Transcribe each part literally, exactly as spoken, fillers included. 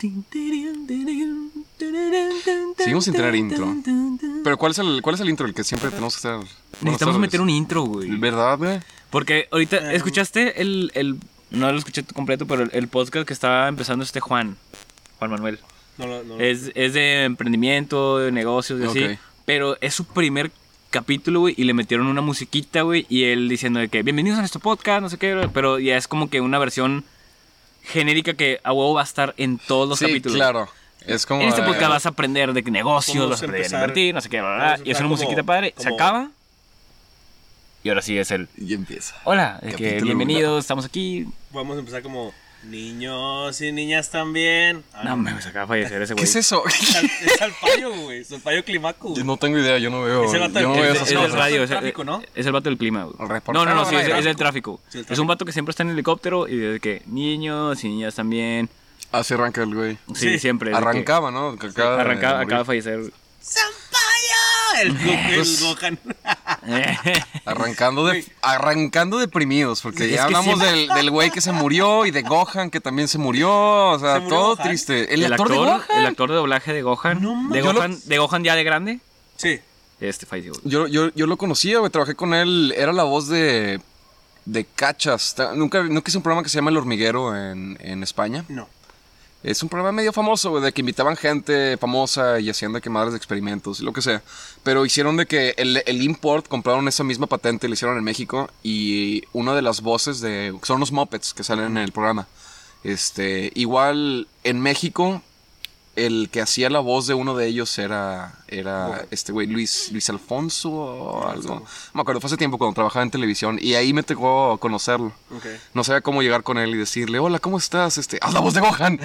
Seguimos sin tener intro. Pero ¿cuál es el, cuál es el intro? El que siempre tenemos que hacer. Necesitamos meter un intro, güey. ¿Verdad, güey? Porque ahorita, ¿escuchaste el, el... No lo escuché completo, pero el, el podcast que estaba empezando este Juan. Juan Manuel. No, no, no. Es, es de emprendimiento, de negocios, y Okay. así. Pero es su primer capítulo, güey, y le metieron una musiquita, güey, y él diciendo de que bienvenidos a nuestro podcast, no sé qué, pero ya es como que una versión genérica que a huevo va a estar en todos los Sí, capítulos. claro. Es como... En este eh, podcast vas a aprender de negocios, Vamos vas a a aprender de empezar- invertir, no sé qué, bla, bla, bla, vamos a y es una empezar musiquita como- padre, se como- acaba. Y ahora sí es el... Y empieza. Hola, de que Capítulo bienvenidos, uno. estamos aquí. Vamos a empezar como niños y niñas también. Ah, No, me se acaba de fallecer ese ¿Qué güey. es eso? Sal- Es Salpayo, güey. Es Salpayo Climaco. güey. Yo no tengo idea, yo no veo... Es el vato yo no del- veo es- esas Es el del cosas. radio, el es el, tráfico, ¿no? es el vato del clima, güey. El reportero No, no, no, sí, del es, es tráfico. del tráfico. Sí, el Es tráfico. un vato que siempre está en helicóptero y desde que niños y niñas también. Así arranca el güey. Sí, Sí. siempre. desde que Arrancaba, ¿no? Que acaba de Arrancaba, morir. acaba de fallecer. ¡Salpayo! El, el Pues- Gohan. Arrancando de, Güey. arrancando deprimidos, porque Es ya que hablamos siempre- del, del güey que se murió y de Gohan que también se murió, o sea, ¿Se murió todo Gohan? triste. El, actor, de Gohan. el actor de doblaje de Gohan. No mames. de, Yo lo- Gohan de Gohan ya de grande. Sí. Este falleció. güey. Yo, yo, yo lo conocía, güey, trabajé con él, era la voz de, de Cachas. Ta- Nunca, nunca hice un programa que se llama El Hormiguero en, en España. No. Es un programa medio famoso, güey, de que invitaban gente famosa y hacían de que madres de experimentos y lo que sea. Pero hicieron de que el, el import, compraron esa misma patente, la hicieron en México. Y una de las voces de... Son los Muppets que salen en el programa. Este, igual en México, el que hacía la voz de uno de ellos era, era Bueno. este güey, Luis, Luis Alfonso o algo. No me acuerdo, fue hace tiempo cuando trabajaba en televisión. Y ahí me tocó conocerlo. Ok. No sabía cómo llegar con él y decirle, hola, ¿cómo estás? Este, haz la voz de Gohan.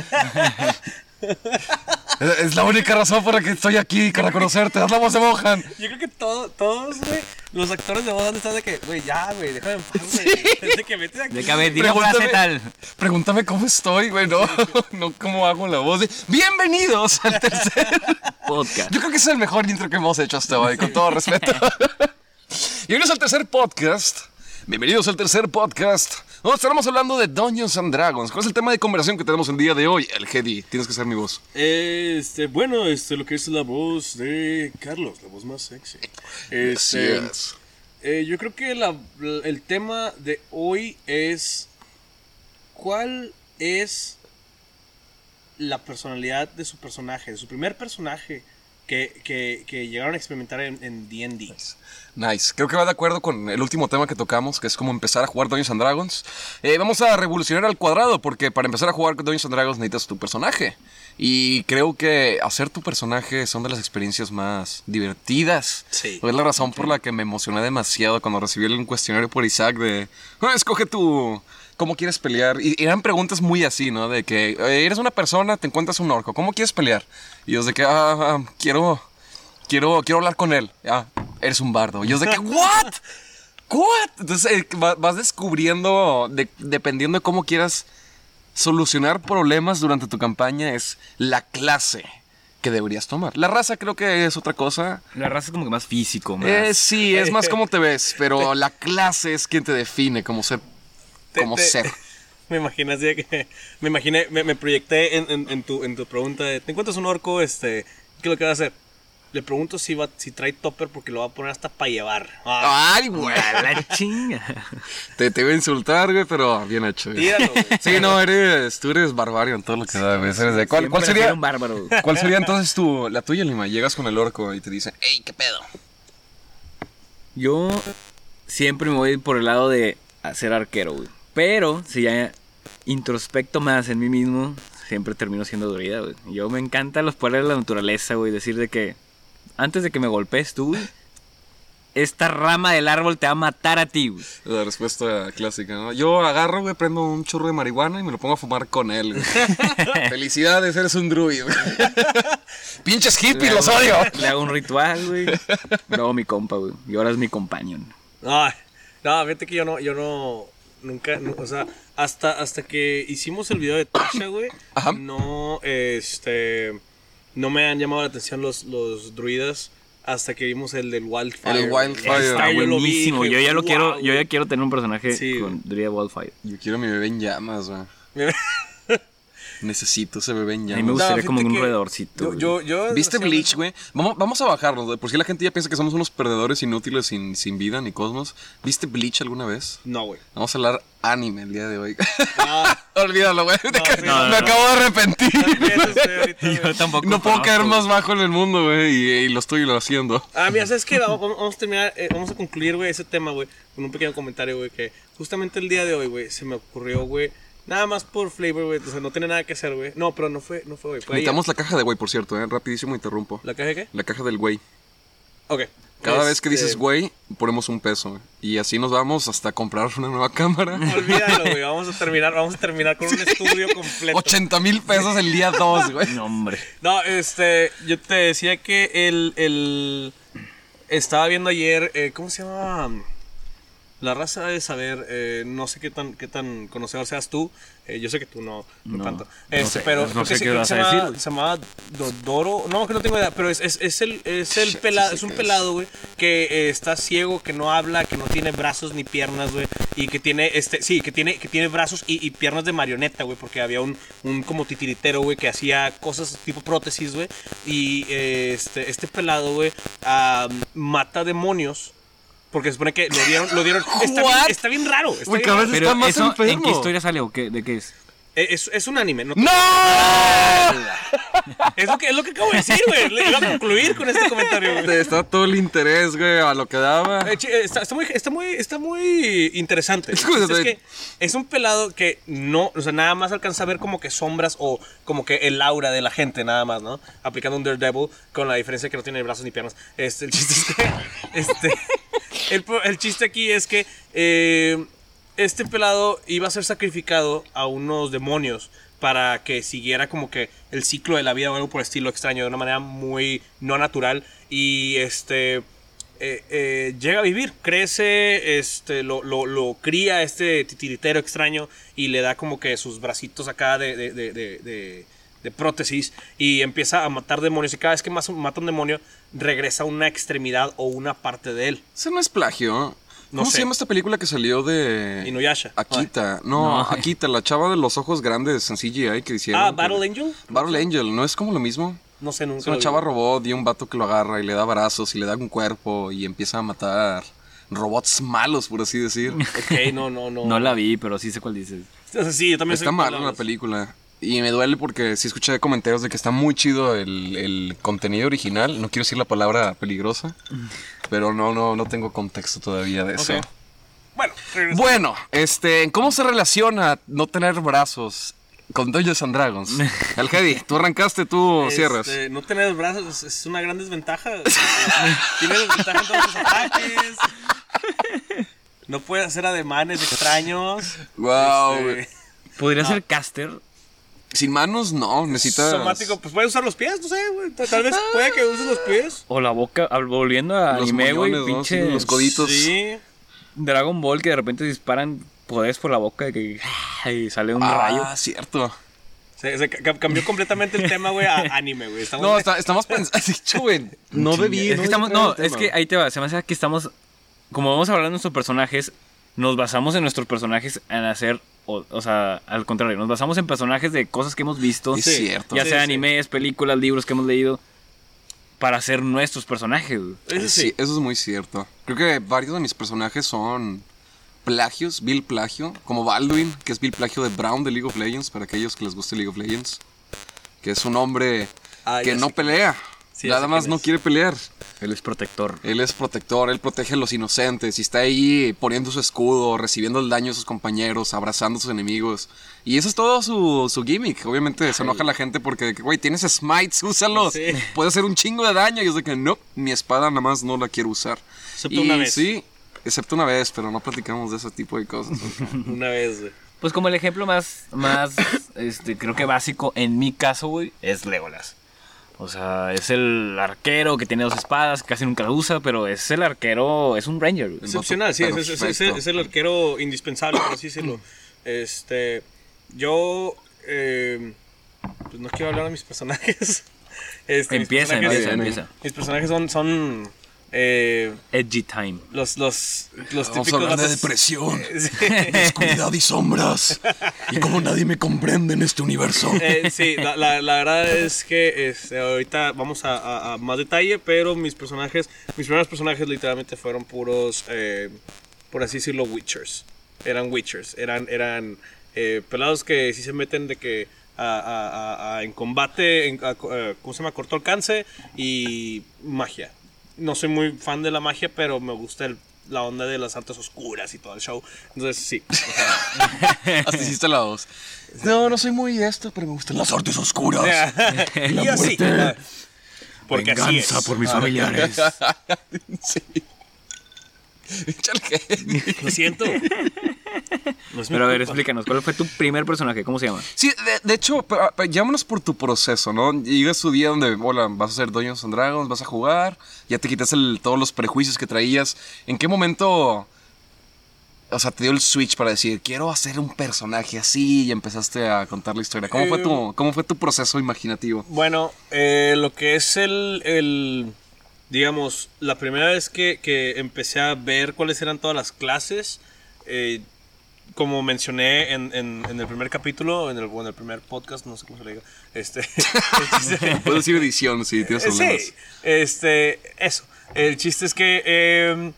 es, es la única razón por la que estoy aquí, para conocerte. Haz la voz de Gohan. Yo creo que todo, todos, güey, los actores de voz han estado de que, güey, ya, güey, déjame en paz, güey. De que vete aquí. De que a ver, dile una Pregúntame- tal. Pregúntame cómo estoy, güey. No, no cómo hago la voz de... Bienvenidos al tercer... Podcast. Yo creo que ese es el mejor intro que hemos hecho hasta hoy, con todo respeto. Bienvenidos al tercer podcast. Bienvenidos al tercer podcast. Donde estaremos hablando de Dungeons and Dragons. ¿Cuál es el tema de conversación que tenemos el día de hoy? El Jedi, tienes que ser mi voz. Este, bueno, este, lo que es la voz de Carlos, la voz más sexy. Este, Así es. eh, yo creo que la, el tema de hoy es ¿cuál es la personalidad de su personaje, de su primer personaje que, que, que llegaron a experimentar en en D and D? Nice. Creo que va de acuerdo con el último tema que tocamos, que es como empezar a jugar Dungeons and Dragons. Eh, vamos a revolucionar al cuadrado, porque para empezar a jugar Dungeons and Dragons necesitas tu personaje. Y creo que hacer tu personaje son de las experiencias más divertidas. Sí. Es la razón por la que me emocioné demasiado cuando recibí un cuestionario por Isaac de... "Ah, escoge tu... ¿Cómo quieres pelear?" Y eran preguntas muy así, ¿no? De que eh, eres una persona, te encuentras un orco, ¿cómo quieres pelear? Y yo de que, ah, ah, quiero... Quiero, quiero hablar con él. Ah, eres un bardo. Y yo de que, ¿what? ¿What? Entonces eh, va- vas descubriendo, de- dependiendo de cómo quieras solucionar problemas durante tu campaña, es la clase que deberías tomar. La raza creo que es otra cosa. La raza es como que más físico, más. Eh, sí, es más cómo te ves, pero la clase es quien te define como ser. Te- Como te- ser. Me imaginé así de que me imaginé, me, me proyecté en, en, en tu, en tu pregunta de, ¿te encuentras un orco? Este, ¿qué es lo que va a hacer? Le pregunto si va, si trae topper porque lo va a poner hasta para llevar. Ah, Ay, güey. A la chinga. Te, te iba a insultar, güey, pero bien hecho. güey. tíralo, güey. Sí, no, eres, tú eres barbario en todo lo que da, güey. Eres de- ¿Cuál, Siempre cuál fui sería? un bárbaro. ¿Cuál sería entonces tu, la tuya, Lima? Llegas con el orco y te dicen, hey, ¿qué pedo? Yo siempre me voy por el lado de ser arquero, güey. Pero si ya introspecto más en mí mismo, siempre termino siendo druida, güey. Yo me encantan los poderes de la naturaleza, güey. Decir de que antes de que me golpees tú, güey, esta rama del árbol te va a matar a ti, güey. La respuesta clásica, ¿no? Yo agarro, güey, prendo un churro de marihuana y me lo pongo a fumar con él, güey. Felicidades, eres un druid, güey. Pinches hippies, los odio. Le hago un ritual, güey. Luego mi compa, güey. Y ahora es mi companion. Ay, no, fíjate que yo no, yo no, nunca, no, o sea, hasta, hasta que hicimos el video de Tasha, güey, Ajá. no, este, no me han llamado la atención los, los druidas hasta que vimos el del Wildfire. El Wildfire. Ese Está yo lo vi, buenísimo. dije, Yo ya lo "Wow, quiero, güey". yo ya quiero tener un personaje Sí, con Druida Wildfire. Yo quiero mi bebé en llamas, güey. Necesito ese bebé en A mí me llamas. gustaría No, como fíjate un que roedorcito. Yo, güey. yo, yo ¿Viste hacía Bleach, mucho- güey? Vamos, vamos a bajarnos, güey. Por si la gente ya piensa que somos unos perdedores inútiles sin, sin vida ni cosmos. ¿Viste Bleach alguna vez? No, güey. Vamos a hablar anime el día de hoy. Ah, Olvídalo, güey. sí, Me no, no, acabo de arrepentir. eso estoy ahorita, güey. Yo tampoco. No puedo conozco, caer güey. más bajo en el mundo, güey. Y, y lo estoy haciendo. Ah, mira, ¿sabes qué? Vamos, vamos a terminar, eh, vamos a concluir, güey, ese tema, güey, con un pequeño comentario, güey, que justamente el día de hoy, güey, se me ocurrió, güey, nada más por flavor, güey, o sea, no tiene nada que hacer, güey. No, pero no fue, no fue, güey, fue ayer. Necesitamos la caja de güey, por cierto, eh. Rapidísimo interrumpo. ¿La caja de qué? La caja del güey. Ok. Cada vez que Este, dices güey, ponemos un peso. güey. Y así nos vamos hasta comprar una nueva cámara. Olvídalo, güey, vamos a terminar, vamos a terminar con un estudio completo. ochenta mil pesos el día dos, güey. No, hombre. No, este, yo te decía que el, el, estaba viendo ayer, eh, ¿cómo se llama? La raza de saber, eh, no sé qué tan, qué tan conocedor seas tú, eh, yo sé que tú no, no, No, tanto, no este, sé, pero no creo sé que sí, qué creo que vas se a llama, decir, güey. se llama Dodoro, no, que no tengo idea, pero es, es, es el, es el Sí, pelado, sí, es un que pelado, güey, que eh, está ciego, que no habla, que no tiene brazos ni piernas, güey, y que tiene, este, sí, que tiene, que tiene brazos y, y piernas de marioneta, güey, porque había un, un como titiritero, güey, que hacía cosas tipo prótesis, güey, y eh, este, este pelado, güey, ah, mata demonios. Porque se supone que lo dieron, lo dieron. Está, bien, What? está bien raro. Está Güey, bien cada raro. vez Pero está más eso, ¿en enfermo. qué historia sale o qué? ¿De qué es? Es, es un anime, ¿no? ¡No! Es lo que, es lo que acabo de decir, güey. Le iba a concluir con este comentario, güey. Te está todo el interés, güey, a lo que daba. Eh, chi- eh, Está, está muy, está, muy, está muy interesante. Escúchate. Es que es un pelado que no, o sea, nada más alcanza a ver como que sombras o como que el aura de la gente, nada más, ¿no? Aplicando un Daredevil con la diferencia que no tiene brazos ni piernas. Este, el chiste es que, este, el, pro- el chiste aquí es que eh, este pelado iba a ser sacrificado a unos demonios para que siguiera como que el ciclo de la vida o algo por el estilo extraño, de una manera muy no natural. Y este eh, eh, llega a vivir, crece, este, lo, lo, lo cría este titiritero extraño y le da como que sus bracitos acá de, de, de, de, de, de prótesis y empieza a matar demonios. Y cada vez que mas- mata un demonio, regresa una extremidad o una parte de él. Eso no es plagio. No ¿Cómo sé. se llama esta película que salió de Inuyasha. Akita? No, No. Akita, la chava de los ojos grandes en C G I que hicieron. Ah, que- Battle Angel. Battle Angel, ¿no es como lo mismo? No sé, nunca. Es una lo vi. chava robot y un vato que lo agarra y le da brazos y le da un cuerpo y empieza a matar robots malos, por así decir. Ok, no, no, no. No la vi, pero sí sé cuál dices. O sea, sí, yo también Está soy mala pelado. la película. Y me duele porque sí escuché comentarios de que está muy chido el, el contenido original. No quiero decir la palabra peligrosa, pero no, no, no tengo contexto todavía de eso. Ok. Bueno, regresamos. Bueno, este, ¿cómo se relaciona no tener brazos con Dungeons and Dragons? Algedi, tú arrancaste, tú Este, cierras. No tener brazos es, es una gran desventaja. Tienes desventaja en todos tus ataques. No puedes hacer ademanes extraños. Wow, Este, güey. ¿Podría ser caster? Sin manos, no, necesitas. somático, pues puedes usar los pies, no sé, güey. Tal tal vez puede que uses los pies. O la boca, al- volviendo a Los anime, güey, moñones, ¿no? pinche Sí, los coditos. Sí. Dragon Ball que de repente disparan poderes por la boca de que y sale un rayo. Ah, cierto. Se, se ca- cambió completamente el tema, güey, a anime, güey. Estamos No, está- estamos pensando. Dicho, güey, no debí. Es que estamos, no, es que hay ahí te va, se me hace que estamos, como vamos a hablar de nuestros personajes, nos basamos en nuestros personajes en hacer, o, o sea, al contrario, nos basamos en personajes de cosas que hemos visto, Es Sí. cierto. ya Sí, sea sí. animes, películas, libros que hemos leído, para hacer nuestros personajes. güey. Eso Sí, sí. eso es muy cierto. Creo que varios de mis personajes son plagios, Bill plagio, como Baldwin, que es Bill plagio de Brown de League of Legends, para aquellos que les guste League of Legends, que es un hombre Ah, que ya no sé. pelea, Sí, ya nada sé más quién no es. quiere pelear. Él es protector. Él es protector, él protege a los inocentes y está ahí poniendo su escudo, recibiendo el daño de sus compañeros, abrazando a sus enemigos. Y eso es todo su, su gimmick. Obviamente se enoja la gente porque, güey, tienes smites, úsalos. Sí. Puede hacer un chingo de daño. Y es de que, no, mi espada nada más no la quiero usar. Excepto Y una vez. Sí, excepto una vez, pero no platicamos de ese tipo de cosas. Una vez, güey. Pues como el ejemplo más, más, este, creo que básico en mi caso, güey, es Legolas. O sea, es el arquero que tiene dos espadas, casi nunca la usa, pero es el arquero, es un ranger, güey. Excepcional, sí, es, es- es- es- es el arquero indispensable, por así decirlo. Este, yo, eh, pues no quiero hablar de mis personajes. Este, mis Empieza, personajes- empieza, bien, empieza. Mis personajes son, son Eh, Edgy time. los, los, los Vamos a típicos hablar de vatos- depresión, Sí. de oscuridad y sombras. Y cómo nadie me comprende en este universo. Eh, sí, la, la, la verdad es que este, ahorita vamos a, a, a más detalle, pero mis personajes, mis primeros personajes literalmente fueron puros, eh, por así decirlo, Witchers. Eran Witchers, eran, eran eh, pelados que sí se meten de que a, a, a, a, en combate, en, a, a, ¿cómo se llama? Corto alcance y magia. No soy muy fan de la magia, pero me gusta el, la onda de las artes oscuras y todo el show. Entonces, sí. O sea, Hasta hiciste la voz. No, no soy muy esto, pero me gustan las artes oscuras. y así. Porque así es. Venganza por mis familiares. Sí. Échale que- Lo siento. No es mi Pero a ver, culpa. explícanos, ¿cuál fue tu primer personaje? ¿Cómo se llama? Sí, de, de hecho, pa- pa- llámanos por tu proceso, ¿no? Llega su día donde, hola, vas a hacer Dungeons and Dragons, vas a jugar, ya te quitas el- todos los prejuicios que traías. ¿En qué momento, o sea, te dio el switch para decir, quiero hacer un personaje así y empezaste a contar la historia? ¿Cómo, fue, tu, cómo fue tu proceso imaginativo? Bueno, eh, lo que es el, el digamos, la primera vez que, que empecé a ver cuáles eran todas las clases, eh, como mencioné en, en, en el primer capítulo, en el, o en el primer podcast, no sé cómo se le diga, este, el chiste- Puedes decir edición si tienes Eh, problemas. Sí, este, eso. El chiste es que eh,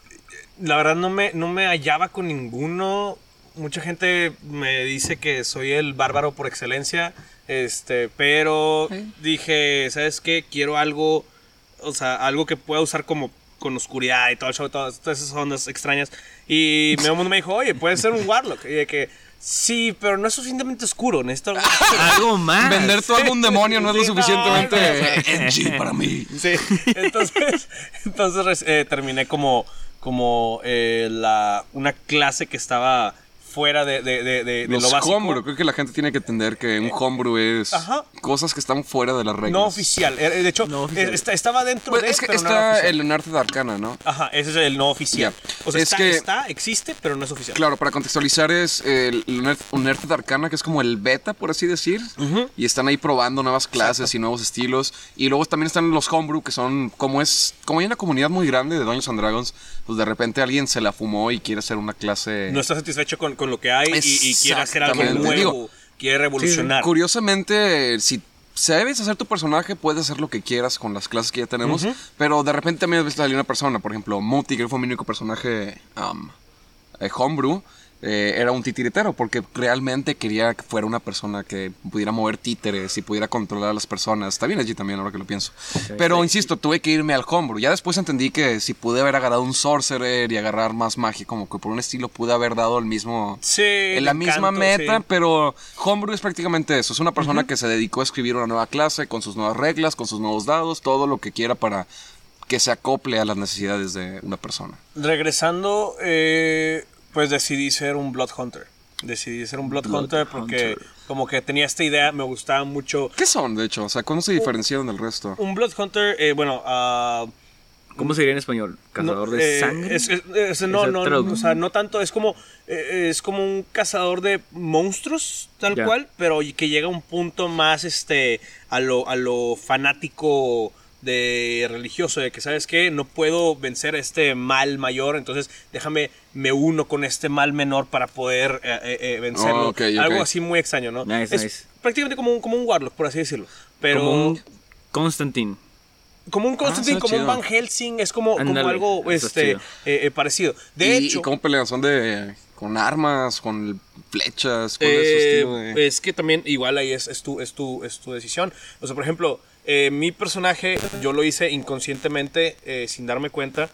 la verdad no me, no me hallaba con ninguno. Mucha gente me dice que soy el bárbaro por excelencia, este, pero Sí. dije, ¿sabes qué? Quiero algo, o sea, algo que pueda usar como con oscuridad y todo el show, todas, todas esas ondas extrañas. Y todo el mundo me dijo, oye, puede ser un warlock. Y de que, sí, pero no es suficientemente oscuro, necesito algo oscuro. Algo más. Vender tú algún demonio no es lo Sí, no, suficientemente no, edgy para mí. Sí, entonces, entonces eh, terminé como, como eh, la, una clase que estaba fuera de, de, de, de, de Los lo básico. homebrew, creo que la gente tiene que entender que un homebrew es Ajá. cosas que están fuera de las reglas. No oficial. Eh, De hecho, No oficial. eh, está- estaba dentro Pues de, es que pero no era está oficial. el arte de Arcana, ¿no? Ajá, ese es el no oficial. Ya. O sea, Es está, que- está, existe, pero no es oficial. Claro, para contextualizar es el Unearthed de Arcana, que es como el beta, por así decir. Ujú. Y están ahí probando nuevas clases y nuevos estilos. Y luego también están los homebrew, que son como es como hay una comunidad muy grande de Dungeons and Dragons, pues de repente alguien se la fumó y quiere hacer una clase. No está satisfecho con, con lo que hay y, y quiere hacer algo Exactamente. nuevo. Digo, quiere revolucionar. Curiosamente, si sabes hacer tu personaje, puedes hacer lo que quieras con las clases que ya tenemos. Ujú. Pero de repente también ves salir una persona, por ejemplo, Muti, que fue mi único personaje um, eh, homebrew. eh, era un titiritero porque realmente quería que fuera una persona que pudiera mover títeres y pudiera controlar a las personas. Está bien allí también, ahora que lo pienso. Pero insisto, tuve que irme al homebrew. Ya después entendí que si pude haber agarrado un sorcerer y agarrar más magia, como que por un estilo pude haber dado el mismo... Sí, en la el misma encanto, meta, sí. pero homebrew es prácticamente eso. Es una persona que se dedicó a escribir una nueva clase con sus nuevas reglas, con sus nuevos dados, todo lo que quiera para que se acople a las necesidades de una persona. Regresando, eh, pues decidí ser un Blood Hunter. Decidí ser un Blood, Blood Hunter porque Hunter. como que tenía esta idea, me gustaba mucho. ¿Qué son, de hecho? O sea, ¿cómo se diferencian del resto? Un Blood Hunter, eh, bueno, ah, ¿Cómo se diría en español? ¿Cazador no, de eh, sangre? es- es- es- no, Esa no, tradu- no, o sea, no tanto, es como, eh, es como un cazador de monstruos, tal Ya. cual, pero que llega a un punto más, este, a lo, a lo fanático de religioso, de que, ¿sabes qué? No puedo vencer a este mal mayor, entonces déjame, me uno con este mal menor para poder eh, eh, eh, vencerlo. Oh, ok, ok. Algo así muy extraño, ¿no? Nice, es nice. prácticamente como un, como un Warlock, por así decirlo. Pero... Como un Constantine. Como un Constantine, Ah, como está un Van Helsing, es como, como Ándale, algo está este, chido. eh, eh, parecido. De ¿Y, hecho, ¿Y cómo pelean? ¿Son de... con armas, con flechas? ¿Cuál eh, es su estilo de...? es que también igual ahí es, es, tu, es, tu, es tu decisión. O sea, por ejemplo, eh, mi personaje yo lo hice inconscientemente, eh, sin darme cuenta,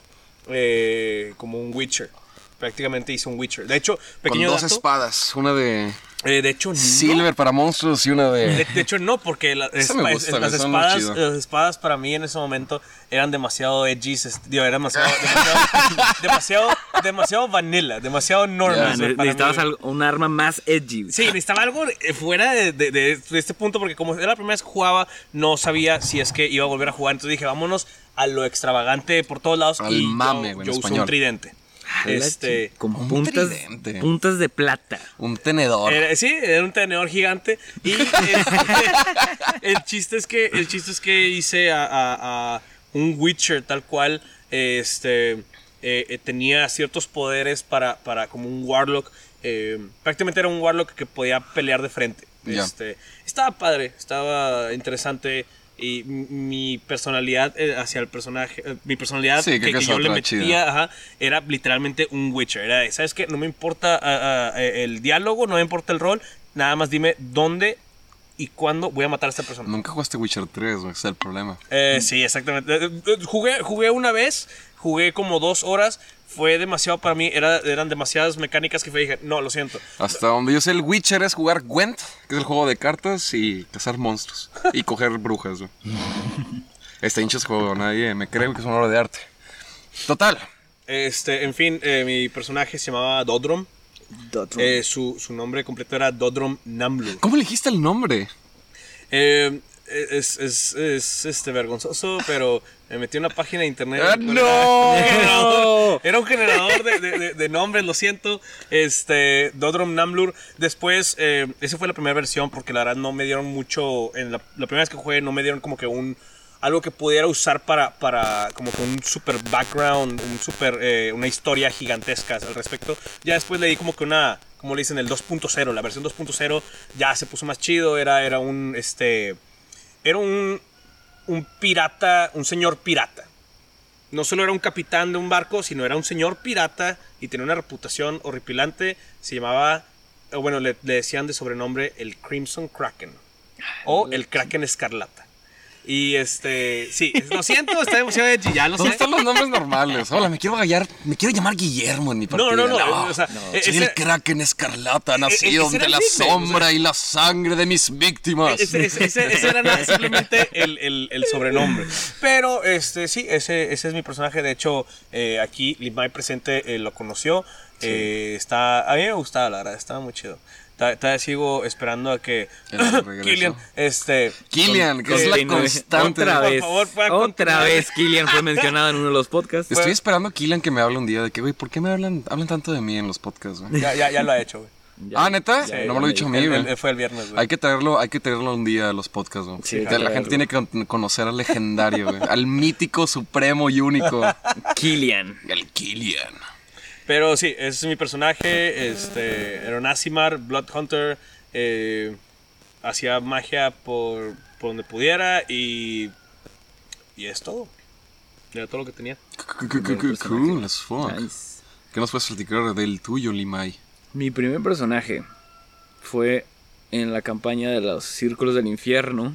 eh, como un Witcher. Prácticamente hice un Witcher. De hecho, Con pequeño dos dato, espadas, una de eh, de hecho, no. silver para monstruos y una De, de... de hecho, no, porque la- Esa me espa- gusta, las, me suena espadas, chido. las espadas para mí en ese momento eran demasiado edgy, es- digo, eran demasiado, demasiado, demasiado, demasiado vanilla, demasiado normal. Ya, Ah, o sea, ne- para necesitabas mí. algo- un arma más edgy. güey. Sí, necesitaba algo eh, fuera de, de- de- de este punto, porque como era la primera vez que jugaba, no sabía si es que iba a volver a jugar. Entonces dije, vámonos a lo extravagante por todos lados. Al y mame, yo, güey, en yo usé español. un tridente. Ah, la Este, chi- Con un puntas, tridente. puntas de plata. Un tenedor. Era- sí, era un tenedor gigante. Y este, el chiste es que el chiste es que hice a, a- a un Witcher tal cual. Este, eh, eh, tenía ciertos poderes para, para como un Warlock. Eh, prácticamente era un Warlock que podía pelear de frente. Yeah. Este, estaba padre, estaba interesante. Y m- mi personalidad eh, hacia el personaje, eh, mi personalidad Sí, que, que que yo le otra metía, chida. ajá, era literalmente un Witcher. Era, de, ¿sabes qué? No me importa ah, ah, el diálogo, no me importa el rol. Nada más dime dónde y cuándo voy a matar a esta persona. Nunca jugaste Witcher tres, güey, ese es el problema. Eh, sí, exactamente. Eh, eh, Jugué, jugué una vez, jugué como dos horas. Fue demasiado para mí, era, eran demasiadas mecánicas que fue, dije, no, lo siento. Hasta donde yo sé, el Witcher es jugar Gwent, que es el juego de cartas, y cazar monstruos. Y coger brujas, güey. Este hincho ese juego, nadie me cree que es una obra de arte. Total. Este, en fin, eh, mi personaje se llamaba Dodrom. Eh, su, su nombre completo era Dodrom Namlur. ¿Cómo elegiste el nombre? Eh, es, es, es este, vergonzoso, pero me metí en una página de internet. ¡Ah, no! Era un generador, era un generador de, de, de, de nombres, lo siento. Este, Dodrom Namlur. Después, eh, esa fue la primera versión, porque la verdad no me dieron mucho. En la, la primera vez que jugué, no me dieron como que un. Algo que pudiera usar para, para como que un super background, un super, eh, una historia gigantesca al respecto. Ya después le di como que una, como le dicen, el dos punto cero, la versión dos punto cero ya se puso más chido, era, era un, este, era un, un pirata, un señor pirata. No solo era un capitán de un barco, sino era un señor pirata y tenía una reputación horripilante. Se llamaba, o bueno, le, le decían de sobrenombre el Crimson Kraken o el Kraken Escarlata. Y este, sí, lo siento, está demasiado edgy, ya lo sé. ¿Dónde están los nombres normales? Hola, me quiero gallar, me quiero llamar Guillermo en mi partida. No, no, no, o sea, no. e- Soy ese- el Kraken Escarlata, nacido ese era de el la nickname, sombra o sea. y la sangre de mis víctimas. Ese, ese, ese- ese era nada, simplemente el, el, el sobrenombre. Pero este sí, ese, ese es mi personaje. De hecho, eh, aquí Limay presente eh, lo conoció. Eh, está, a mí me gustaba, la verdad, estaba muy chido. Ta- Todavía sigo esperando a que Que no regrese. Killian, este, Killian, que es la Sí, no, constante. Otra Por vez. favor, pueda otra continuar. vez Killian fue mencionado en uno de los podcasts. Estoy esperando a Killian que me hable un día de que, güey, ¿por qué me hablan, hablan tanto de mí en los podcasts, güey? ya, ya, ya lo ha hecho, güey. Ya- Ah, ¿neta? ya- No ya me lo he dicho a mí, El- güey. el- Fue el viernes, güey. Hay que traerlo, hay que traerlo un día a los podcasts, güey. Sí, hay que la traerlo. gente tiene que con- conocer al legendario, güey. Al mítico, supremo y único. Killian. El Killian. Pero sí, ese es mi personaje. Este, era un Aasimar, Blood Hunter. eh, hacía magia por, por donde pudiera y. Y es todo. Era todo lo que tenía. Cool as fuck. Nice. ¿Qué nos puedes platicar del tuyo, Limay? Mi primer personaje fue en la campaña de los Círculos del Infierno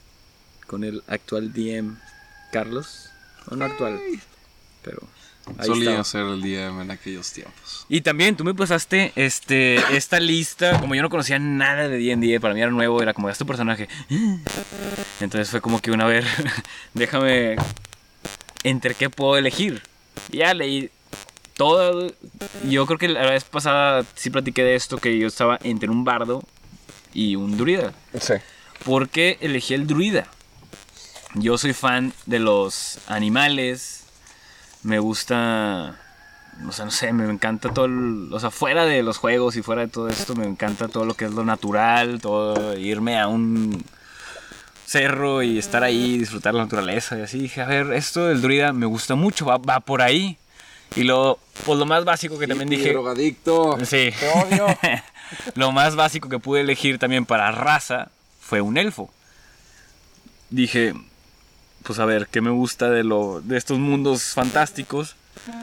con el actual D M Carlos. O no actual, pero ahí Solía estaba. ser el D M en aquellos tiempos. Y también tú me pasaste este, esta lista, como yo no conocía nada de D and D, para mí era nuevo, era como, es tu personaje. Entonces fue como que una vez, déjame, ¿entre qué puedo elegir? Y ya leí todo. Yo creo que la vez pasada sí platiqué de esto, que yo estaba entre un bardo y un druida. Sí. ¿Por qué elegí el druida? Yo soy fan de los animales, me gusta, o sea, no sé, me encanta todo, el, o sea, fuera de los juegos y fuera de todo esto, me encanta todo lo que es lo natural, todo, irme a un cerro y estar ahí, disfrutar la naturaleza y así. Dije, a ver, esto del druida me gusta mucho, va, va por ahí. Y luego, pues lo más básico que también dije... drogadicto. Sí. Te odio. Lo más básico que pude elegir también para raza fue un elfo. Dije, pues a ver, ¿qué me gusta de lo de estos mundos fantásticos?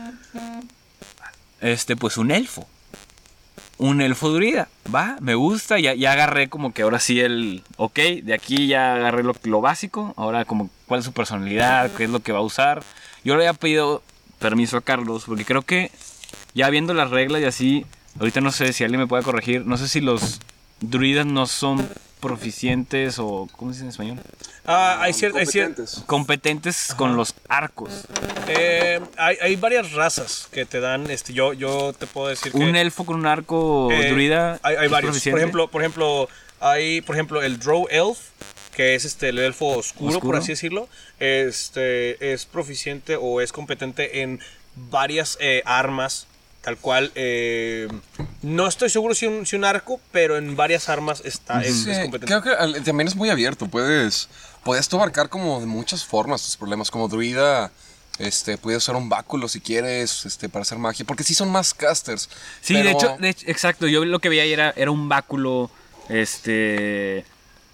Este, pues un elfo. Un elfo druida. Va, me gusta. Ya, ya agarré como que ahora sí el... Ok, de aquí ya agarré lo, lo básico. Ahora como cuál es su personalidad, qué es lo que va a usar. Yo le había pedido permiso a Carlos porque creo que ya viendo las reglas y así... Ahorita no sé si alguien me puede corregir. No sé si los druidas no son proficientes o... ¿Cómo se dice en español? Ah, hay cierto, hay cier- Competentes. Competentes con los arcos. eh, hay, hay varias razas que te dan. Este, yo, yo te puedo decir que. Un elfo con un arco Eh, druida. Hay, hay ¿es varios. Por proficiente? ejemplo, por ejemplo, hay por ejemplo el Drow Elf, que es este el elfo oscuro, ¿Oscuro? por así decirlo. Este es proficiente o es competente en varias eh, armas. Tal cual, eh, no estoy seguro si un, si un arco, pero en varias armas está, es, Sí, es competente. creo que al- también es muy abierto. Puedes, puedes tú abarcar como de muchas formas tus problemas. Como druida, Este, puedes usar un báculo si quieres, este, para hacer magia. Porque sí son más casters. Sí, pero... de, hecho, de hecho, exacto. Yo lo que veía ahí era, era un báculo, este...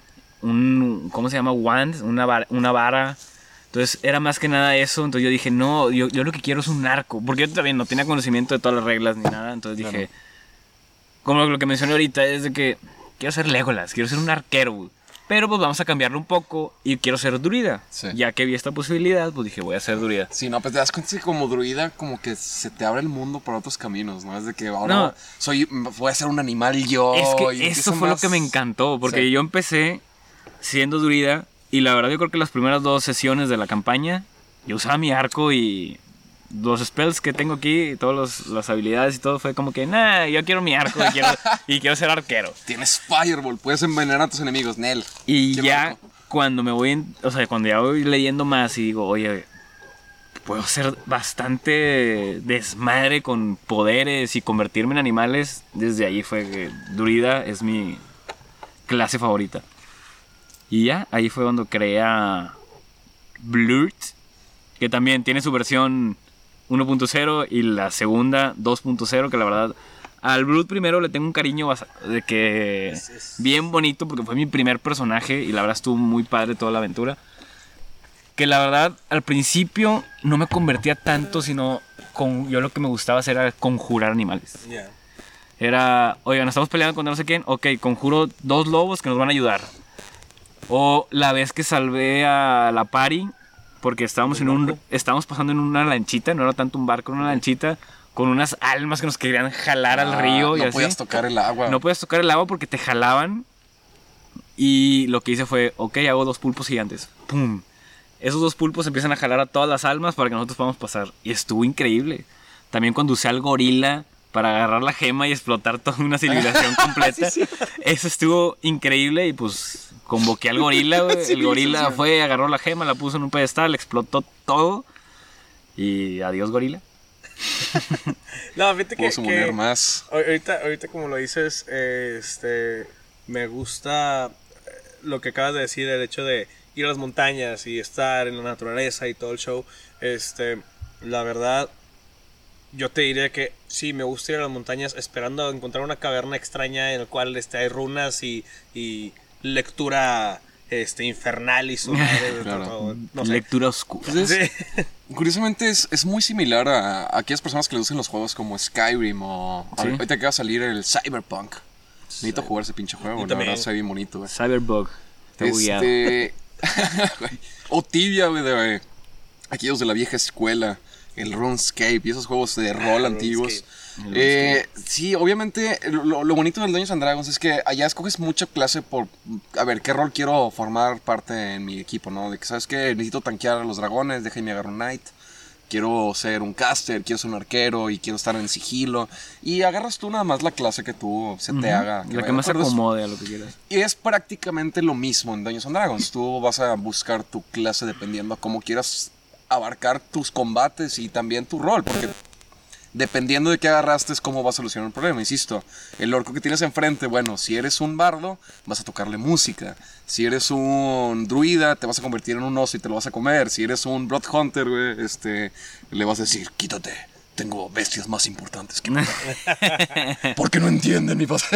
Un, ¿cómo se llama? Wand, una, var, una vara. Entonces era más que nada eso. Entonces yo dije, no, yo, yo lo que quiero es un arco. Porque yo también no tenía conocimiento de todas las reglas ni nada. Entonces dije, Claro. como lo que mencioné ahorita, es de que quiero ser Legolas, quiero ser un arquero, güey. Pero pues vamos a cambiarlo un poco y quiero ser druida. Sí. Ya que vi esta posibilidad, pues dije, voy a ser druida. Sí, no, pues te das cuenta que como druida como que se te abre el mundo por otros caminos, ¿no? Es de que ahora No. soy, voy a ser un animal yo. Es y que empieza eso fue más- lo que me encantó, porque Sí. yo empecé siendo druida y la verdad yo creo que las primeras dos sesiones de la campaña yo usaba mi arco y los spells que tengo aquí, todas las habilidades y todo fue como que, nah, yo quiero mi arco y quiero, y quiero ser arquero. Tienes Fireball, puedes envenenar a tus enemigos, Nel. Y Quiero ya arco. cuando me voy, en- o sea, cuando ya voy leyendo más y digo, oye, puedo ser bastante desmadre con poderes y convertirme en animales, desde ahí fue que druida es mi clase favorita. Y ya, ahí fue cuando creé a Blurt, que también tiene su versión uno punto cero y la segunda dos punto cero, que la verdad al Blurt primero le tengo un cariño basa- de que Es- es- bien bonito porque fue mi primer personaje y la verdad estuvo muy padre toda la aventura. Que la verdad al principio no me convertía tanto, sino con, yo lo que me gustaba hacer era conjurar animales. Ya. Era, oigan, estamos peleando contra no sé quién, ok, conjuro dos lobos que nos van a ayudar. O la vez que salvé a la pari, porque estábamos en un, estábamos pasando en una lanchita, no era tanto un barco, era una lanchita, con unas almas que nos querían jalar al Ah, río y no así. podías tocar el agua. No podías tocar el agua porque te jalaban. Y lo que hice fue, ok, hago dos pulpos gigantes. ¡Pum! Esos dos pulpos empiezan a jalar a todas las almas para que nosotros podamos pasar. Y estuvo increíble. También cuando usé al gorila para agarrar la gema y explotar toda una civilización completa. Eso estuvo increíble y pues convoqué al gorila, güey. El gorila fue, agarró la gema, la puso en un pedestal, explotó todo. Y adiós, gorila. No, fíjate que, Puedo summonear que más. ahorita, ahorita como lo dices, eh, este, me gusta eh, lo que acabas de decir, el hecho de ir a las montañas y estar en la naturaleza y todo el show. Este, la verdad, yo te diría que sí, me gusta ir a las montañas esperando a encontrar una caverna extraña en la cual este, hay runas y, y lectura este, infernal y su madre, Claro. todo, no sé. Lectura oscura. Pues es- Sí. Curiosamente es, es muy similar a, a aquellas personas que le usan los juegos como Skyrim o... Sí. Ahorita que va a salir el Cyberpunk. Necesito jugar ese pinche juego, Yo la también. verdad se ve bien bonito, güey. Cyberbug. Está bugueado. Este... güey. O Tibia, güey, de aquellos de la vieja escuela. El RuneScape y esos juegos de rol Ah, antiguos. El Eh, sí, obviamente lo, lo bonito del Dungeons and Dragons es que allá escoges mucha clase por, a ver, qué rol quiero formar parte en mi equipo, ¿no? De que, ¿sabes qué? Necesito tanquear a los dragones, déjame agarrar un knight. Quiero ser un caster, quiero ser un arquero y quiero estar en sigilo. Y agarras tú nada más la clase que tú se te Ujú. haga. La vaya que de más se acuerdo. acomode a lo que quieras. Y es prácticamente lo mismo en Dungeons and Dragons. Tú vas a buscar tu clase dependiendo a cómo quieras abarcar tus combates y también tu rol, porque dependiendo de qué agarraste es cómo vas a solucionar el problema. Insisto, el orco que tienes enfrente, bueno, si eres un bardo, vas a tocarle música. Si eres un druida, te vas a convertir en un oso y te lo vas a comer. Si eres un Bloodhunter, güey, este, le vas a decir, quítate. Tengo bestias más importantes que matar. Porque no entienden mi pasado.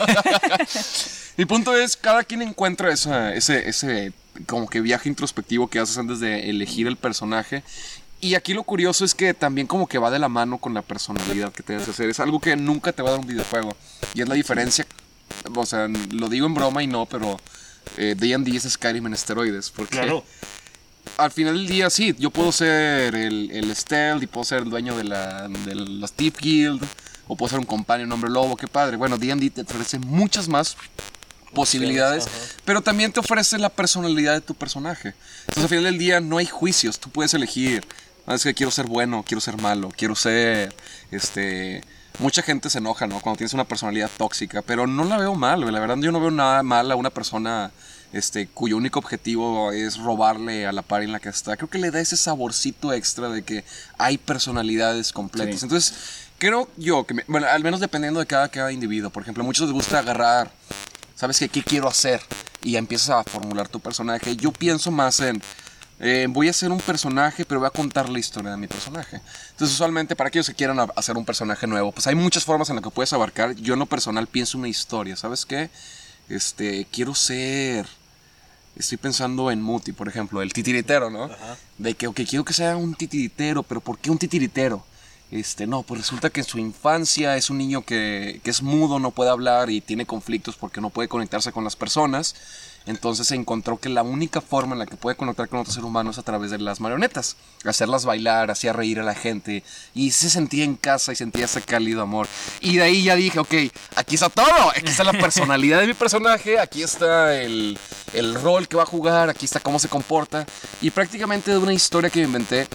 Mi punto es, cada quien encuentra esa, ese, ese como que viaje introspectivo que haces antes de elegir el personaje. Y aquí lo curioso es que también como que va de la mano con la personalidad que te debes hacer. Es algo que nunca te va a dar un videojuego. Y es la diferencia, o sea, lo digo en broma y no, pero eh, D and D es Skyrim en esteroides. Porque Claro. al final del día, sí, yo puedo ser el, el stealth y puedo ser el dueño de la, de la Thief Guild. O puedo ser un companion, un hombre lobo, qué padre. Bueno, D and D te ofrece muchas más posibilidades, Ajá. pero también te ofrece la personalidad de tu personaje. Entonces al final del día no hay juicios, tú puedes elegir. Ah, es que quiero ser bueno, quiero ser malo, quiero ser, este... Mucha gente se enoja, ¿no? Cuando tienes una personalidad tóxica, pero no la veo mal, güey. La verdad yo no veo nada mal a una persona, este, cuyo único objetivo es robarle a la par en la que está. Creo que le da ese saborcito extra de que hay personalidades completas. Sí. Entonces, creo yo que, me- bueno, al menos dependiendo de cada, cada individuo. Por ejemplo, a muchos les gusta agarrar, ¿sabes qué? ¿Qué quiero hacer? Y ya empiezas a formular tu personaje. Yo pienso más en, eh, voy a hacer un personaje, pero voy a contar la historia de mi personaje. Entonces, usualmente, para aquellos que quieran a- hacer un personaje nuevo, pues hay muchas formas en las que puedes abarcar. Yo en lo personal pienso una historia, ¿sabes qué? Este, quiero ser... Estoy pensando en Muti, por ejemplo, el titiritero, ¿no? Ajá. De que, ok, quiero que sea un titiritero, pero ¿por qué un titiritero? Este, no, pues resulta que en su infancia es un niño que, que es mudo, no puede hablar y tiene conflictos porque no puede conectarse con las personas. Entonces se encontró que la única forma en la que puede conectar con otro ser humano es a través de las marionetas. Hacerlas bailar, hacía reír a la gente. Y se sentía en casa y sentía ese cálido amor. Y de ahí ya dije, ok, aquí está todo. Aquí está la personalidad de mi personaje. Aquí está el, el rol que va a jugar. Aquí está cómo se comporta. Y prácticamente de una historia que me inventé.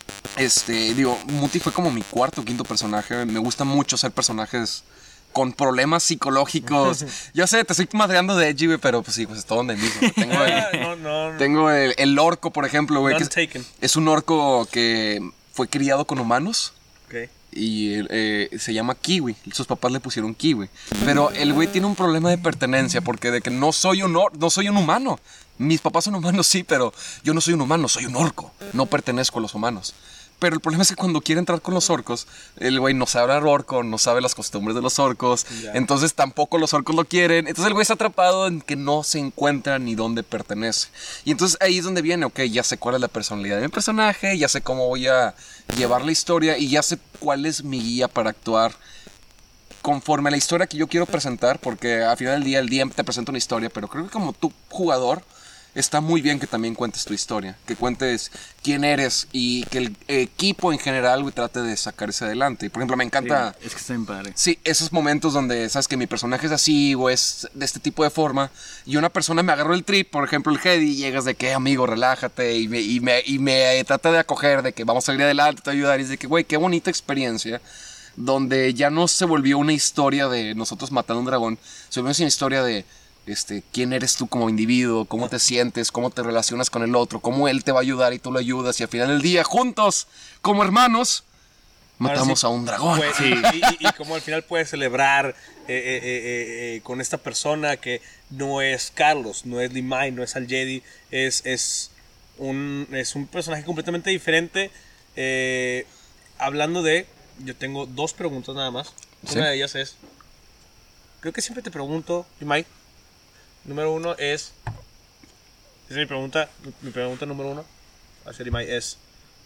Este, digo, Muti fue como mi cuarto o quinto personaje. Me gusta mucho ser personajes con problemas psicológicos. Yo sé, te estoy madreando de edgy, güey, pero pues sí, pues es todo donde mismo. Tengo el, no, no, no. tengo el, el orco, por ejemplo, güey. Que None es, taken. es un orco que fue criado con humanos. Ok. Y eh, se llama Kiwi. Sus papás le pusieron Kiwi. Pero el güey tiene un problema de pertenencia. Porque de que no soy un, or no soy un humano. Mis papás son humanos, sí, pero yo no soy un humano, soy un orco. No pertenezco a los humanos. Pero el problema es que cuando quiere entrar con los orcos, el güey no sabe hablar orco, no sabe las costumbres de los orcos. Ya. Entonces tampoco los orcos lo quieren. Entonces el güey está atrapado en que no se encuentra ni dónde pertenece. Y entonces ahí es donde viene, ok, ya sé cuál es la personalidad de mi personaje, ya sé cómo voy a llevar la historia y ya sé cuál es mi guía para actuar conforme a la historia que yo quiero presentar. Porque al final del día, el D M te presenta una historia, pero creo que como tú, jugador, está muy bien que también cuentes tu historia, que cuentes quién eres y que el equipo en general, güey, trate de sacarse adelante. Y por ejemplo, me encanta... Sí, es que está bien padre. Sí, esos momentos donde sabes que mi personaje es así o es de este tipo de forma y una persona me agarró el trip, por ejemplo el Hedy, y llegas de que amigo, relájate y me, y me, y me trata de acoger, de que vamos a salir adelante, te voy a ayudar y es de que, güey, qué bonita experiencia donde ya no se volvió una historia de nosotros matando un dragón, se volvió una historia de este, quién eres tú como individuo, cómo te sientes, cómo te relacionas con el otro, cómo él te va a ayudar y tú lo ayudas y al final del día juntos, como hermanos, matamos sí, a un dragón. Pues, Sí. y, y, y como al final puedes celebrar eh, eh, eh, eh, con esta persona que no es Carlos, no es Limay, no es Al Jedi, es, es, un, es un personaje completamente diferente. Eh, hablando de, yo tengo dos preguntas nada más. ¿Sí? Una de ellas es, creo que siempre te pregunto, Limay, número uno es, esa es mi pregunta, mi, mi pregunta número uno hacia Limay es,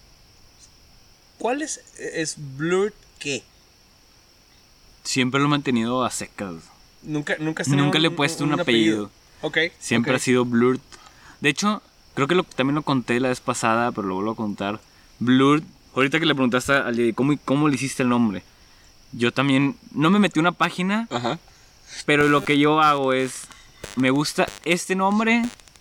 ¿cuál es, es Blurred qué? Siempre lo he mantenido a secas. Nunca, nunca, has tenido Nunca le he un- puesto un, un apellido. Ok. Siempre ok. ha sido Blurred. De hecho, creo que lo, también lo conté la vez pasada, pero lo vuelvo a contar. Blurred, ahorita que le preguntaste a Jedi, ¿cómo, ¿cómo le hiciste el nombre? Yo también, no me metí una página, Ajá. pero lo que yo hago es, me gusta este nombre,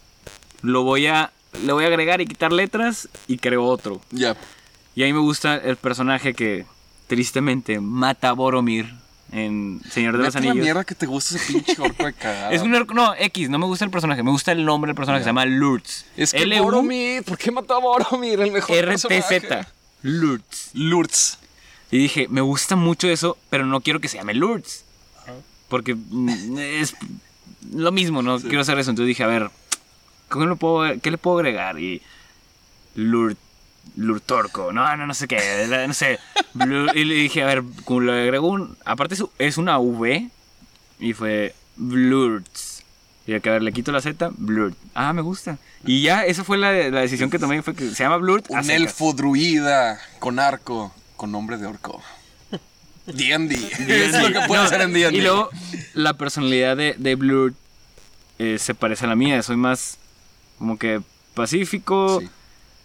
lo voy a, le voy a agregar y quitar letras y creo otro. Ya. Y a mí me gusta el personaje que tristemente mata a Boromir en Señor de los Neta la Anillos. mierda que te gusta ese pinche orco de cagada. Es un orco- no, X, no me gusta el personaje, me gusta el nombre del personaje, se llama Lurtz. Es que L U Boromir, ¿por qué mató a Boromir? El mejor R T personaje. Z. Lurtz. Lurtz. Y dije, me gusta mucho eso, pero no quiero que se llame Lurtz. Porque mm, es lo mismo, no quiero hacer eso. Entonces dije, a ver, ¿cómo le puedo, ¿qué le puedo agregar? Y Lurt, Lurtorco, no, no, no sé qué, no sé. Blur- y le dije, a ver, como le agrego un... Aparte es- es una V y fue Blurts. Y dije, a ver, le quito la Z, Blurt. Ah, me gusta. Y ya, esa fue la, la decisión que tomé, fue que se llama Blurt. a Un secas. elfo druida con arco, con nombre de orco. D and D. Es lo que puede hacer en D and D. Y luego, la personalidad de, de Blur eh, se parece a la mía. Soy más como que pacífico, Sí.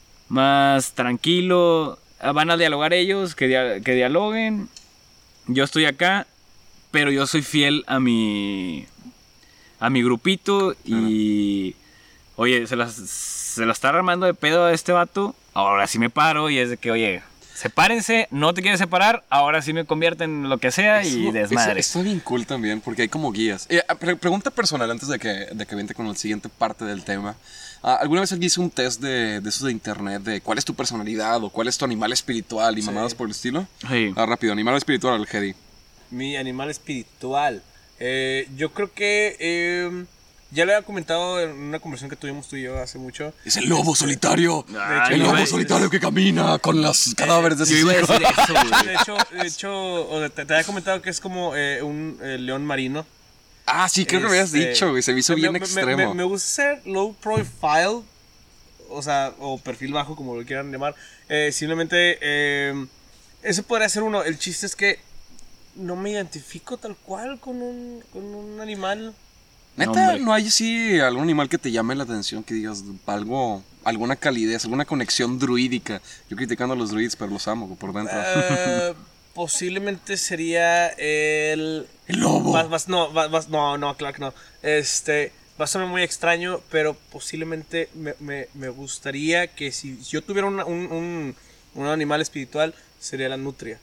más tranquilo. Ah, van a dialogar ellos, que, dia- que dialoguen. Yo estoy acá, pero yo soy fiel a mi a mi grupito y oye, se las se la está armando de pedo a este vato. Ahora sí me paro y es de que, oye, sepárense, no te quieres separar, ahora sí me convierte en lo que sea y Eso- desmadre. Eso está bien cool también, porque hay como guías. Eh, pre- pregunta personal antes de que, de que vente con la siguiente parte del tema. Ah, ¿Alguna vez alguien hizo un test de, de esos de internet de cuál es tu personalidad o cuál es tu animal espiritual y Sí. mamadas por el estilo? Sí. Ah, rápido, animal espiritual, el Hedy. Mi animal espiritual. Eh, yo creo que eh, Ya lo había comentado en una conversación que tuvimos tú y yo hace mucho. Es el lobo solitario. Ah, el yo lobo iba a- solitario que camina con los cadáveres de Yo sus iba a hijos. decir eso, güey. De hecho, de hecho o te, te había comentado que es como eh, un eh, león marino. Ah, sí, creo que me habías Este, dicho, güey. Se me hizo me- bien me- me- extremo. Me, me gusta ser low profile, o sea, o perfil bajo, como lo quieran llamar. Eh, simplemente, eh, eso podría ser uno. El chiste es que no me identifico tal cual con un, con un animal. Neta, hombre. ¿no hay así algún animal que te llame la atención? Que digas algo, alguna calidez, alguna conexión druídica. Yo criticando a los druids, pero los amo por dentro. Eh, posiblemente sería el... El lobo. Vas- vas- no, vas- vas- no, no, claro que no. Este, va a sonar muy extraño, pero posiblemente me, me, me gustaría que si yo tuviera una- un, un, un animal espiritual, sería la nutria.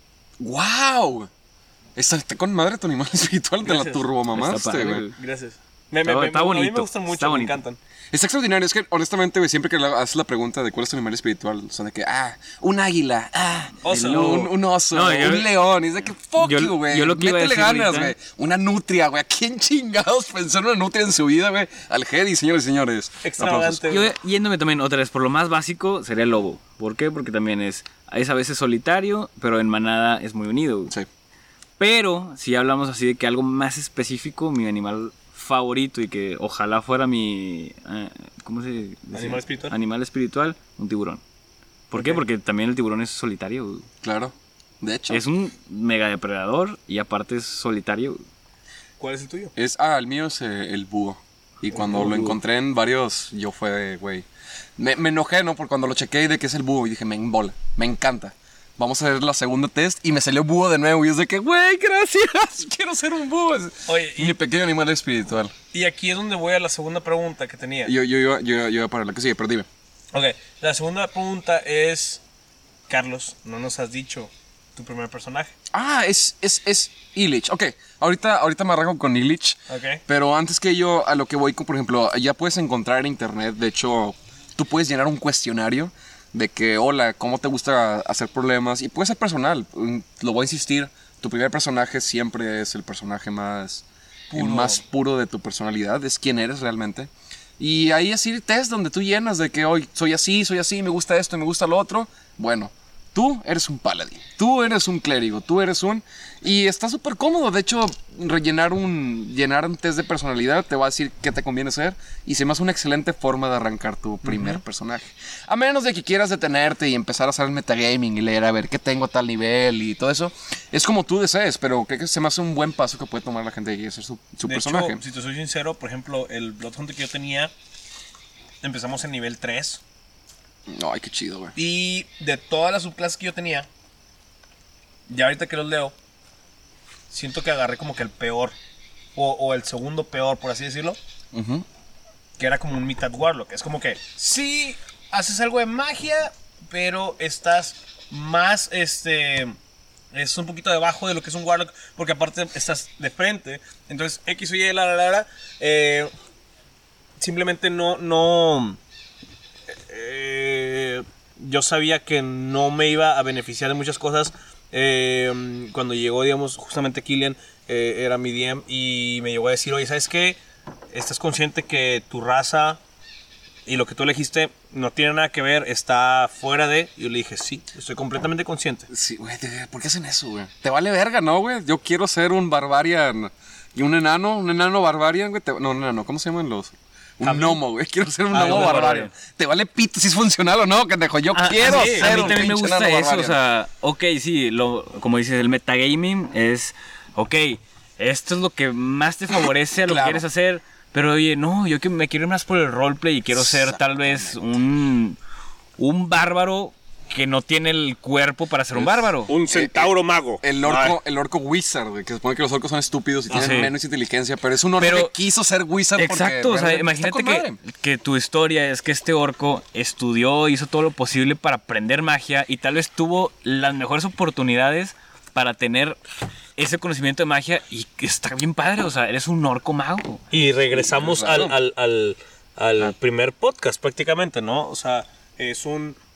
¡Wow! Está, está con madre tu animal espiritual, te la Gracias. Está turbomamaste, padre, güey. güey. Gracias. Me, Está- me- me- está a mí bonito, me gustan mucho, está me bonito. encantan. Está extraordinario, es que honestamente, güey, siempre que la- haces la pregunta de cuál es tu animal espiritual, son de que, ah, un águila, ah, Oso. el- un, un oso, No, yo- un león, y es de que, fuck yo- you, güey, yo lo que iba a métele decir ganas, ahorita- güey, una nutria, güey, ¿a quién chingados pensó en una nutria en su vida, güey? Al Hedy, señores y señores. Extravagante. Aplausos. Yo yéndome también otra vez por lo más básico sería el lobo. ¿Por qué? Porque también es, es a veces solitario, pero en manada es muy unido. güey. Sí. Pero si hablamos así de que algo más específico, mi animal favorito y que ojalá fuera mi eh, ¿cómo se dice? ¿Animal espiritual? Animal espiritual, un tiburón. ¿Por qué? Ok. Porque también el tiburón es solitario. güey. Claro, de hecho. Es un mega depredador y aparte es solitario. güey. ¿Cuál es el tuyo? Es, ah, el mío es eh, el búho. Y cuando búho. lo encontré en varios, yo fue de, güey. Me, me enojé, ¿no? Porque cuando lo chequé de que es el búho, y dije, me embola, me encanta. Vamos a ver la segunda test y me salió búho de nuevo. Y es de que, güey, gracias, quiero ser un búho. Oye, Y mi pequeño animal espiritual. Y aquí es donde voy a la segunda pregunta que tenía. Yo, yo, yo, yo, yo iba para la que sigue, pero dime. Ok, la segunda pregunta es, Carlos, no nos has dicho tu primer personaje. Ah, es, es, es Illich. Ok, ahorita, ahorita me arranco con Illich. Ok. Pero antes que yo, a lo que voy, con, por ejemplo, ya puedes encontrar en internet, de hecho, tú puedes llenar un cuestionario de que, hola, ¿cómo te gusta hacer problemas? Y puede ser personal, mm, lo voy a insistir, tu primer personaje siempre es el personaje más el Puro. más puro de tu personalidad, es quién eres realmente. Y ahí así test donde tú llenas de que hoy soy así, soy así, me gusta esto, me gusta lo otro. Bueno, tú eres un paladín, tú eres un clérigo, tú eres un... Y está súper cómodo, de hecho, rellenar un, llenar un test de personalidad te va a decir qué te conviene ser y se me hace una excelente forma de arrancar tu primer personaje. A menos de que quieras detenerte y empezar a hacer el metagaming y leer a ver qué tengo a tal nivel y todo eso. Es como tú desees, pero creo que se me hace un buen paso que puede tomar la gente que quiere ser su, su De personaje. hecho, si te soy sincero, por ejemplo, el Bloodhunt que yo tenía, empezamos en nivel tres. Ay, qué chido, güey. Y de todas las subclases que yo tenía, ya ahorita que los leo, siento que agarré como que el peor, o, o el segundo peor, por así decirlo, Ujú. que era como un mitad Warlock. Es como que sí haces algo de magia, pero estás más, este, es un poquito debajo de lo que es un Warlock, porque aparte estás de frente. Entonces, X o Y, la, la, la, la, eh, simplemente no, no, eh, yo sabía que no me iba a beneficiar de muchas cosas. Eh, cuando llegó, digamos, justamente Killian, eh, era mi D M, y me llegó a decir, oye, ¿sabes qué? ¿Estás consciente que tu raza y lo que tú elegiste no tiene nada que ver, está fuera de? Y yo le dije, sí, estoy completamente consciente. Sí, güey, te- ¿por qué hacen eso, güey? Te vale verga, ¿no, güey? Yo quiero ser un barbarian y un enano, un enano barbarian, güey. Te- no, un enano, ¿cómo se llaman los? Un Halfling. gnomo, güey. Quiero ser un Ah, gnomo un barbarian. barbarian. Te vale pito si es funcional o no, que te yo Ah, quiero ah, sí, ser a mí un también me pinche gusta enano eso, o barbarian. sea, ok, sí, lo, como dices, el metagaming es, ok, esto es lo que más te favorece a lo Claro. que quieres hacer, pero oye, no, yo que me quiero ir más por el roleplay y quiero ser tal vez un, un bárbaro que no tiene el cuerpo para ser un bárbaro. Un centauro mago. El orco, el orco wizard, güey, que se supone que los orcos son estúpidos y tienen sí. menos inteligencia, pero es un orco Pero- que quiso ser wizard Exacto, porque o sea, realmente está imagínate con que, madre. que tu historia es que este orco estudió, hizo todo lo posible para aprender magia y tal vez tuvo las mejores oportunidades para tener ese conocimiento de magia y que está bien padre, o sea, eres un orco mago. Y regresamos Claro. al, al, al, al primer podcast prácticamente, ¿no? O sea, es un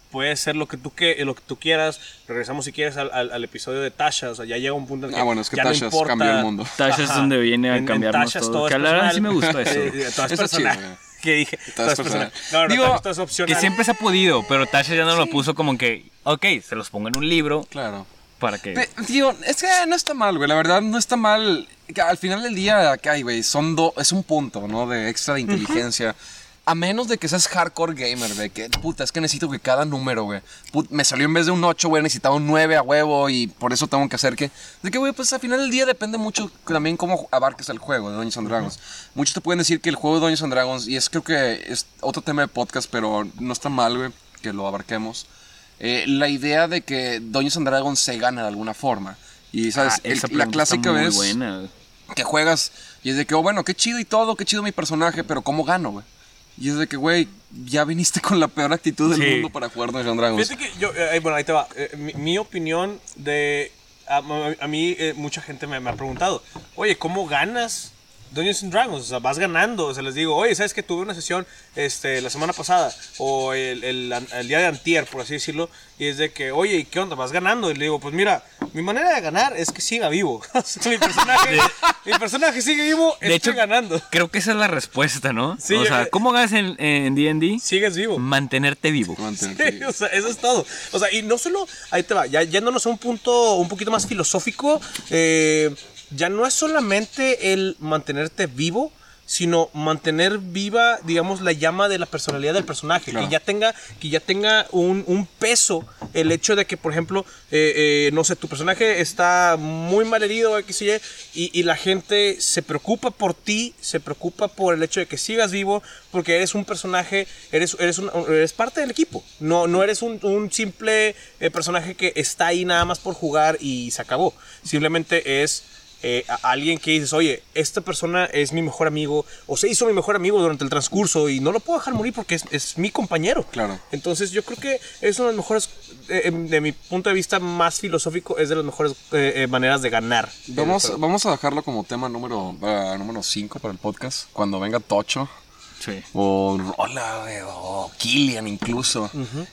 puede ser lo que tú, que, lo que tú quieras. Regresamos si quieres al, al, al episodio de Tasha. O sea, ya llega un punto en que Ah, bueno, es que ya Tasha no importa. cambió el mundo. Tasha es donde viene a En- en cambiarnos Tasha es todo. todo Que es la verdad sí personal. me gustó eso. Eh, eh, todo es Eso es chido, personal. güey. ¿Qué dije? Todo es personal. No, no, Digo, Tasha, esto es opcional. que siempre se ha podido, pero Tasha ya no lo puso como que, ok, se los pongo en un libro Claro. para que... Pe- Tío, es que no está mal, güey. La verdad, no está mal. Que al final del día, acá, güey, son dos. Es un punto, ¿no? De extra de inteligencia. A menos de que seas hardcore gamer, güey. Que puta, es que necesito que cada número, güey. put- Me salió en vez de un ocho, güey. Necesitaba un nueve a huevo. Y por eso tengo que hacer que. De que, güey, pues al final del día depende mucho también cómo abarques el juego de Dungeons and Dragons. Muchos te pueden decir que el juego de Dungeons and Dragons. Y es creo que es otro tema de podcast, pero no está mal, güey, que lo abarquemos. Eh, la idea de que Dungeons and Dragons se gana de alguna forma. Y, ¿sabes? Ah, esa El- la pregunta está clásica muy vez buena. que juegas y es de que, oh, bueno, qué chido y todo, qué chido mi personaje, pero ¿cómo gano, güey? Y es de que, güey, ya viniste con la peor actitud del Sí. mundo para jugar Dungeons and Dragons. Fíjate que yo, eh, bueno, ahí te va. Eh, mi, mi opinión de. A, a- a mí, eh, mucha gente me, me ha preguntado, oye, ¿cómo ganas Dungeons and Dragons? O sea, vas ganando. O sea, les digo, oye, ¿sabes que tuve una sesión este, la semana pasada? O el, el, el día de antier, por así decirlo. Y es de que, oye, ¿y qué onda? ¿Vas ganando? Y le digo, pues mira, mi manera de ganar es que siga vivo. O sea, mi personaje, mi personaje sigue vivo, De estoy hecho, ganando. creo que esa es la respuesta, ¿no? Sí, o sea, eh, ¿cómo ganas en en D and D? Sigues vivo. Mantenerte vivo. Mantenerte Sí, vivo. o sea, eso es todo. O sea, y no solo, ahí te va, ya yéndonos a un punto un poquito más filosófico, eh, ya no es solamente el mantenerte vivo, sino mantener viva, digamos, la llama de la personalidad del personaje, Claro. que ya tenga, que ya tenga un, un peso el hecho de que, por ejemplo, eh, eh, no sé, tu personaje está muy mal herido, X y, Y, y, y la gente se preocupa por ti, se preocupa por el hecho de que sigas vivo, porque eres un personaje, eres, eres, un- eres parte del equipo, no, no eres un, un simple eh, personaje que está ahí nada más por jugar y se acabó, simplemente es... Eh, a alguien que dices, oye, esta persona es mi mejor amigo o se hizo mi mejor amigo durante el transcurso y no lo puedo dejar morir porque es, es mi compañero. Claro. Entonces yo creo que es una de las mejores, eh, de mi punto de vista más filosófico, es de las mejores eh, eh, maneras de ganar. Vamos, vamos a dejarlo como tema número uh, número cinco para el podcast. Cuando venga Tocho. Sí. O Rola, güey, o Killian incluso.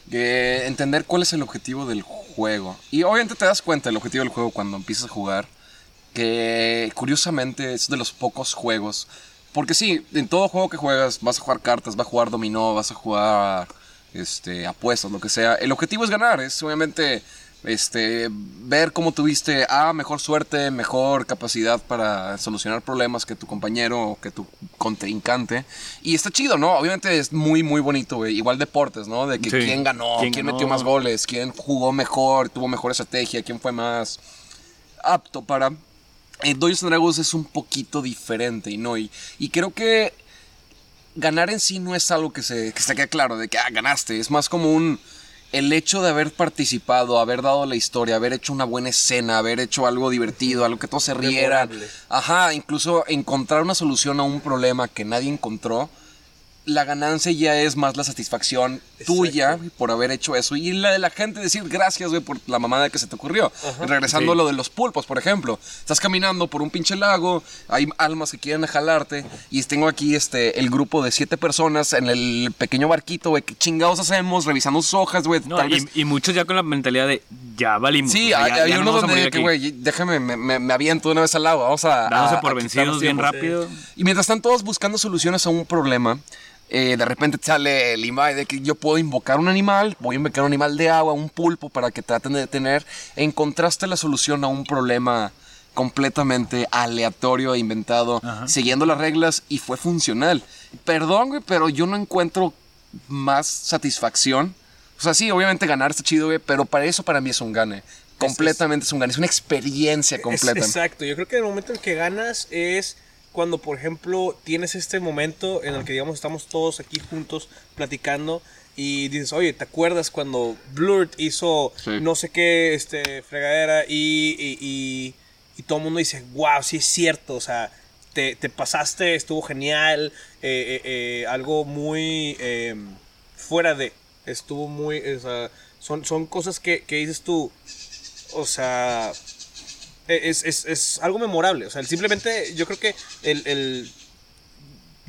Que entender cuál es el objetivo del juego. Y obviamente te das cuenta del objetivo del juego cuando empiezas a jugar. Que curiosamente es de los pocos juegos. Porque sí, en todo juego que juegas vas a jugar cartas, vas a jugar dominó, vas a jugar este, apuestas, lo que sea. El objetivo es ganar, es obviamente este, ver cómo tuviste A, mejor suerte, mejor capacidad para solucionar problemas que tu compañero o que tu contrincante. Y está chido, ¿no? Obviamente es muy, muy bonito, güey. Igual deportes, ¿no? De que Sí. quién ganó, ¿Quién quién ganó? metió más goles, quién jugó mejor, tuvo mejor estrategia, quién fue más apto para... Eh, Dungeons and Dragons es un poquito diferente, y no, y, y creo que ganar en sí no es algo que se, que se quede claro, de que ah, ganaste, es más como un, el hecho de haber participado, haber dado la historia, haber hecho una buena escena, haber hecho algo divertido, algo que todos se rieran, Memorable. ajá, incluso encontrar una solución a un problema que nadie encontró. La ganancia ya es más la satisfacción tuya por haber hecho eso. Y la de la gente decir gracias, güey, por la mamada que se te ocurrió. Regresando sí. a lo de los pulpos, por ejemplo. Estás caminando por un pinche lago, hay almas que quieren jalarte. Y tengo aquí este, el grupo de siete personas en el pequeño barquito, güey. ¿Qué chingados hacemos? Revisando sus hojas, güey. No, tal y, vez... y muchos ya con la mentalidad de ya valimos. Sí, o sea, hay, ya- hay ya nos uno vamos a donde morir que, aquí. güey, déjame, me, me, me aviento de una vez al agua. Vamos a... Dándose a- por a vencidos quitarnos bien tiempo. rápido. Y mientras están todos buscando soluciones a un problema, eh, de repente te sale el invite de que yo puedo invocar un animal, voy a invocar un animal de agua, un pulpo, para que traten de detener. Encontraste la solución a un problema completamente aleatorio e inventado, Ajá. siguiendo las reglas, y fue funcional. Perdón, güey, pero yo no encuentro más satisfacción. O sea, sí, obviamente ganar está chido, güey, pero para eso para mí es un gane. Completamente es, un gane, es una experiencia completa. Es- exacto, yo creo que el momento en que ganas es cuando, por ejemplo, tienes este momento en el que, digamos, estamos todos aquí juntos platicando y dices, oye, ¿te acuerdas cuando Blurt hizo Sí. no sé qué este, fregadera y, y, y, y todo el mundo dice, wow, sí es cierto, o sea, te, te pasaste, estuvo genial, eh, eh, eh, algo muy eh, fuera de, estuvo muy, o sea, son, son cosas que, que dices tú, o sea... Es, es, es algo memorable. O sea, simplemente yo creo que el, el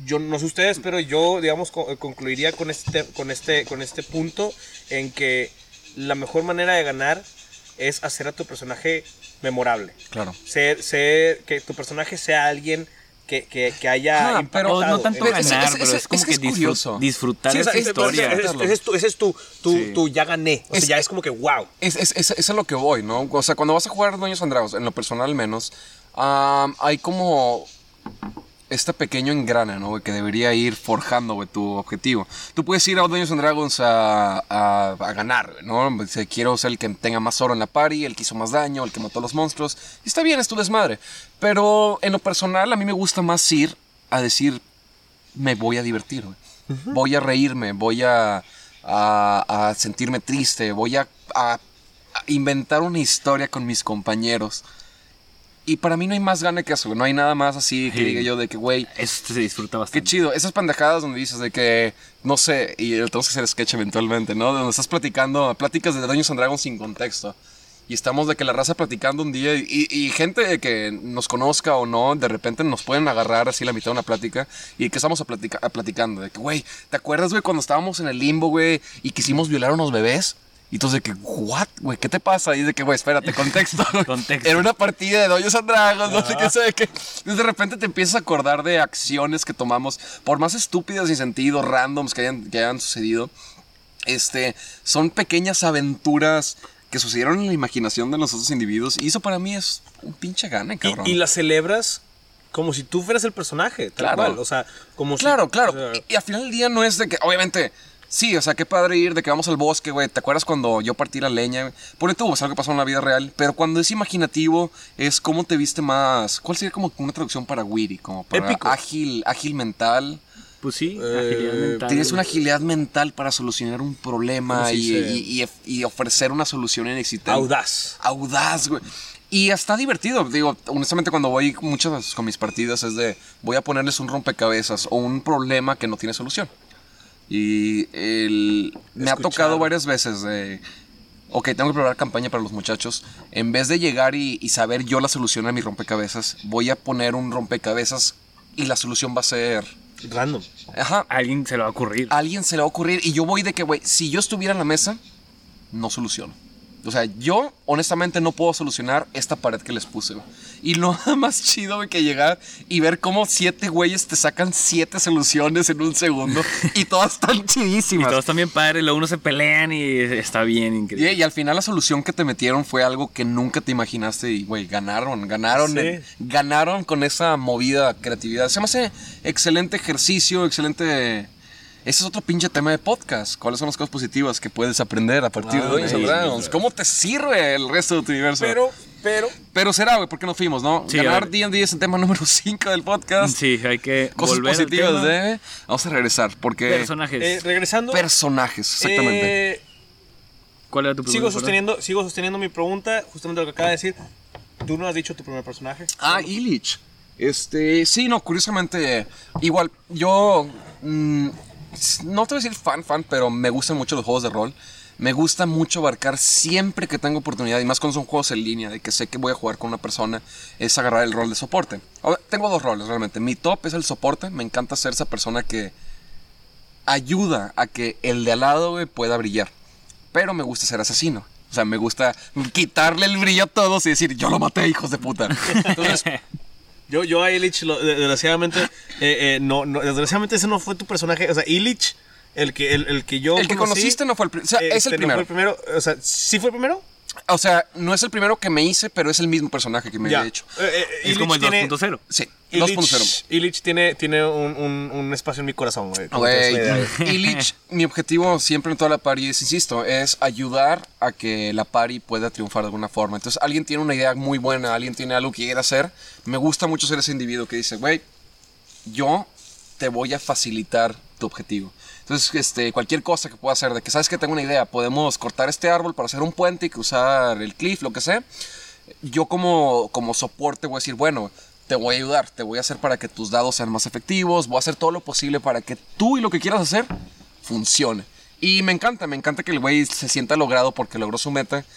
yo no sé ustedes, pero yo, digamos, co- concluiría con este, con, este, con este punto en que la mejor manera de ganar es hacer a tu personaje memorable. Claro. Ser, ser, que tu personaje sea alguien que, que, que haya Ah, impactado. O no tanto en- es- ganar, es- pero es- es, como es que que es disfrut- curioso. disfrutar Sí, o sea, esa ese- historia. ese- ese- ese es tu, ese es tu, tu, Sí. tu ya gané. O sea, Es- ya es como que wow. Es, es, es, es a lo que voy, ¿no? O sea, cuando vas a jugar Dungeons and Dragons, en lo personal al menos, um, hay como este pequeño engrane, ¿no? Güey, que debería ir forjando, güey, tu objetivo. Tú puedes ir a Dungeons and Dragons a, a, a ganar, güey, ¿no? Si quiero ser el que tenga más oro en la party, el que hizo más daño, el que mató a los monstruos. Y está bien, es tu desmadre. Pero en lo personal, a mí me gusta más ir a decir, me voy a divertir, güey. Voy a reírme, voy a, a, a sentirme triste, voy a, a, a inventar una historia con mis compañeros. Y para mí no hay más gana que eso, güey. No hay nada más así que Sí. diga yo de que, güey, Eso se disfruta qué bastante. chido. Esas pendejadas donde dices de que, no sé, y tenemos que hacer sketch eventualmente, ¿no? Donde estás platicando, pláticas de Dungeons and Dragons sin contexto. Y estamos de que la raza platicando un día y, y gente que nos conozca o no, de repente nos pueden agarrar así la mitad de una plática y que estamos a platica- a platicando. De que, güey, ¿te acuerdas, güey, cuando estábamos en el limbo, güey, y quisimos violar a unos bebés? Y entonces de que, ¿what, güey? ¿Qué te pasa? Y de que, güey, espérate, contexto. güey. Contexto. Era una partida de Dungeons and Dragons, no sé qué sé de qué. Entonces de repente te empiezas a acordar de acciones que tomamos, por más estúpidas, sin sentido, randoms que hayan, que hayan sucedido. Este, son pequeñas aventuras que sucedieron en la imaginación de los otros individuos. Y eso para mí es un pinche gane, cabrón. Y, y la celebras como si tú fueras el personaje, tal Claro. cual. O sea, como Claro, si, claro. o sea, y, y al final del día no es de que, obviamente, sí, o sea, qué padre ir de que vamos al bosque, güey. ¿Te acuerdas cuando yo partí la leña, güey? Por eso es algo que pasó en la vida real. Pero cuando es imaginativo, es cómo te viste más. ¿Cuál sería como una traducción para witty? Como para Épico. ágil, ágil mental. Pues sí, Eh, agilidad mental. Tienes una agilidad mental para solucionar un problema ¿Cómo se y, dice? y- y- y ofrecer una solución inexistente. audaz. Audaz, güey. Y está divertido. Digo, honestamente, cuando voy muchas veces con mis partidas es de voy a ponerles un rompecabezas o un problema que no tiene solución. Y el, me ha Escuchar. tocado varias veces de, ok, tengo que preparar campaña para los muchachos. En vez de llegar y, y saber yo la solución a mi rompecabezas, voy a poner un rompecabezas y la solución va a ser, Random. ajá, A alguien se le va a ocurrir. a alguien se le va a ocurrir. Y yo voy de que, güey, si yo estuviera en la mesa, no soluciono. O sea, yo honestamente no puedo solucionar esta pared que les puse, güey. Y lo más chido, güey, que llegar y ver cómo siete güeyes te sacan siete soluciones en un segundo y todas están Y chidísimas. todos también padres, luego uno se pelean y está bien Y, increíble. y al final la solución que te metieron fue algo que nunca te imaginaste y, güey, ganaron, ganaron, Sí. en- ganaron con esa movida creatividad. Se me hace excelente ejercicio, excelente... Ese es otro pinche tema de podcast. ¿Cuáles son las cosas positivas que puedes aprender a partir Ah, de Dungeons and sí, Dragons? sí. ¿Cómo te sirve el resto de tu universo? Pero, pero, Pero será, güey, ¿por qué no fuimos, no? Sí, a Ganar ver. D and D es el tema número cinco del podcast. Sí, hay que Cosas volver al positivas tema. de... Vamos a regresar, porque... Personajes. eh, regresando. Personajes, exactamente. eh, ¿Cuál era tu pregunta? sigo, perdón? sosteniendo, sigo sosteniendo mi pregunta, justamente lo que acaba de decir. Tú no has dicho tu primer personaje. Ah, Illich. Este, sí, no, curiosamente, igual, yo mm, no te voy a decir fan, fan, pero me gustan mucho los juegos de rol. Me gusta mucho abarcar siempre que tengo oportunidad, y más cuando son juegos en línea, de que sé que voy a jugar con una persona, es agarrar el rol de soporte. Ahora, tengo dos roles realmente. Mi top es el soporte, me encanta ser esa persona que ayuda a que el de al lado, güey, pueda brillar. Pero me gusta ser asesino. O sea, me gusta quitarle el brillo a todos y decir, yo lo maté, hijos de puta. Entonces, Yo, yo a Illich, lo- desgraciadamente, eh, eh, no, no, desgraciadamente ese no fue tu personaje. O sea, Illich, el que, el, el que yo el que conocí, conociste no fue el primero. O sea, es este, el no fue primero. el primero. O sea, ¿sí fue el primero? O sea, no es el primero que me hice, pero es el mismo personaje que me Ya. había hecho. Eh, eh, Es Illich como el tiene- dos punto cero. Sí, dos punto cero. Illich, Illich tiene, tiene un, un, un espacio en mi corazón, güey. como te Güey, das una idea, güey. Illich, mi objetivo siempre en toda la party es, insisto, es ayudar a que la party pueda triunfar de alguna forma. Entonces, alguien tiene una idea muy buena, alguien tiene algo que quiere hacer. Me gusta mucho ser ese individuo que dice, güey, yo te voy a facilitar tu objetivo. Entonces, este, cualquier cosa que pueda hacer, de que sabes que tengo una idea, podemos cortar este árbol para hacer un puente y cruzar el cliff, lo que sea. Yo como, como soporte voy a decir, bueno, te voy a ayudar, te voy a hacer para que tus dados sean más efectivos, voy a hacer todo lo posible para que tú y lo que quieras hacer funcione. Y me encanta, me encanta que el güey se sienta logrado porque logró su meta.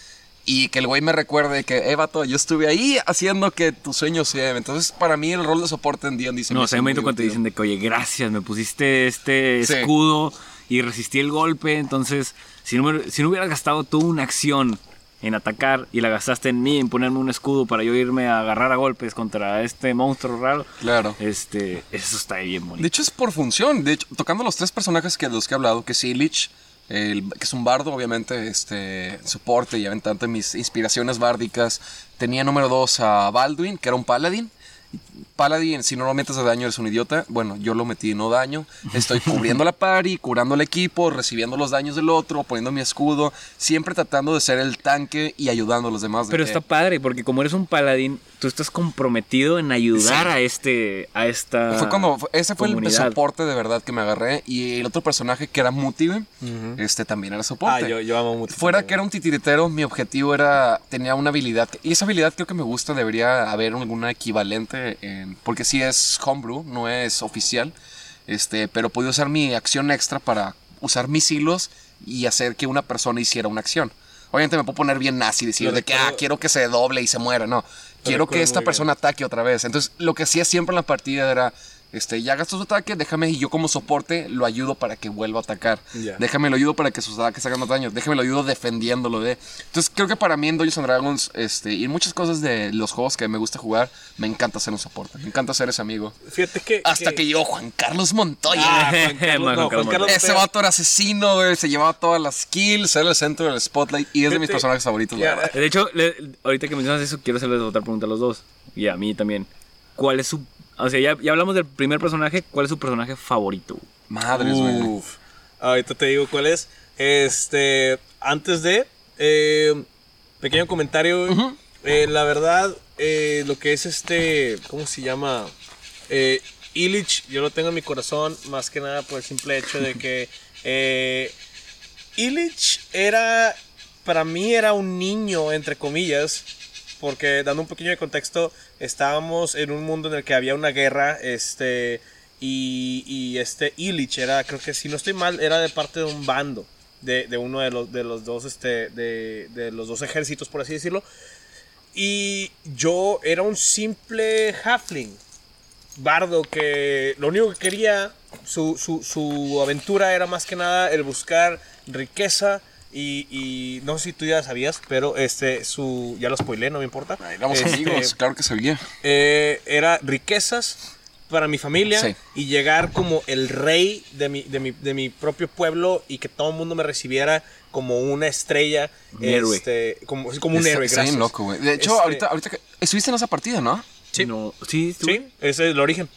y que el güey me recuerde que, eh, vato, yo estuve ahí haciendo que tu sueño sea. Entonces, para mí, el rol de soporte en D and D se me No, o hizo sea, me muy momento cuando te divertido. dicen de que, oye, gracias, me pusiste este Sí. escudo y resistí el golpe. Entonces, si no, me- si no hubieras gastado tú una acción en atacar y la gastaste en mí, en ponerme un escudo para yo irme a agarrar a golpes contra este monstruo raro, Claro. este, eso está bien bonito. De hecho, es por función. De hecho, tocando los tres personajes que, de los que he hablado, que es Illich, el, que es un bardo, obviamente, este, soporte y aventante de mis inspiraciones bárdicas. Tenía número dos a Baldwin, que era un paladín. Paladin, si no lo metes de daño eres un idiota. Bueno, yo lo metí no daño. Estoy cubriendo la party, curando al equipo, recibiendo los daños del otro, poniendo mi escudo, siempre tratando de ser el tanque y ayudando a los demás. de Pero que- está padre, porque como eres un paladín, tú estás comprometido en ayudar Sí. a este, a esta Fue cuando, ese fue el comunidad. soporte de verdad que me agarré. Y el otro personaje que era Muti, güey, este también era soporte. Ah, yo, yo amo mucho. Fuera que era un titiritero, mi objetivo era, tenía una habilidad, y esa habilidad creo que me gusta, debería haber alguna equivalente, en- porque sí es homebrew, no es oficial, este, pero podía usar mi acción extra para usar mis hilos y hacer que una persona hiciera una acción. Obviamente me puedo poner bien nazi y decir Lo de que, recuerdo- ah, quiero que se doble y se muera, no. Quiero que recuerdo esta muy persona ataque otra vez. Entonces, lo que hacía siempre en la partida era, este, ya gastó su ataque, déjame y yo como soporte lo ayudo para que vuelva a atacar. Ya. Déjame lo ayudo para que sus ataques hagan más daño. Déjame lo ayudo defendiéndolo de. Entonces, creo que para mí en Dungeons and Dragons, este, y en muchas cosas de los juegos que me gusta jugar, me encanta ser un soporte. Me encanta ser ese amigo. Fíjate que. Hasta que llegó Juan Carlos Montoya. Ah, Juan Carlos, Juan no, Carlos Juan Carlos Ese Montoya. vato era asesino, güey. Se llevaba todas las kills, era el centro del spotlight y es de mis Fíjate, personajes favoritos, la ya, verdad. De hecho, le- ahorita que mencionas eso, quiero hacerles otra pregunta a los dos. Y a mí también. ¿Cuál es su... O sea, ya, ya hablamos del primer personaje. ¿Cuál es su personaje favorito? Madres, güey. Uf. Ahorita te digo cuál es. Este. Antes de. eh, pequeño comentario. güey. Ujú. Eh, la verdad, eh, lo que es este. ¿Cómo se llama? Eh, Illich, yo lo tengo en mi corazón. Más que nada por el simple hecho de que. Eh, Illich era. Para mí era un niño, entre comillas. Porque dando un pequeño de contexto, estábamos en un mundo en el que había una guerra. Este. Y, y este Illich era, creo que si no estoy mal, era de parte de un bando. De, de uno de los, de los dos. Este. De, de los dos ejércitos, por así decirlo. Y yo era un simple halfling. Bardo que lo único que quería. Su, su, su aventura era más que nada el buscar riqueza. Y, y no sé si tú ya sabías, pero este, su, ya lo spoilé, no me importa. Ay, éramos Este, amigos, claro que sabía. eh, era riquezas para mi familia Sí. y llegar como el rey de mi, de mi, de mi propio pueblo y que todo el mundo me recibiera como una estrella. Un héroe. este, como, como un Está- héroe, está bien gracias. loco, güey. De hecho, Este, ahorita, ahorita que... Estuviste en esa partida, ¿no? Sí. No, sí, estuve. Sí, ese es el origen.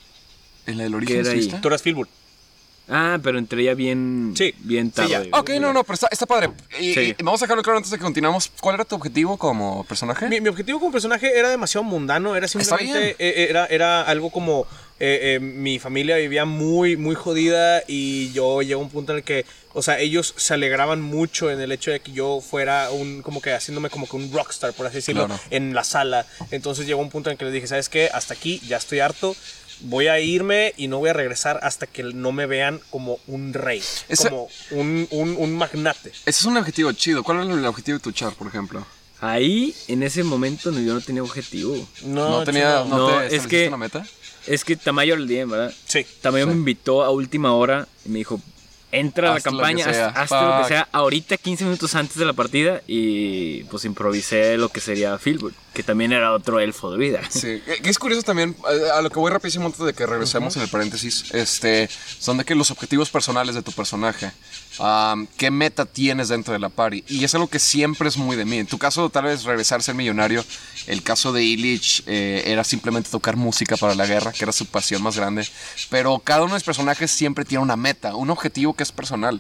En la del origen, era ahí? ¿estuviste? Tú eras Filbur. Ah, pero entré ya bien, Sí, bien sí, tarde. ya. güey. Ok, no, no, pero está, está padre. Y, Sí. y vamos a dejarlo claro antes de que continuamos. ¿Cuál era tu objetivo como personaje? Mi, mi objetivo como personaje era demasiado mundano, era Está simplemente, bien. eh, era, era algo como, eh, eh, mi familia vivía muy, muy jodida y yo llegué a un punto en el que, o sea, ellos se alegraban mucho en el hecho de que yo fuera un, como que haciéndome como que un rockstar, por así decirlo, Claro. en la sala. Entonces llegó un punto en que les dije, ¿sabes qué? Hasta aquí, ya estoy harto. Voy a irme y no voy a regresar hasta que no me vean como un rey, Ese- como un, un, un magnate. Ese es un objetivo chido. ¿Cuál era el objetivo de tu char, por ejemplo? Ahí, en ese momento, no, yo no tenía objetivo. No, tenía... chingado. ¿No, No, te es estableciste que- una meta? Es que Tamayo el día, ¿verdad? Sí. Tamayo Sí. me invitó a última hora y me dijo, entra a la Hazte lo campaña, que haz, sea. hazte lo que Fuck. sea ahorita, quince minutos antes de la partida. Y pues improvisé lo que sería Filbert, que también era otro elfo de vida. Sí, que que es curioso también, eh, a lo que voy rapidísimo antes de que regresemos en el paréntesis, este, son de que los objetivos personales de tu personaje, am, qué meta tienes dentro de la party, y es algo que siempre es muy de mí. En tu caso, tal vez regresar a ser millonario, el caso de Illich eh, era simplemente tocar música para la guerra, que era su pasión más grande, pero cada uno de los personajes siempre tiene una meta, un objetivo que es personal.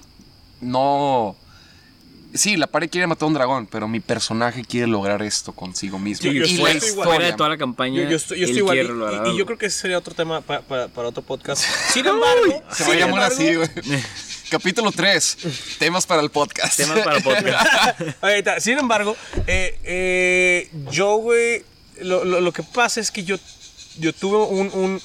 No... Sí, la party quiere matar a un dragón, pero mi personaje quiere lograr esto consigo mismo. Yo- yo y estoy fuera, igual. fuera de historia. toda la campaña, Yo, yo estoy, yo él estoy igual. quiere y- lograr Y, y algo. yo creo que ese sería otro tema pa- pa- para otro podcast. Sin embargo, Se va a sin llamar embargo- así, güey. Capítulo tres. Temas para el podcast. Temas para podcast. Ahí está. Sin embargo, eh, eh, yo, güey, lo, lo, lo que pasa es que yo, yo tuve un... un,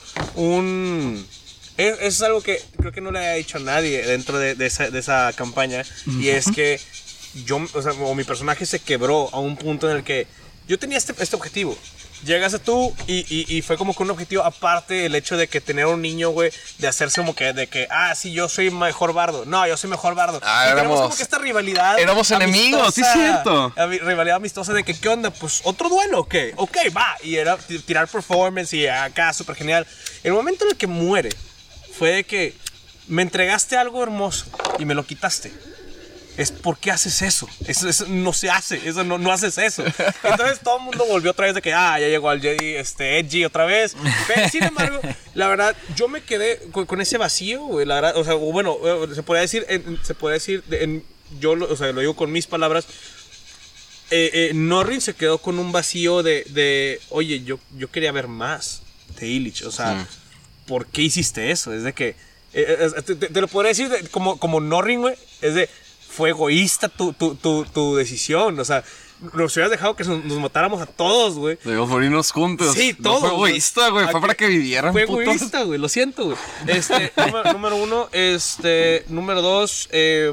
un es, es algo que creo que no le ha dicho a nadie dentro de, de esa, de esa campaña. Y es que yo, o sea, o mi personaje se quebró a un punto en el que yo tenía este, este objetivo. Llegaste tú y, y, y fue como que un objetivo aparte el hecho de que tener un niño, güey, de hacerse como que, de que, ah, sí, yo soy mejor bardo. No, yo soy mejor bardo. Ah, y éramos, tenemos como que esta rivalidad. Éramos enemigos, sí es cierto. Rivalidad amistosa de que, ¿qué onda? Pues, ¿otro duelo o qué? Ok, va. Y era tirar performance y acá, súper genial. El momento en el que muere fue de que me entregaste algo hermoso y me lo quitaste. Es ¿por qué haces eso? Eso, eso no se hace, eso no, no haces eso. Entonces todo el mundo volvió otra vez de que, ah, ya llegó al Jedi este, Edgy otra vez. Pero, sin embargo, la verdad, yo me quedé con, con ese vacío, güey, la verdad, o sea, bueno, se podría decir, en, se puede decir, en, yo lo, o sea, lo digo con mis palabras, eh, eh, Norrin se quedó con un vacío de, de oye, yo, yo quería ver más de Illich, o sea, sí. ¿Por qué hiciste eso? Es de que, eh, te, te, te lo podría decir de, como, como Norrin, güey, es de, fue egoísta tu, tu, tu, tu decisión. O sea, nos hubieras dejado que nos, nos matáramos a todos, güey. Debemos morirnos juntos. Sí, todos. No fue egoísta, güey. Fue para que vivieran. Fue putos. egoísta, güey. Lo siento, güey. Este, número, número uno. Este, número dos. Eh,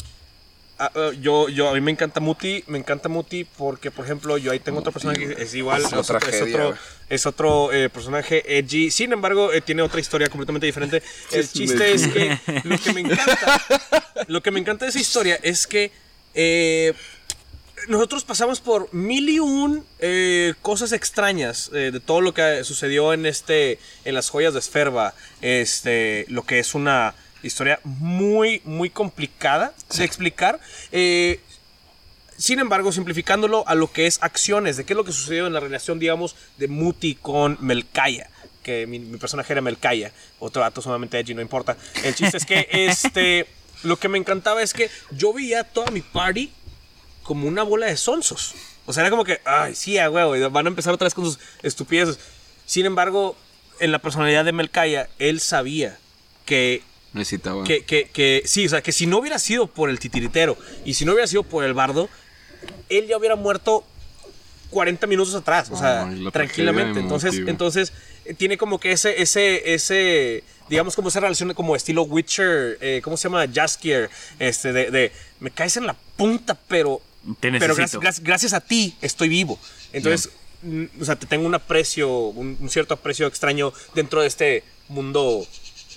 uh, yo, yo, a mí me encanta Muti. Me encanta Muti porque, por ejemplo, yo ahí tengo otra persona que es igual. Es, es, tragedia, es otro, es otro eh, personaje edgy. Sin embargo, eh, tiene otra historia completamente diferente. El chiste es que lo que me encanta, lo que me encanta de esa historia es que eh, nosotros pasamos por mil y un eh, cosas extrañas eh, de todo lo que sucedió en este, en las joyas de Sferba. Este, lo que es una historia muy, muy complicada sí. de explicar. Eh, Sin embargo, simplificándolo a lo que es acciones, de qué es lo que sucedió en la relación, digamos, de Muti con Melkaya, que mi, mi personaje era Melkaya, otro dato sumamente edgy, no importa. El chiste es que este, lo que me encantaba es que yo veía toda mi party como una bola de sonsos. O sea, era como que, ay, sí, a huevo, van a empezar otra vez con sus estupideces. Sin embargo, en la personalidad de Melkaya, él sabía que... Necesitaba. Que, que, que, sí, o sea, que si no hubiera sido por el titiritero y si no hubiera sido por el bardo, él ya hubiera muerto cuarenta minutos atrás, o sea, oh, tranquilamente. Entonces, entonces, tiene como que ese, ese, ese, digamos como esa relación como estilo Witcher, eh, ¿cómo se llama? Jaskier, este, de, de, me caes en la punta, pero, pero gracias, gracias, gracias a ti estoy vivo. Entonces, yeah. o sea, te tengo un aprecio, un, un cierto aprecio extraño dentro de este mundo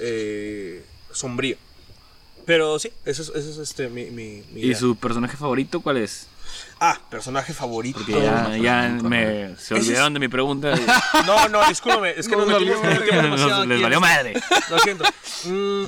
eh, sombrío. Pero sí, eso es, eso es este, mi, mi, mi ¿Y idea. Su personaje favorito cuál es? Ah, personaje favorito. Porque ya, ya me, se olvidaron es... de mi pregunta. No, no, discúlpame. Es que nos metimos demasiado Les valió madre. Lo siento. Mm,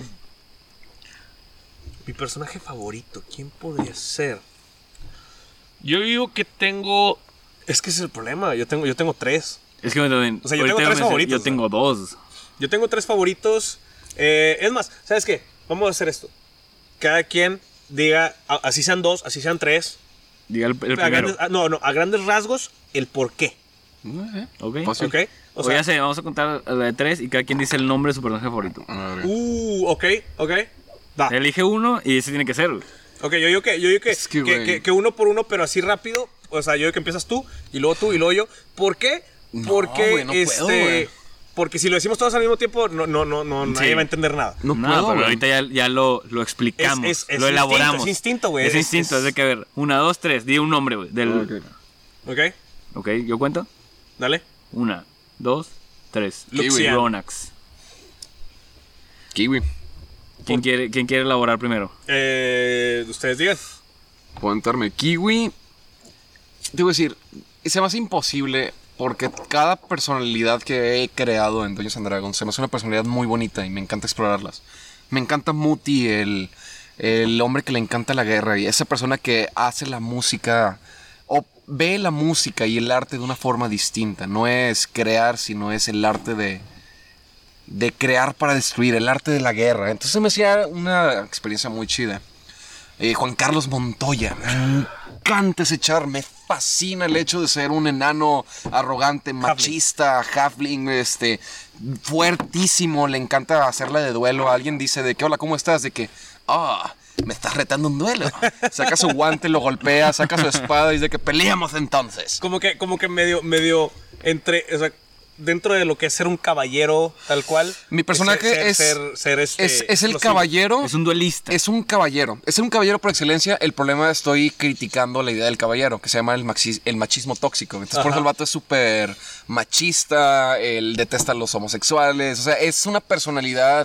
mi personaje favorito, ¿quién podría ser? Yo digo que tengo... Es que ese es el problema. Yo tengo, yo tengo tres. Es que me también. O sea, yo tengo tres favoritos. Yo tengo dos. Yo tengo tres favoritos. Eh, es más, ¿sabes qué? Vamos a hacer esto. Cada quien diga, así sean dos, así sean tres. Diga el, el primero. Grandes, no, no, a grandes rasgos, el por qué. Ok. okay. O, o sea, ya sé, vamos a contar la de tres y cada quien dice el nombre de su personaje favorito. Uh, ok, ok. Va. Elige uno y ese tiene que ser. Ok, yo digo que, yo digo que, es que, que, que, que uno por uno, pero así rápido. O sea, yo digo que empiezas tú y luego tú y luego yo. ¿Por qué? No, Porque wey, no este. puedo, wey. Porque si lo decimos todos al mismo tiempo, no, no, no, no sí. nadie va a entender nada. No, no puedo, pero ahorita ya, ya lo, lo explicamos, es, es, es lo elaboramos. Es instinto, güey. Es instinto, es, es de que, a ver, una, dos, tres, di un nombre, güey. Del... Ok. Ok. Ok, ¿yo cuento? Dale. Una, dos, tres. Luxian. Ronax. Kiwi. ¿Quién quiere, ¿Quién quiere elaborar primero? Eh, ustedes digan. Puedo entrarme. Kiwi. Te voy a decir, se me hace imposible... Porque cada personalidad que he creado en Dungeons and Dragons se me hace una personalidad muy bonita y me encanta explorarlas. Me encanta Muti, el, el hombre que le encanta la guerra y esa persona que hace la música o ve la música y el arte de una forma distinta. No es crear, sino es el arte de, de crear para destruir, el arte de la guerra. Entonces me hacía una experiencia muy chida. Eh, Juan Carlos Montoya, me encanta ese char, me fascina el hecho de ser un enano arrogante, machista, halfling, este, fuertísimo, le encanta hacerla de duelo. Alguien dice de que, hola, ¿cómo estás? De que, ah, oh, me estás retando un duelo. Saca su guante, lo golpea, saca su espada y dice que peleamos entonces. Como que, como que medio, medio, entre, o sea, dentro de lo que es ser un caballero tal cual. Mi personaje ser, es, ser, ser este es, es el explosivo. caballero. Es un duelista. Es un caballero. Es un caballero por excelencia. El problema estoy criticando la idea del caballero, que se llama el, maxis, el machismo tóxico. Entonces, Ajá. por eso el vato es súper machista, él detesta a los homosexuales. O sea, es una personalidad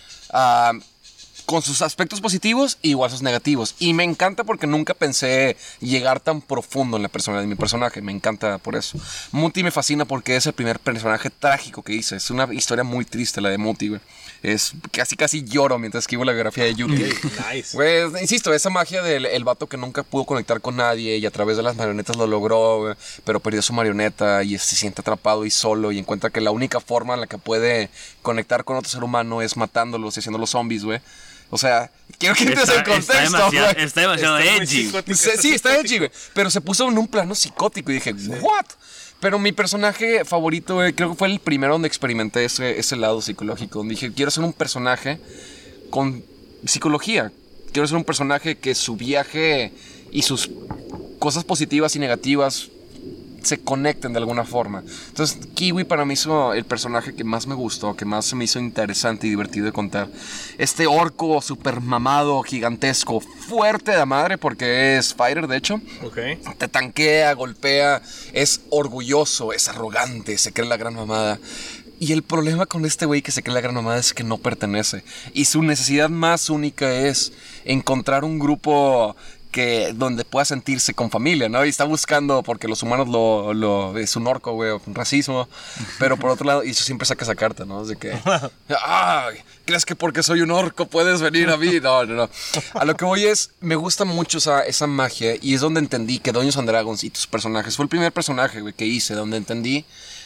uh, con sus aspectos positivos y igual sus negativos. Y me encanta porque nunca pensé llegar tan profundo en la personalidad de mi personaje. Me encanta por eso. Muti me fascina porque es el primer personaje trágico que hice. Es una historia muy triste la de Muti, güey. Es casi casi lloro mientras escribo la biografía de Yuki. Nice. Güey, insisto, esa magia del el vato que nunca pudo conectar con nadie y a través de las marionetas lo logró, güey, pero perdió su marioneta y se siente atrapado y solo y encuentra que la única forma en la que puede conectar con otro ser humano es matándolos y haciéndolos zombies, güey. O sea, quiero que entres en contexto, está demasiado, güey. está demasiado Está muy edgy. psicótico. Sí, sí, está edgy, güey. Pero se puso en un plano psicótico y dije, ¿what? Pero mi personaje favorito, güey, creo que fue el primero donde experimenté ese, ese lado psicológico. Donde dije, quiero ser un personaje con psicología. Quiero ser un personaje que su viaje y sus cosas positivas y negativas se conecten de alguna forma. Entonces, Kiwi para mí hizo el personaje que más me gustó, que más se me hizo interesante y divertido de contar. Este orco super mamado, gigantesco, fuerte de madre, porque es fighter, de hecho. Ok. Te tanquea, golpea, es orgulloso, es arrogante, se cree la gran mamada. Y el problema con este güey que se cree la gran mamada es que no pertenece. Y su necesidad más única es encontrar un grupo que donde pueda sentirse con familia, ¿no? Y está buscando, porque los humanos lo, lo es un orco, güey, un racismo. Pero por otro lado, y eso siempre saca esa carta, ¿no? De que, ah, ¿crees que porque soy un orco puedes venir a mí? No, no, no. A lo que voy es, me gusta mucho esa, esa magia y es donde entendí que Dungeons and Dragons y tus personajes, fue el primer personaje, güey, que hice, donde entendí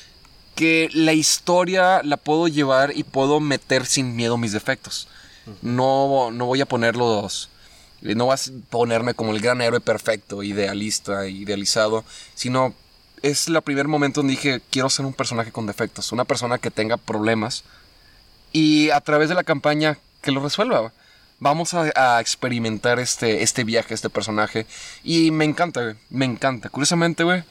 que la historia la puedo llevar y puedo meter sin miedo mis defectos. No, no voy a ponerlos... No vas a ponerme como el gran héroe perfecto, idealista, idealizado, sino es el primer momento donde dije, quiero ser un personaje con defectos, una persona que tenga problemas y a través de la campaña que lo resuelva. Vamos a, a experimentar este, este viaje, este personaje y me encanta, güey, me encanta. Curiosamente, güey,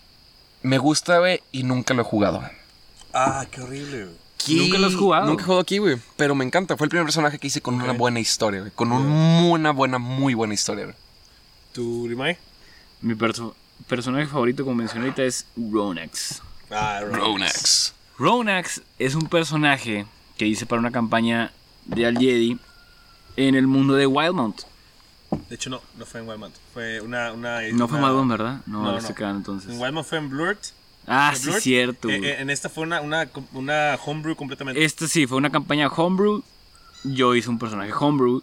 me gusta, güey, y nunca lo he jugado. Ah, qué horrible, güey. Aquí, ¿Nunca lo has jugado? Nunca he jugado aquí, güey. Pero me encanta. Fue el primer personaje que hice con okay. una buena historia, güey. Con un, una buena, muy buena historia, güey. ¿Tú, Rimai? Mi perso personaje favorito, como mencioné ahorita, es Ronax. Ah, Ronax. Ronax. Ronax es un personaje que hice para una campaña de Al Jedi en el mundo de Wildmount. De hecho, no. No fue en Wildmount. Fue una... una no fue en Wildmount, ¿verdad? No, no, no, no. se quedan entonces. En Wildmount fue en Blurt. Ah, sí, cierto. Eh, eh, en esta fue una, una, una homebrew completamente. Esta sí, fue una campaña homebrew. Yo hice un personaje homebrew.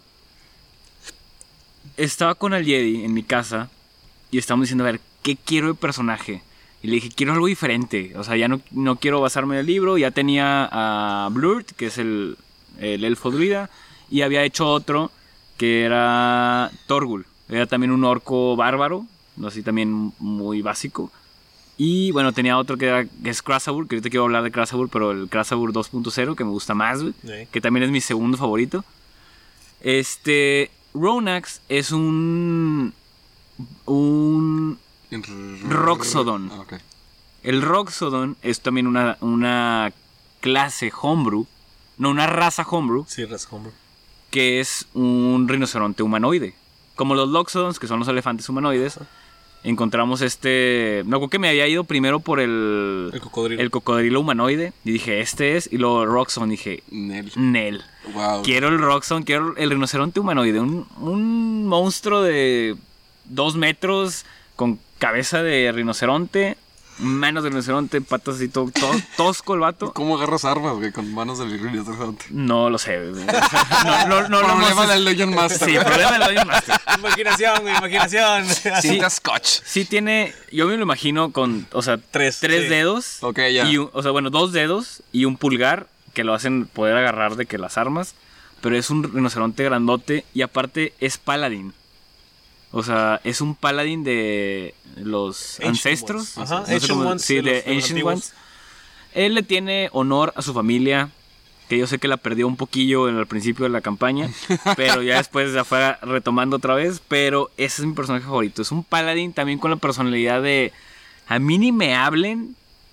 Estaba con Al Jedi en mi casa y estábamos diciendo, a ver, ¿qué quiero de personaje? Y le dije, quiero algo diferente. O sea, ya no, no quiero basarme en el libro. Ya tenía a Blurt, que es el, el elfo druida, y había hecho otro que era Torgul. Era también un orco bárbaro, así también muy básico. Y bueno, tenía otro que, era, que es Krasabur, que ahorita quiero hablar de Krasabur, pero el Krasabur dos punto cero, que me gusta más, güey, sí. Que también es mi segundo favorito. Este, Ronax es un... un... Roxodon. Ah, okay. El Roxodon es también una, una clase homebrew, no, una raza homebrew. Sí, raza homebrew. Que es un rinoceronte humanoide. Como los Loxodons, que son los elefantes humanoides. Ajá. Encontramos este... No, creo que me había ido primero por el... El cocodrilo. El cocodrilo humanoide. Y dije, este es. Y luego Roxon, dije... Nel. Nel. Wow. Quiero el Roxon, quiero el rinoceronte humanoide. Un, un monstruo de dos metros con cabeza de rinoceronte, manos de rinoceronte, patas así, todo, todo tosco el vato. ¿Cómo agarras armas, güey, con manos del rinoceronte? No lo sé. No, no, no, problema no, del Dungeon Master. Sí, problema del Dungeon Master. Imaginación, güey, imaginación. Sí, scotch. Sí tiene, yo me lo imagino con, o sea, tres, tres sí. dedos. Ok, ya. Y un, o sea, bueno, dos dedos y un pulgar que lo hacen poder agarrar de que las armas. Pero es un rinoceronte grandote y aparte es paladín. O sea, es un paladín de los Ancient ancestros. Ones. Ajá, no sé Ancient cómo, Ones. Sí, de, de Ancient Ones. Él le tiene honor a su familia, que yo sé que la perdió un poquillo en el principio de la campaña, pero ya después ya fue retomando otra vez. Pero ese es mi personaje favorito. Es un paladín también con la personalidad de... A mí ni me hablen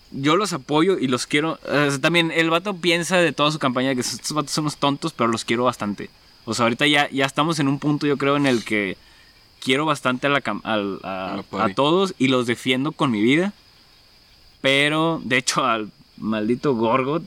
yo los apoyo y los quiero. O sea, también el vato piensa de toda su campaña que estos vatos son unos tontos, pero los quiero bastante. O sea, ahorita ya, ya estamos en un punto, yo creo, en el que quiero bastante a, la, cam- al- a, A a todos y los defiendo con mi vida. Pero, de hecho, al maldito Gorgot,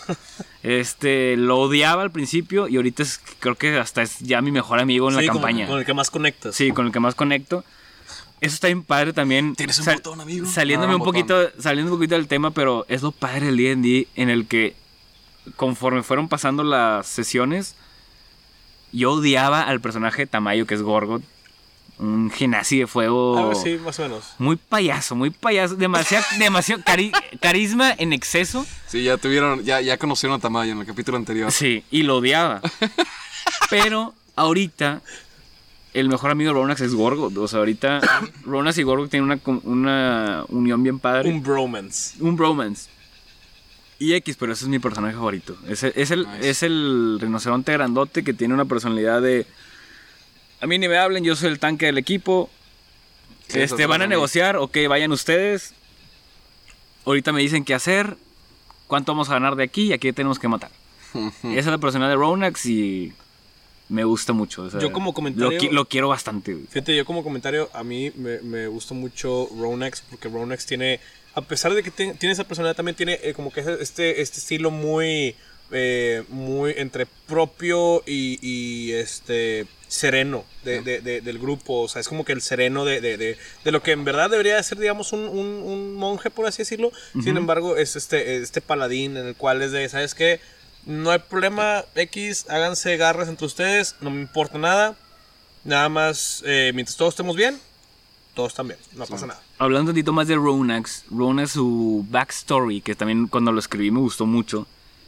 este, lo odiaba al principio y ahorita es, creo que hasta es ya mi mejor amigo en Sí, la con- campaña. Con el que más conectas. Sí, con el que más conecto. Eso está bien padre también. ¿Tienes un Sal- botón, amigo? Saliéndome Ah, un un botón. poquito, saliendo un poquito del tema, pero es lo padre del D and D en el que conforme fueron pasando las sesiones, yo odiaba al personaje de Tamayo, que es Gorgot, un genasi de fuego. Algo así, más o menos. Muy payaso, muy payaso, demasiado, demasiado cari- carisma en exceso. Sí, ya tuvieron, ya, ya conocieron a Tamayo en el capítulo anterior. Sí, y lo odiaba. Pero ahorita el mejor amigo de Ronax es Gorgot. O sea, ahorita Ronax y Gorgot tienen una, com- una unión bien padre. Un bromance. Un bromance. Y X, pero ese es mi personaje favorito. Es el, es, el, Nice. es el rinoceronte grandote que tiene una personalidad de... A mí ni me hablen, yo soy el tanque del equipo. Sí, eso este, es van a lo negociar, ok, vayan ustedes. Ahorita me dicen qué hacer, cuánto vamos a ganar de aquí y aquí tenemos que matar. Esa es la personalidad de Ronax y me gusta mucho. O sea, Yo como comentario- Lo, qui- lo quiero bastante. Güey. Fíjate, yo como comentario, a mí me, me gusta mucho Ronax porque Ronax tiene, a pesar de que te- tiene esa personalidad, también tiene eh, como que ese- este, este estilo muy, eh, muy entre propio y, y, este sereno de, de- de- del grupo. O sea, es como que el sereno de, de, de, de lo que en verdad debería de ser, digamos, un, un, un monje, por así decirlo. Sin embargo, es este, este paladín en el cual es de, ¿sabes qué? No hay problema, X, háganse garras entre ustedes, no me importa nada. Nada más, eh, mientras todos estemos bien, todos están bien, no pasa nada. Hablando un poquito más de Ronax, Ronax, su backstory, que también cuando lo escribí me gustó mucho.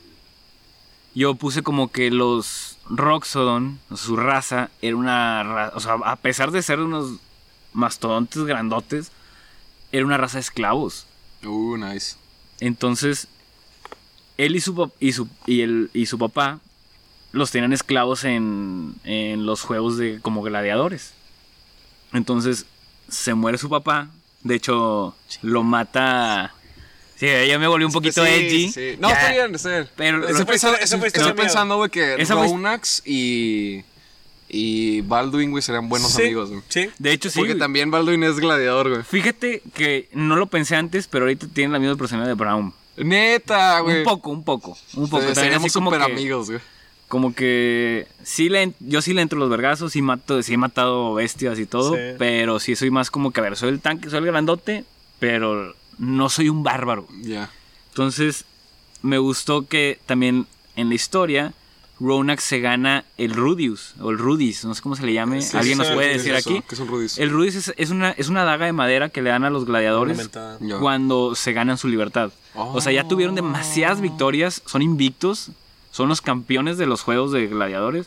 Yo puse como que los Roxodon, su raza, era una raza, o sea, a pesar de ser unos mastodontes grandotes, era una raza de esclavos. Uh, nice. Entonces, él y su, pap- y su, y el, y su papá los tenían esclavos en, en los juegos de como gladiadores. Entonces, se muere su papá. De hecho, lo mata... Sí, ya me volví un poquito Sí, edgy. sí. No, Ya, está bien, está bien. Pero- estoy pensando, esa fue estoy historia mía. pensando, güey, que Esa fue- Ronax y, y Balduin, güey, serían buenos Sí, amigos, güey. sí. De hecho, sí. Porque güey. también Balduin es gladiador, güey. Fíjate que no lo pensé antes, pero ahorita tienen la misma personalidad de Brown. Neta, güey. Un poco, un poco. Un poco. Se- También Seríamos así como súper que- amigos, güey. Como que sí le, en- yo sí le entro los vergazos, sí, mato, sí he matado bestias y todo, Sí. pero sí soy más como que, a ver, soy el tanque, soy el grandote, pero no soy un bárbaro. Ya. Entonces, me gustó que también en la historia, Ronax se gana el Rudius, o el Rudis, no sé cómo se le llame, Sí, alguien sí, nos sí, puede sí, decir ¿Qué es eso? aquí. ¿Qué es un Rudis? El Rudis es, es una, es una daga de madera que le dan a los gladiadores Ornamentada. Ya. cuando se ganan su libertad. O sea, ya tuvieron demasiadas victorias, son invictos, son los campeones de los juegos de gladiadores,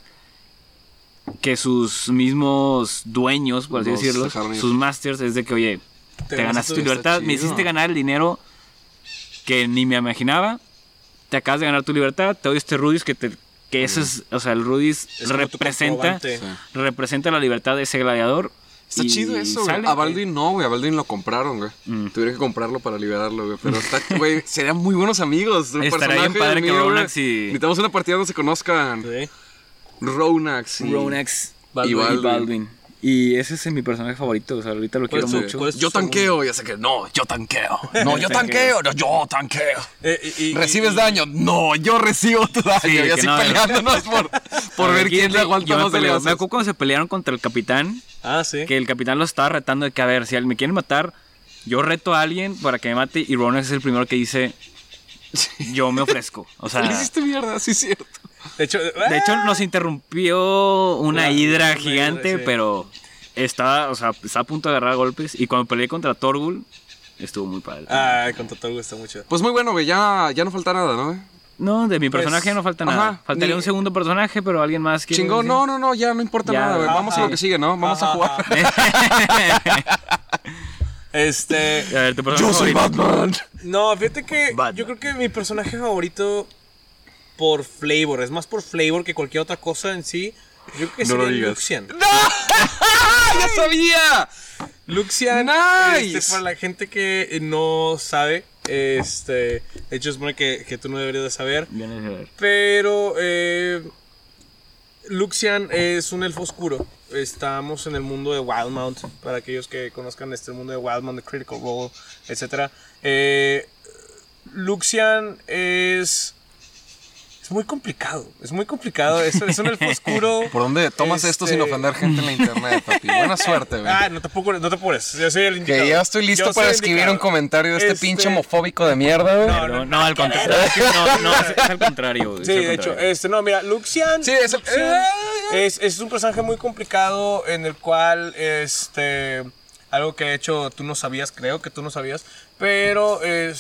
que sus mismos dueños, por así Los decirlo, dejaron ir. sus masters, es de que, oye, te, ganaste tu libertad, me chido. hiciste ganar el dinero que ni me imaginaba, te acabas de ganar tu libertad, te doy este Rudis que te... Que eso es, o sea, el Rudis Es como tu representa, comprobante. Sí. representa la libertad de ese gladiador. Está y chido eso, güey. sale, A Balduin no, güey. A Balduin lo compraron, güey. Mm. Tuvieron que comprarlo para liberarlo, güey. Pero está, güey, serían muy buenos amigos. Un Estaría bien personaje padre que mío, güey. Ronax y- Necesitamos una partida donde se conozcan. Sí. Ronax y... Ronax Baldwin. y Baldwin. Y Baldwin. Y ese es mi personaje favorito, o sea, ahorita lo quiero es tu- mucho. cuál es tu Yo segundo? tanqueo. Ya sé que no, yo tanqueo. No, yo tanqueo. No, yo tanqueo. Eh, y- y- ¿Recibes y- daño? No, yo recibo tu daño. Sí, y que así no, peleándonos por, por A ver aquí quién le aguanta yo me más de peleo. lejos. Me acuerdo cuando se pelearon contra el capitán, Ah, sí. que el capitán lo estaba retando de que, a ver, si me quieren matar, yo reto a alguien para que me mate, y Ronax es el primero que dice, yo me ofrezco. O sea, Le hiciste mierda, sí es cierto. De hecho, de hecho nos interrumpió una Una- hidra una gigante, hidra, sí. pero estaba, o sea, estaba a punto de agarrar golpes, y cuando peleé contra Torgul, estuvo muy padre. Ay, con Totoro gusta mucho. Pues muy bueno, güey. Ya, ya no falta nada, ¿no, güey? No, de mi Pues, personaje ya no falta ajá, nada. Faltaría ni- un segundo personaje, pero alguien más quiere Chingón, decir? no, no, no, ya no importa Ya, nada, güey. ajá. Vamos a lo que sigue, ¿no? Vamos a Ajá, jugar. Este. A ver, tu personaje favorito. Batman. No, fíjate que Batman. yo creo que mi personaje favorito por flavor, es más por flavor que cualquier otra cosa en sí. Yo creo que No lo sería digas. Luxian. ¡Ah, ya sabía! Luxian, Nice. este, para la gente que no sabe, Este, de hecho, se supone que, que tú no deberías de saber. Yo no sé ver. Pero eh, Luxian es un elfo oscuro. Estamos en el mundo de Wildmount. Para aquellos que conozcan este el mundo de Wildmount, de Critical Role, etcétera. Eh, Luxian es... Es muy complicado, es muy complicado, es, es un elfo oscuro. ¿Por dónde tomas este... esto sin ofender gente en la internet, papi? Buena suerte, güey. Ah, no te, apures, no te apures, yo soy el indicado. Que ya estoy listo yo para escribir indicado. un comentario de este, este pinche homofóbico de mierda, güey. No, no, no, al contrario. No, no, es, es al contrario, güey. Sí, de hecho, este, no, mira, Luxian, sí, es, Luxian es, es un personaje muy complicado en el cual, este... Algo que de hecho tú no sabías, creo que tú no sabías. Pero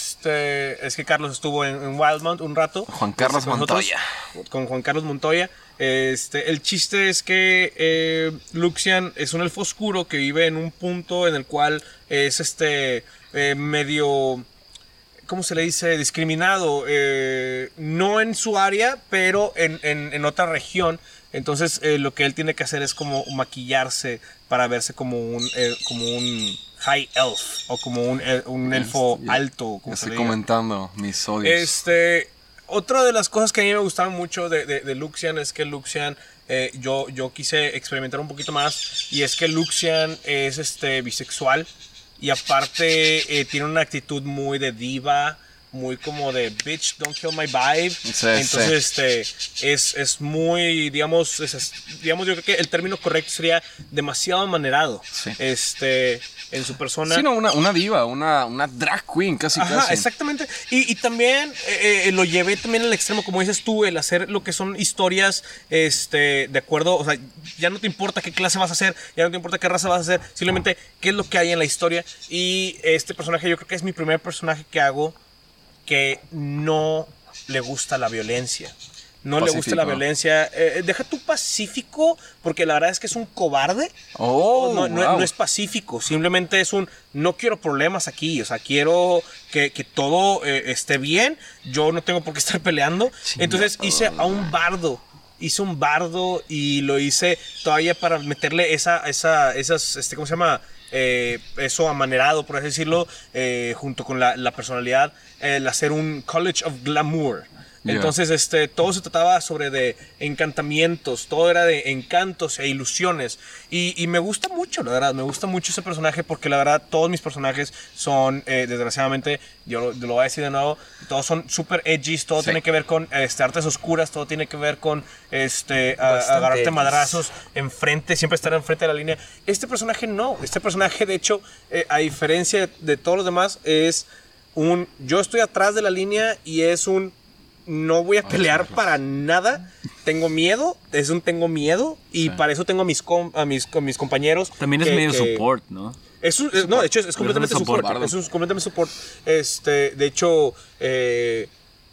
este es que Carlos estuvo en, en Wildmount un rato. Juan Carlos con Montoya. Nosotros, con Juan Carlos Montoya. Este, el chiste es que eh, Luxian es un elfo oscuro que vive en un punto en el cual es este eh, medio... ¿Cómo se le dice? Discriminado. Eh, no en su área, pero en, en, en otra región. Entonces eh, lo que él tiene que hacer es como maquillarse para verse como un, eh, como un high elf o como un, eh, un elfo yes, alto. Como estoy se comentando mis odios. Este, otra de las cosas que a mí me gustaron mucho de, de, de Luxian es que Luxian, eh, yo, yo quise experimentar un poquito más y es que Luxian es este, bisexual y aparte eh, tiene una actitud muy de diva. Muy como de bitch, don't kill my vibe. Sí, Entonces, sí. este, es, es muy, digamos, es, digamos, yo creo que el término correcto sería demasiado amanerado. Sí. Este, en su persona. Sí, no, una, una diva, una, una drag queen, casi, Ajá, casi. exactamente. Y, y también eh, eh, lo llevé también al extremo, como dices tú, el hacer lo que son historias, este, de acuerdo, o sea, ya no te importa qué clase vas a hacer, ya no te importa qué raza vas a hacer, simplemente qué es lo que hay en la historia. Y este personaje, yo creo que es mi primer personaje que hago que no le gusta la violencia. No Pacífico. le gusta la violencia. Eh, deja tú pacífico, porque la verdad es que es un cobarde. Oh, no, no, wow. no es pacífico, simplemente es un no quiero problemas aquí. O sea, quiero que, que todo eh, esté bien. Yo no tengo por qué estar peleando. Chingado. Entonces hice a un bardo. Hice un bardo y lo hice todavía para meterle esa, esa, esas, este, ¿cómo se llama? Eh, eso amanerado, por así decirlo, eh, junto con la, la personalidad, el hacer un College of Glamour. Yeah. Entonces, este, todo se trataba sobre de encantamientos, todo era de encantos e ilusiones. Y, y me gusta mucho, la verdad, me gusta mucho ese personaje porque la verdad todos mis personajes son, eh, desgraciadamente, yo lo, lo voy a decir de nuevo, todos son super edgy, todo sí. tiene que ver con este, artes oscuras, todo tiene que ver con este, a, agarrarte madrazos enfrente, siempre estar enfrente de la línea. Este personaje no, este personaje de hecho, eh, a diferencia de todos los demás, es un, yo estoy atrás de la línea y es un... No voy a pelear para nada. Tengo miedo. Es un tengo miedo. Y sí. para eso tengo a mis, com, a mis, a mis compañeros. También es que, medio que support, ¿no? Es un, es, no, de hecho es, es completamente support. support. Es un completamente support. Este, de hecho, eh,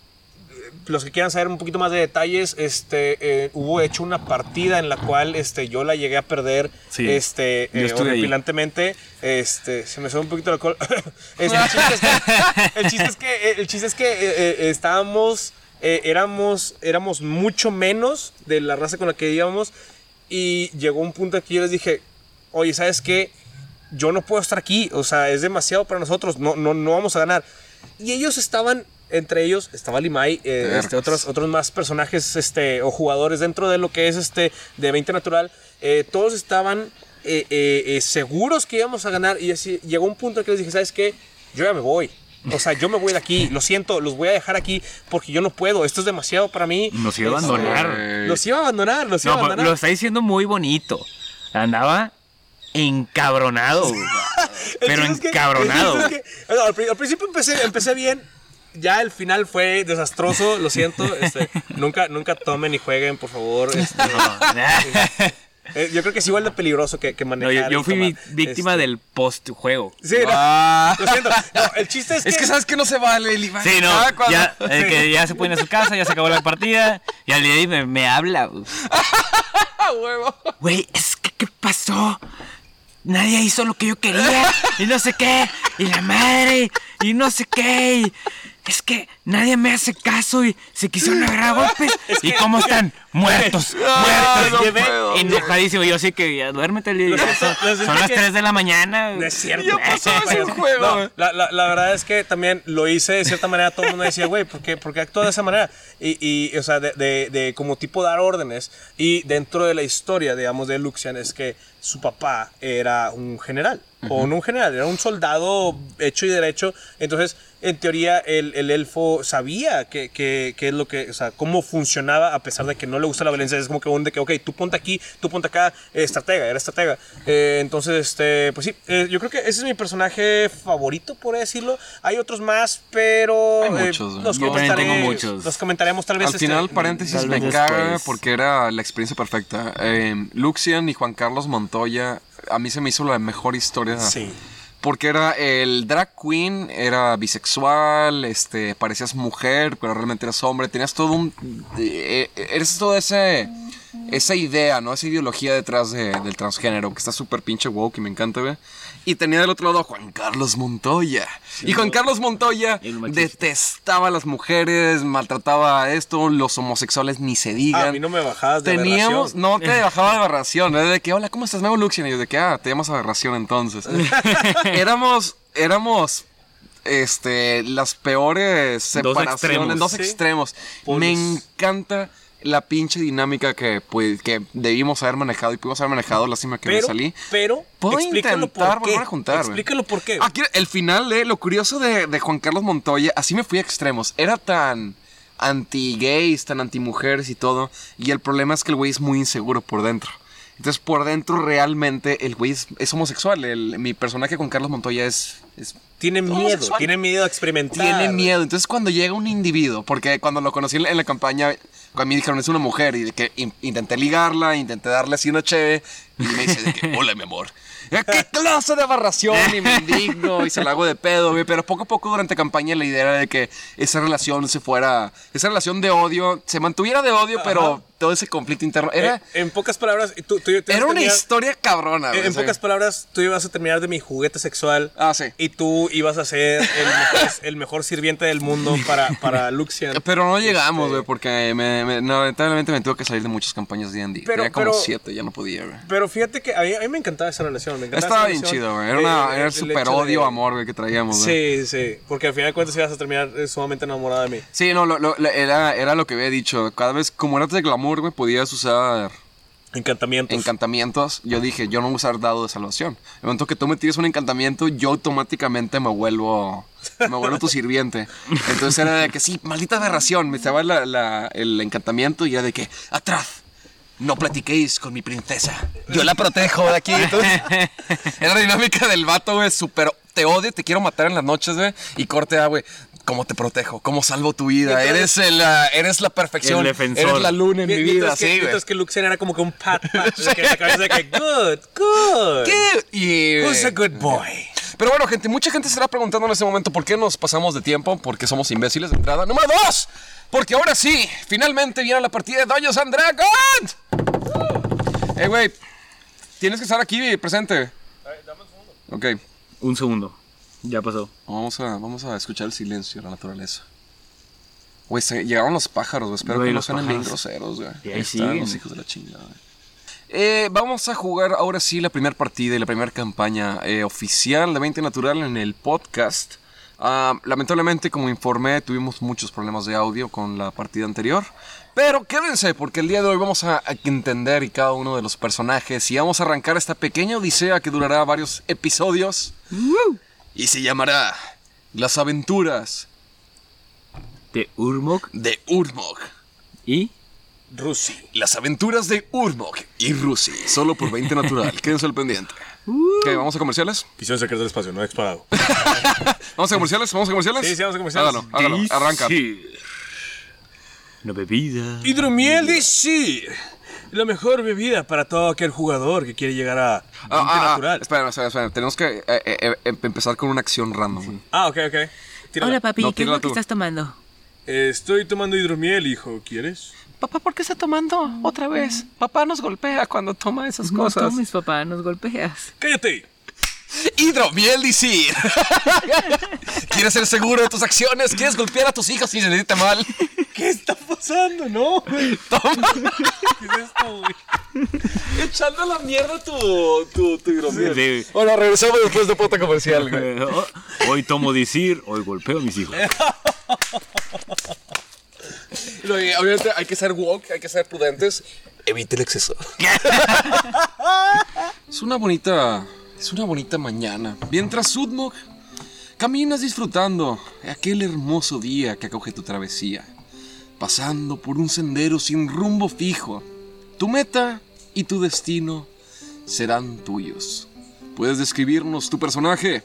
los que quieran saber un poquito más de detalles, este, eh, hubo hecho una partida en la cual este, yo la llegué a perder. Sí, este, eh, horripilantemente. Este, se me sube un poquito el alcohol. este, el, chiste es que, el chiste es que, el chiste es que eh, eh, estábamos. Eh, éramos, éramos mucho menos de la raza con la que íbamos y llegó un punto que yo les dije, oye, ¿sabes qué? Yo no puedo estar aquí, o sea, es demasiado para nosotros, no, no, no vamos a ganar. Y ellos estaban, entre ellos estaba Limay, eh, este, otros, otros más personajes este, o jugadores dentro de lo que es este, de veinte Natural, eh, todos estaban eh, eh, eh, seguros que íbamos a ganar y así, llegó un punto en que les dije, ¿sabes qué? Yo ya me voy. O sea, yo me voy de aquí, lo siento, los voy a dejar aquí porque yo no puedo, esto es demasiado para mí. Nos iba a abandonar. Los iba a abandonar, los iba no, a abandonar. Lo está diciendo muy bonito. Andaba encabronado. pero encabronado. Que, es que, no, al, al principio empecé, empecé bien, ya el final fue desastroso, lo siento. Este, nunca, nunca tomen ni jueguen, por favor. Este, no. Eh, yo creo que es igual de peligroso que, que manejar. No, yo, yo fui tomar, víctima este... del post-juego. Sí, no, ah. lo siento. No, el chiste es que... Es que sabes que no se vale, el Iván. Sí, no, ah, cuando... ya, sí. Eh, que ya se puede ir a su casa, ya se acabó la partida. Y al día de ahí me, me habla. Huevo. Güey, es que, ¿qué pasó? Nadie hizo lo que yo quería. Y no sé qué. Y la madre. Y no sé qué. Y es que nadie me hace caso y se quisieron agarrar a golpes. ¿Y cómo están? Muertos, Ah, muertos. no puedo. Enojadísimo. Yo sí que ya duérmete, Lidia. Ya son, Lo siento son las que- tres de la mañana. No es cierto. Ya pasó ese juego, No, güey. la, la, la verdad es que también lo hice de cierta manera. Todo el mundo decía, güey, ¿por qué, ¿por qué actúa de esa manera? Y, y o sea, de, de, de como tipo dar órdenes. Y dentro de la historia, digamos, de Luxian es que su papá era un general. O no un general, era un soldado hecho y derecho. Entonces, en teoría, el, el elfo sabía que, que, que es lo que, o sea, cómo funcionaba a pesar de que no le gusta la violencia. Es como que un de que, ok, tú ponte aquí, tú ponte acá, eh, estratega, era estratega. Eh, entonces, este, pues sí, eh, yo creo que ese es mi personaje favorito, por decirlo. Hay otros más, pero Hay eh, muchos, ¿no? los, Yo también comentaré- tengo muchos. los comentaremos tal vez. Al este, final, paréntesis, tal me vez caga después. porque era la experiencia perfecta. Eh, Luxian y Juan Carlos Montoya, a mí se me hizo la mejor historia. Sí. Porque era el drag queen, era bisexual, este, parecías mujer, pero realmente eras hombre. Tenías todo un... Eh, eres todo ese... Esa idea, ¿no? Esa ideología detrás de- del transgénero, que está súper pinche woke y me encanta, güey. Y tenía del otro lado a Juan Carlos Montoya. Y Juan Carlos Montoya El machista. detestaba a las mujeres, maltrataba a esto, los homosexuales ni se digan. Ah, a mí no me bajabas de Teníamos, aberración. no te bajaba de aberración, era de que, hola, ¿cómo estás? Me llamo Luxian. Y yo de que, ah, te llamas aberración entonces. éramos, éramos, este, las peores separaciones, extremos. dos Sí. extremos. Polos. Me encanta la pinche dinámica que, pues, que debimos haber manejado y pudimos haber manejado, lástima que me Pero, salí. pero, Puedo explícalo intentar por qué. volver a juntar, güey. Explícalo por qué. Aquí, el final, eh, lo curioso de, de Juan Carlos Montoya, así me fui a extremos. Era tan anti-gays, tan anti-mujeres y todo. Y el problema es que el güey es muy inseguro por dentro. Entonces, por dentro, realmente, el güey es, es homosexual. El, mi personaje Juan Carlos Montoya es... es Tiene miedo, homosexual. tiene miedo a experimentar. Tiene miedo. Entonces, cuando llega un individuo, porque cuando lo conocí en la, en la campaña, cuando me dijeron es una mujer, y de que in- intenté ligarla, intenté darle así una cheve, y me dice de que, hola, mi amor. ¿Qué clase de aberración? Y me indigno y se la hago de pedo, güey. Pero poco a poco durante campaña la idea era de que esa relación se fuera, esa relación de odio, se mantuviera de odio, pero todo ese conflicto interno. Era, Eh, en pocas palabras, tú, tú- tú ibas a era una terminar- historia cabrona, eh, güey. En sí. pocas palabras, tú ibas a terminar de mi juguete sexual. Ah, sí. Y tú ibas a ser el mejor, el mejor sirviente del mundo para, para Luxian. Pero no llegamos, Este- güey, porque me, me- no, lamentablemente me tuve que salir de muchas campañas de D and D. Pero- Tenía como pero- siete, ya no podía, güey. Pero fíjate que a mí, a mí me encantaba esa relación. Me encantaba Estaba esa bien relación. chido, güey. Era, una, Eh, era el el super hecho de- odio, amor, güey, que traíamos, güey. Sí, sí. Porque al final de cuentas ibas a terminar eh, sumamente enamorada de mí. Sí, no, lo, lo- lo- era, era lo que había dicho. Cada vez, como eras de glamour, güey, podías usar Encantamientos. encantamientos. Yo dije, yo no voy a usar dado de salvación. El momento que tú me tires un encantamiento, yo automáticamente me vuelvo me vuelvo tu sirviente. Entonces era de que sí, maldita aberración. Me estaba la- la- el encantamiento y era de que, atrás, no platiquéis con mi princesa. Yo la protejo de aquí. Entonces, era la dinámica del vato, güey, súper, te odio, te quiero matar en las noches, güey. Y corte A, güey. ¿Cómo te protejo? ¿Cómo salvo tu vida? Entonces- eres, el, ah, eres la perfección. El defensor. Eres la luna en mi vida, Mientras que, sí, güey. mientras que Luxian era como que un pat pat. De que la cabeza de que, good, good. ¿Qué? Y, Who's a good boy? Pero bueno, gente, mucha gente se estará preguntando en este momento por qué nos pasamos de tiempo, porque somos imbéciles de entrada. Número dos, porque ahora sí, finalmente viene la partida de Dungeons and Dragons. Eh, güey, tienes que estar aquí presente. Ok, Un segundo. Ya pasó. vamos a, vamos a escuchar el silencio de la naturaleza. Güey, se- llegaron los pájaros, güey. Espero Güey, que no los suenen bien pájaros. groseros, güey. Y ahí Ahí están siguen. los hijos de la chingada. Eh, vamos a jugar ahora sí la primera partida y la primera campaña eh, oficial de veinte Natural en el podcast. Ah, lamentablemente, como informé, tuvimos muchos problemas de audio con la partida anterior. Pero quédense, porque el día de hoy vamos a, a entender y cada uno de los personajes y vamos a arrancar esta pequeña odisea que durará varios episodios. Y se llamará Las aventuras De Urmok de Urmok. y... Rusi. Las aventuras de Urmok y Rusi, solo por veinte Natural. Quédense al pendiente. Ok, ¿vamos a comerciales? Visión secreta del espacio, no explorado. ¿Vamos a comerciales? ¿Vamos a comerciales? Sí, sí, vamos a comerciales. Hágalo, hágalo, arranca. Decir. Una bebida. Hidromiel de Sir. La mejor bebida para todo aquel jugador que quiere llegar a Ah, veinte ah, ah, natural. espera, espera, espera. Tenemos que eh, eh, eh, em- empezar con una acción random. güey. Ah, ok, ok. Tírala. Hola, papi, No, ¿qué es tírala lo que tú. estás tomando? Estoy tomando hidromiel, hijo. ¿Quieres? Papá, ¿por qué está tomando otra vez? Papá nos golpea cuando toma esas No cosas. tomes, papá, nos golpeas. ¡Cállate! Hidromiel-Dicir. ¿Quieres ser seguro de tus acciones? ¿Quieres golpear a tus hijos sin sentirte mal? ¿Qué está pasando? No, güey. Toma. ¿Qué es esto, güey? Echando a la mierda tu, tu, tu hidromiel. Sí, sí. Bueno, regresamos después de puta comercial, güey. Hoy tomo Dicir, hoy golpeo a mis hijos. Lo que, obviamente hay que ser woke, hay que ser prudentes. Evite el exceso. Es una bonita... Es una bonita mañana. Mientras Sudmog caminas disfrutando aquel hermoso día que acoge tu travesía, pasando por un sendero sin rumbo fijo. Tu meta y tu destino serán tuyos. ¿Puedes describirnos tu personaje?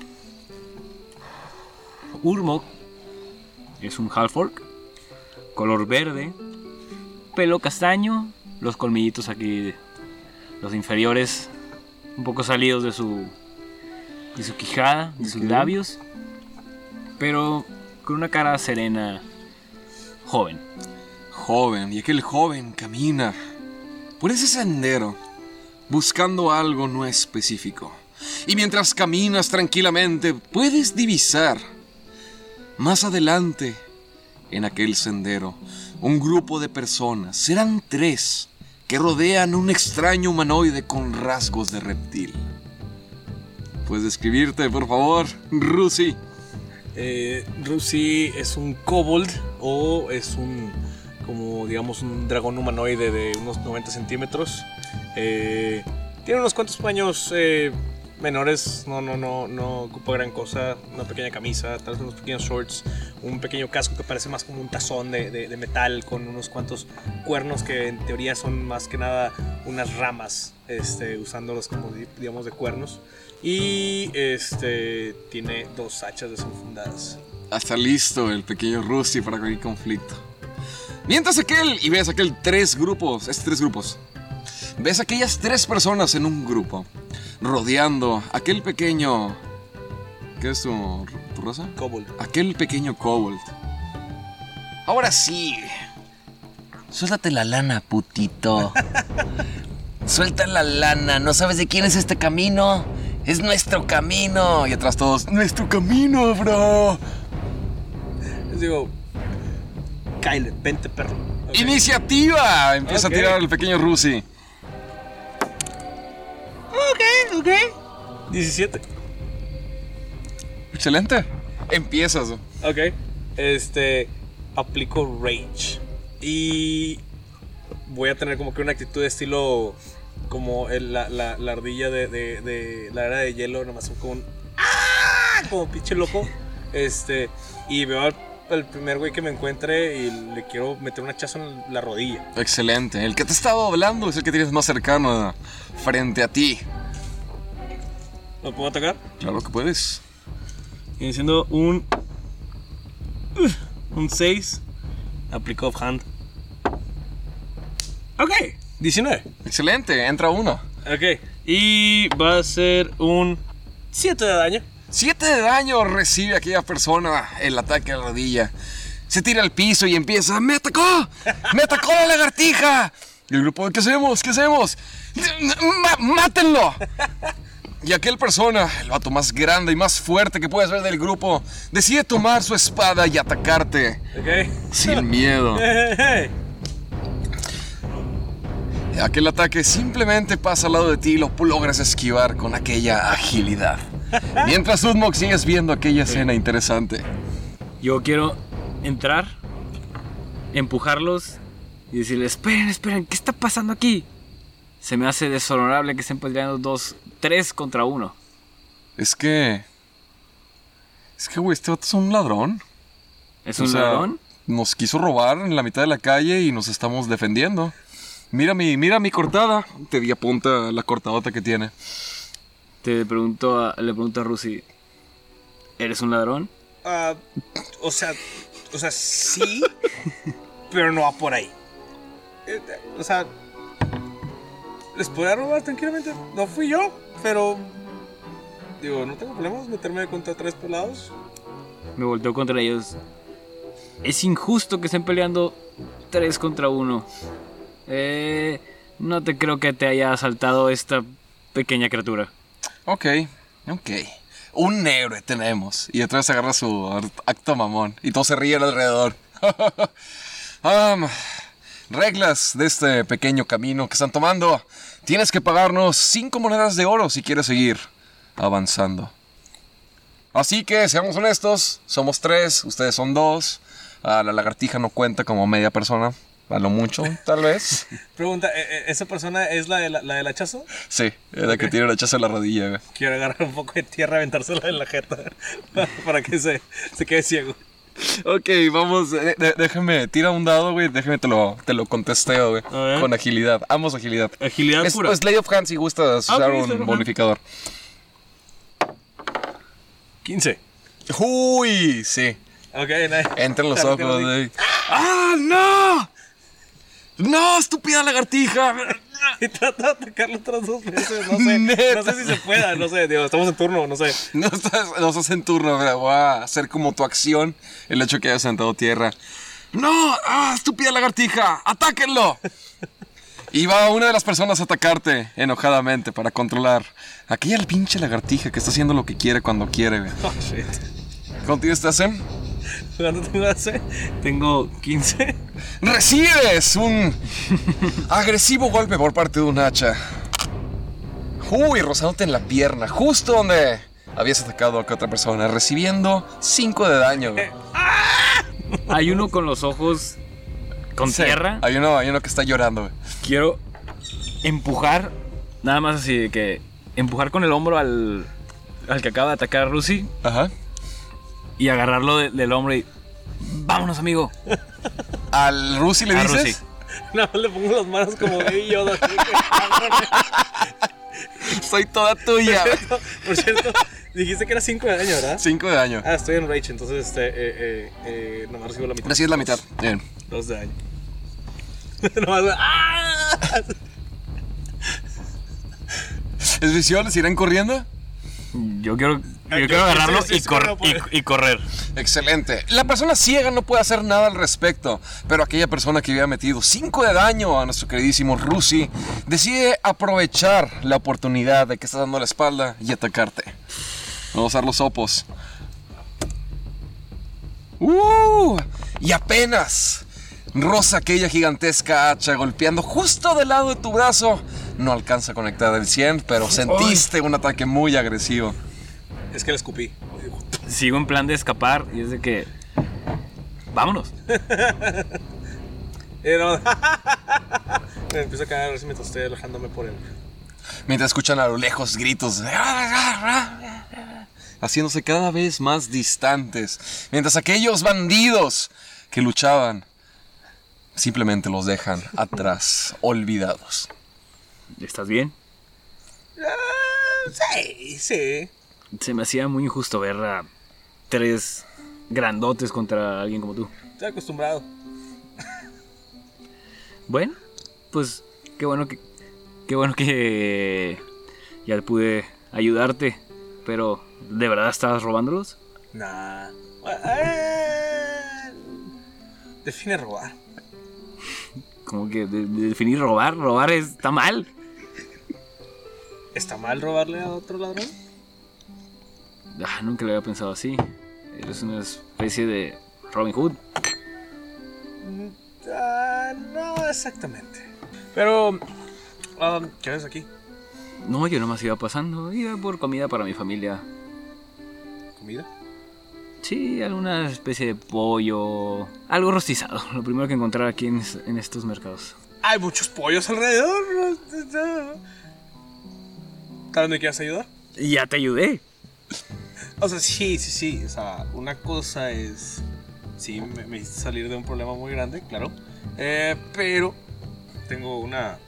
Urmok es un half-orc, color verde, pelo castaño, los colmillitos aquí, los inferiores, un poco salidos de su, de su quijada, de sus Ok. labios, pero con una cara serena, joven. Joven, y aquel joven camina por ese sendero buscando algo no específico. Y mientras caminas tranquilamente, puedes divisar más adelante en aquel sendero un grupo de personas, serán tres, que rodean un extraño humanoide con rasgos de reptil. ¿Puedes describirte, por favor, Rusi? Eh, Rusi es un kobold o es un, como digamos, un dragón humanoide de unos noventa centímetros. Eh, tiene unos cuantos paños eh, menores, no, no, no, no ocupa gran cosa. Una pequeña camisa, tal vez unos pequeños shorts, un pequeño casco que parece más como un tazón de, de, de metal con unos cuantos cuernos que en teoría son más que nada unas ramas, este, usándolos como digamos de cuernos. Y este tiene dos hachas desenfundadas. Hasta listo el pequeño Rusty para cualquier conflicto. Mientras aquel, y ves aquel tres grupos, estos tres grupos. Ves aquellas tres personas en un grupo, rodeando aquel pequeño... ¿Qué es tu, tu raza? Kobold. Aquel pequeño kobold. Ahora sí. Suéltate la lana, putito. Suelta la lana. ¿No sabes de quién es este camino? Es nuestro camino. Y atrás todos, nuestro camino, bro. Les digo, Kyle, vente, perro. Ok. Iniciativa. Empieza Ok. a tirar el pequeño Rusi. Ok, ok. diecisiete. Excelente. Empiezas. Ok. Este. Aplico Rage. Y. Voy a tener como que una actitud de estilo. Como el- la, la, la ardilla de, de, de la era de hielo. Nomás como un. ¡Ah! Como pinche loco. Este. Y veo al, al primer güey que me encuentre. Y le quiero meter un hachazo en la rodilla. Excelente. El que te estaba hablando es el que tienes más cercano frente a ti. ¿Lo puedo atacar? Claro que puedes. Viene siendo un. Uf, un seis. Aplico offhand. Ok. diecinueve. Excelente. Entra uno. Ok. Y va a ser un siete de daño. Siete de daño recibe aquella persona el ataque a la rodilla. Se tira al piso y empieza. ¡Me atacó! ¡Me atacó la lagartija! Y el grupo, ¿qué hacemos? ¿Qué hacemos? ¡Ma- ¡Mátenlo! Y aquel persona, el vato más grande y más fuerte que puedes ver del grupo, decide tomar su espada y atacarte Ok. sin miedo. Aquel ataque simplemente pasa al lado de ti y lo logras esquivar con aquella agilidad. Mientras Udmok sigues viendo aquella escena interesante. Yo quiero entrar, empujarlos y decirles, esperen, esperen, ¿qué está pasando aquí? Se me hace deshonorable que estén peleando dos, tres contra uno. Es que... Es que, güey, este vato es un ladrón. ¿Es O un sea, ladrón? Nos quiso robar en la mitad de la calle y nos estamos defendiendo. Mira mi, mira mi cortada. Te di apunta la cortadota que tiene. Te pregunto a, le pregunto a Rusi, ¿eres un ladrón? Ah, o sea, o sea, sí, pero no va por ahí. Eh, O sea, les podría robar tranquilamente. No fui yo, pero digo, no tengo problemas meterme contra tres pelados. Me volteo contra ellos. Es injusto que estén peleando tres contra uno. Eh, no te creo que te haya asaltado esta pequeña criatura. Ok. Ok. Un héroe tenemos. Y otra vez agarra su acto mamón. Y todos se ríen alrededor. um, reglas de este pequeño camino que están tomando. Tienes que pagarnos cinco monedas de oro si quieres seguir avanzando. Así que, seamos honestos, somos tres, ustedes son dos. Uh, la lagartija no cuenta como media persona. A lo mucho, tal vez. Pregunta, ¿esa persona es la, de la, la del hachazo? Sí, es la que tiene el hachazo en la rodilla, güey. Quiero agarrar un poco de tierra y aventársela en la jeta para que se, se quede ciego. Ok, vamos, de, de, déjame, tira un dado, güey, déjame te lo, te lo contesteo, güey. Con agilidad, ambos agilidad. Agilidad es, pura. Pues Lady of Hand si gustas usar okay, un bonificador. quince. Uy, sí. Ok, nice. Entran los ojos, güey. ¡Ah, no! ¡No, estúpida lagartija! Y trata de atacarlo otras dos veces, no sé. No sé si se pueda, no sé, digo, estamos en turno, no sé. No estás, no estás en turno, pero voy a hacer como tu acción el hecho que hayas sentado tierra. ¡No! ¡Ah, estúpida lagartija! ¡Atáquenlo! Y va una de las personas a atacarte enojadamente para controlar aquella pinche lagartija que está haciendo lo que quiere cuando quiere, güey. Oh, shit. ¿Cuánto tienes te hacen? ¿Cuánto tengo hace? Tengo quince. Recibes un agresivo golpe por parte de un hacha. Uy, rozándote en la pierna, justo donde habías atacado a otra persona, recibiendo cinco de daño. Hay uno con los ojos con Sí, tierra. Hay uno, hay uno que está llorando, güey. Quiero empujar, nada más así de que empujar con el hombro al, al que acaba de atacar a Rusi Ajá. y agarrarlo de- del hombro y vámonos, amigo. ¿Al Rusi le A dices? Rusi. Nada más le pongo las manos como Baby Yoda. así que, Soy toda tuya. Por cierto, dijiste que era cinco de daño, ¿verdad? Cinco de daño. Ah, estoy en Rage, entonces este, eh, eh, eh, nomás recibo la mitad. Así es la mitad. Bien. Dos de daño. Nomás, ¡ah! ¿Es visión? ¿Se irán corriendo? Yo quiero, yo yo- quiero agarrarlo yo sí- y, sí cor- corro por él. y- y correr. Excelente. La persona ciega no puede hacer nada al respecto, pero aquella persona que había metido cinco de daño a nuestro queridísimo Rusi decide aprovechar la oportunidad de que está dando la espalda y atacarte. Vamos a usar los opos. ¡Uh! Y apenas roza aquella gigantesca hacha golpeando justo del lado de tu brazo. No alcanza a conectar el cien, pero sentiste un ataque muy agresivo. Es que le escupí. Sigo en plan de escapar y es de que vámonos. Eh, no. Me empiezo a caer a ver si mientras estoy alejándome por él. Mientras escuchan a lo lejos gritos, haciéndose cada vez más distantes. Mientras aquellos bandidos que luchaban simplemente los dejan atrás, olvidados. ¿Estás bien? Ah, sí, sí. Se me hacía muy injusto ver a tres grandotes contra alguien como tú. Estoy acostumbrado. Bueno, pues qué bueno que qué bueno que ya pude ayudarte, pero ¿de verdad estabas robándolos? Nah. Eh, define robar. Como que de, de definir robar, robar está mal. ¿Está mal robarle a otro ladrón? Ah, nunca lo había pensado así. Eres una especie de Robin Hood. Mm, ah, no exactamente. Pero, um, ¿qué haces aquí? No, yo nomás iba pasando, iba por comida para mi familia. ¿Comida? Sí, alguna especie de pollo, algo rostizado, lo primero que encontrar aquí en, es- en estos mercados. Hay muchos pollos alrededor. ¿Tal vez me quieras ayudar? Y ya te ayudé. O sea, sí, sí, sí. O sea, una cosa es... Sí, me, me hiciste salir de un problema muy grande, claro. Eh, pero tengo una...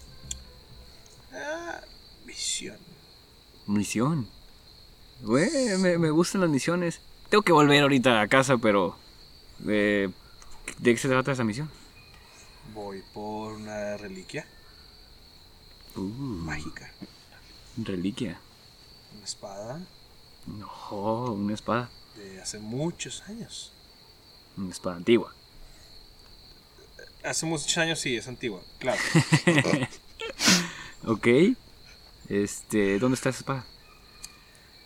ah, visión. Misión. Güey, me, me gustan las misiones. Tengo que volver ahorita a casa, pero... eh, ¿de qué se trata esa misión? Voy por una reliquia Uh, mágica. reliquia. Una espada No, una espada. de hace muchos años. Una espada antigua. Hace muchos años sí, es antigua, claro. Ok. Este, ¿dónde está esa espada?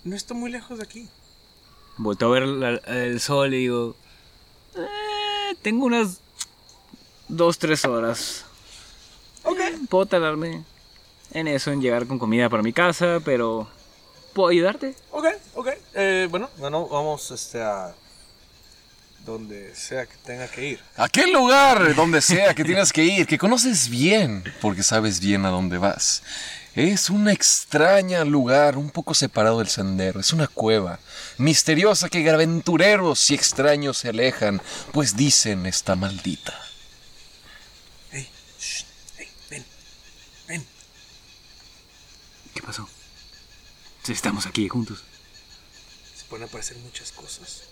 No está muy lejos de aquí. Volteo a ver la- el sol y digo, eh, tengo unas dos, tres horas. Ok. Puedo tardarme en eso, en llegar con comida para mi casa, pero ¿puedo ayudarte? Ok, ok. Eh, bueno, bueno, vamos este, a donde sea que tenga que ir. Aquel lugar donde sea que tienes que ir, que conoces bien, porque sabes bien a dónde vas. Es un extraño lugar, un poco separado del sendero. Es una cueva misteriosa que aventureros y extraños se alejan, pues dicen está maldita. Hey, shh, hey, ven, ven. ¿Qué pasó? Si estamos aquí juntos. Se pueden aparecer muchas cosas.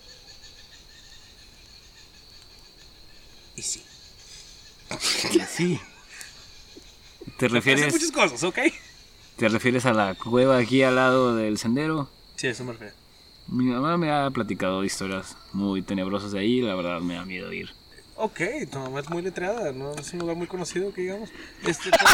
Y sí. Sí. ¿Te Aparecen refieres, muchas cosas, ¿ok? ¿Te refieres a la cueva aquí al lado del sendero? Sí, eso me refiero. Mi mamá me ha platicado historias muy tenebrosas de ahí y la verdad me da miedo ir. Ok, tu mamá es muy letreada, no es un lugar muy conocido que digamos. Este, pero,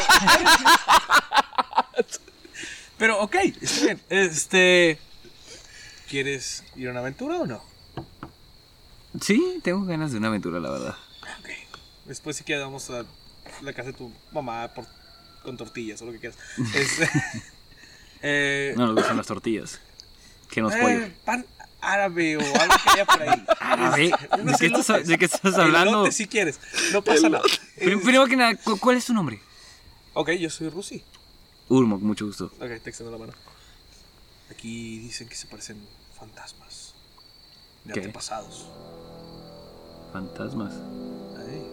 pero ok, está bien. Este, ¿quieres ir a una aventura o no? Sí, tengo ganas de una aventura, la verdad. Ok. Después si quieres vamos a la casa de tu mamá por, con tortillas o lo que quieras. Este, eh, No nos gustan las tortillas. ¿Qué nos eh, pollo? pan árabe o algo que haya por ahí. ¿Árabe? Unos ¿De qué estás, elotes. de qué estás hablando? Elote si quieres, no pasa nada. Prim- Es- Primero que nada, ¿cu- ¿cuál es tu nombre? Ok, yo soy Rusi. Urmo, mucho gusto. Ok, te extiendo la mano. Aquí dicen que se parecen fantasmas de ¿Qué? antepasados. Fantasmas. Ay.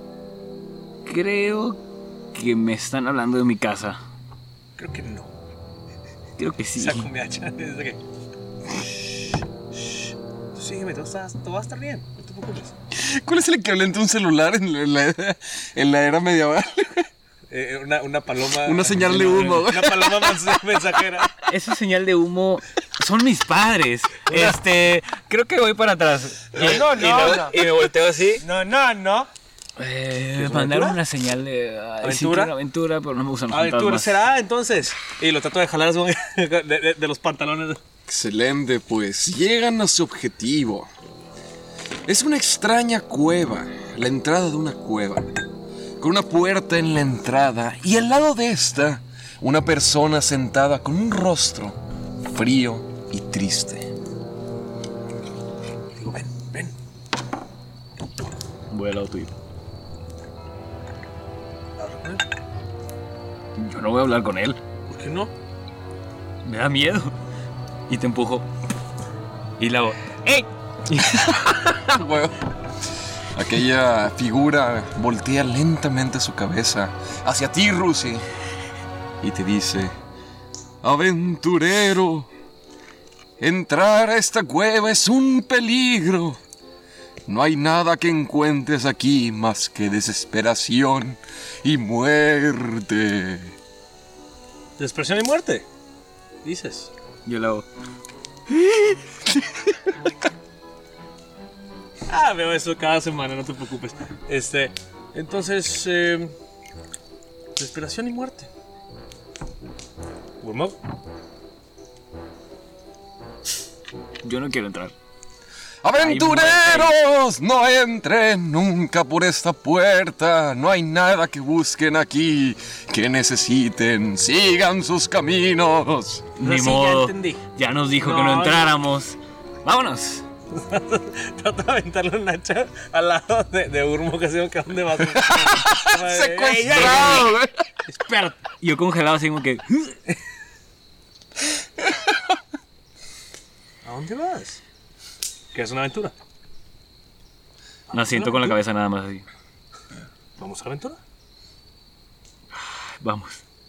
Creo que me están hablando de mi casa. Creo que no. Creo que sí. Saco mi hacha. Es de que. Shh, shh. Tú sígueme, todo, estás- todo va a estar bien. No te preocupes. ¿Cuál es el equivalente a un celular en la, en la- en la era medieval? Eh, una, una paloma. Una señal de humo, güey. Una paloma mens- mensajera. Esa señal de humo son mis padres. Este, creo que voy para atrás. No, no, y, me, no. y me volteo así. No, no, no. Eh, ¿Es una mandaron aventura? una señal de ay, sí, ¿Aventura? quiero aventura, pero no me gustan los Aventura fantasmas. será entonces. Y lo trato de jalar así, de, de- de los pantalones. Excelente, pues llegan a su objetivo. Es una extraña cueva, la entrada de una cueva, con una puerta en la entrada y al lado de esta, una persona sentada con un rostro frío y triste. Digo, ven, ven. Voy al lado tuyo. Habla con él. Yo no voy a hablar con él. ¿Por qué no? Me da miedo. Y te empujo. Y la hago. ¡Ey! Huevo. Aquella figura voltea lentamente su cabeza hacia ti, Rusi, y te dice: aventurero, entrar a esta cueva es un peligro. No hay nada que encuentres aquí más que desesperación y muerte. Desesperación y muerte. Dices. Yo la hago. Ah, veo eso cada semana, no te preocupes. Este, entonces, eh, desesperación y muerte. Urmo. Yo no quiero entrar. ¡Aventureros! No entren nunca por esta puerta. No hay nada que busquen aquí que necesiten. Sigan sus caminos. Ni sí, ya modo. entendí. Ya nos dijo que No, no no. entráramos. Vámonos. Trato de aventarle un hacha al lado de, de Urmo, que se que a dónde vas. Secuestrado, güey. Espera. Yo congelado así como que. ¿A dónde vas? ¿Qué es una aventura? Me asiento con la cabeza nada más así. ¿Vamos a la aventura? Vamos.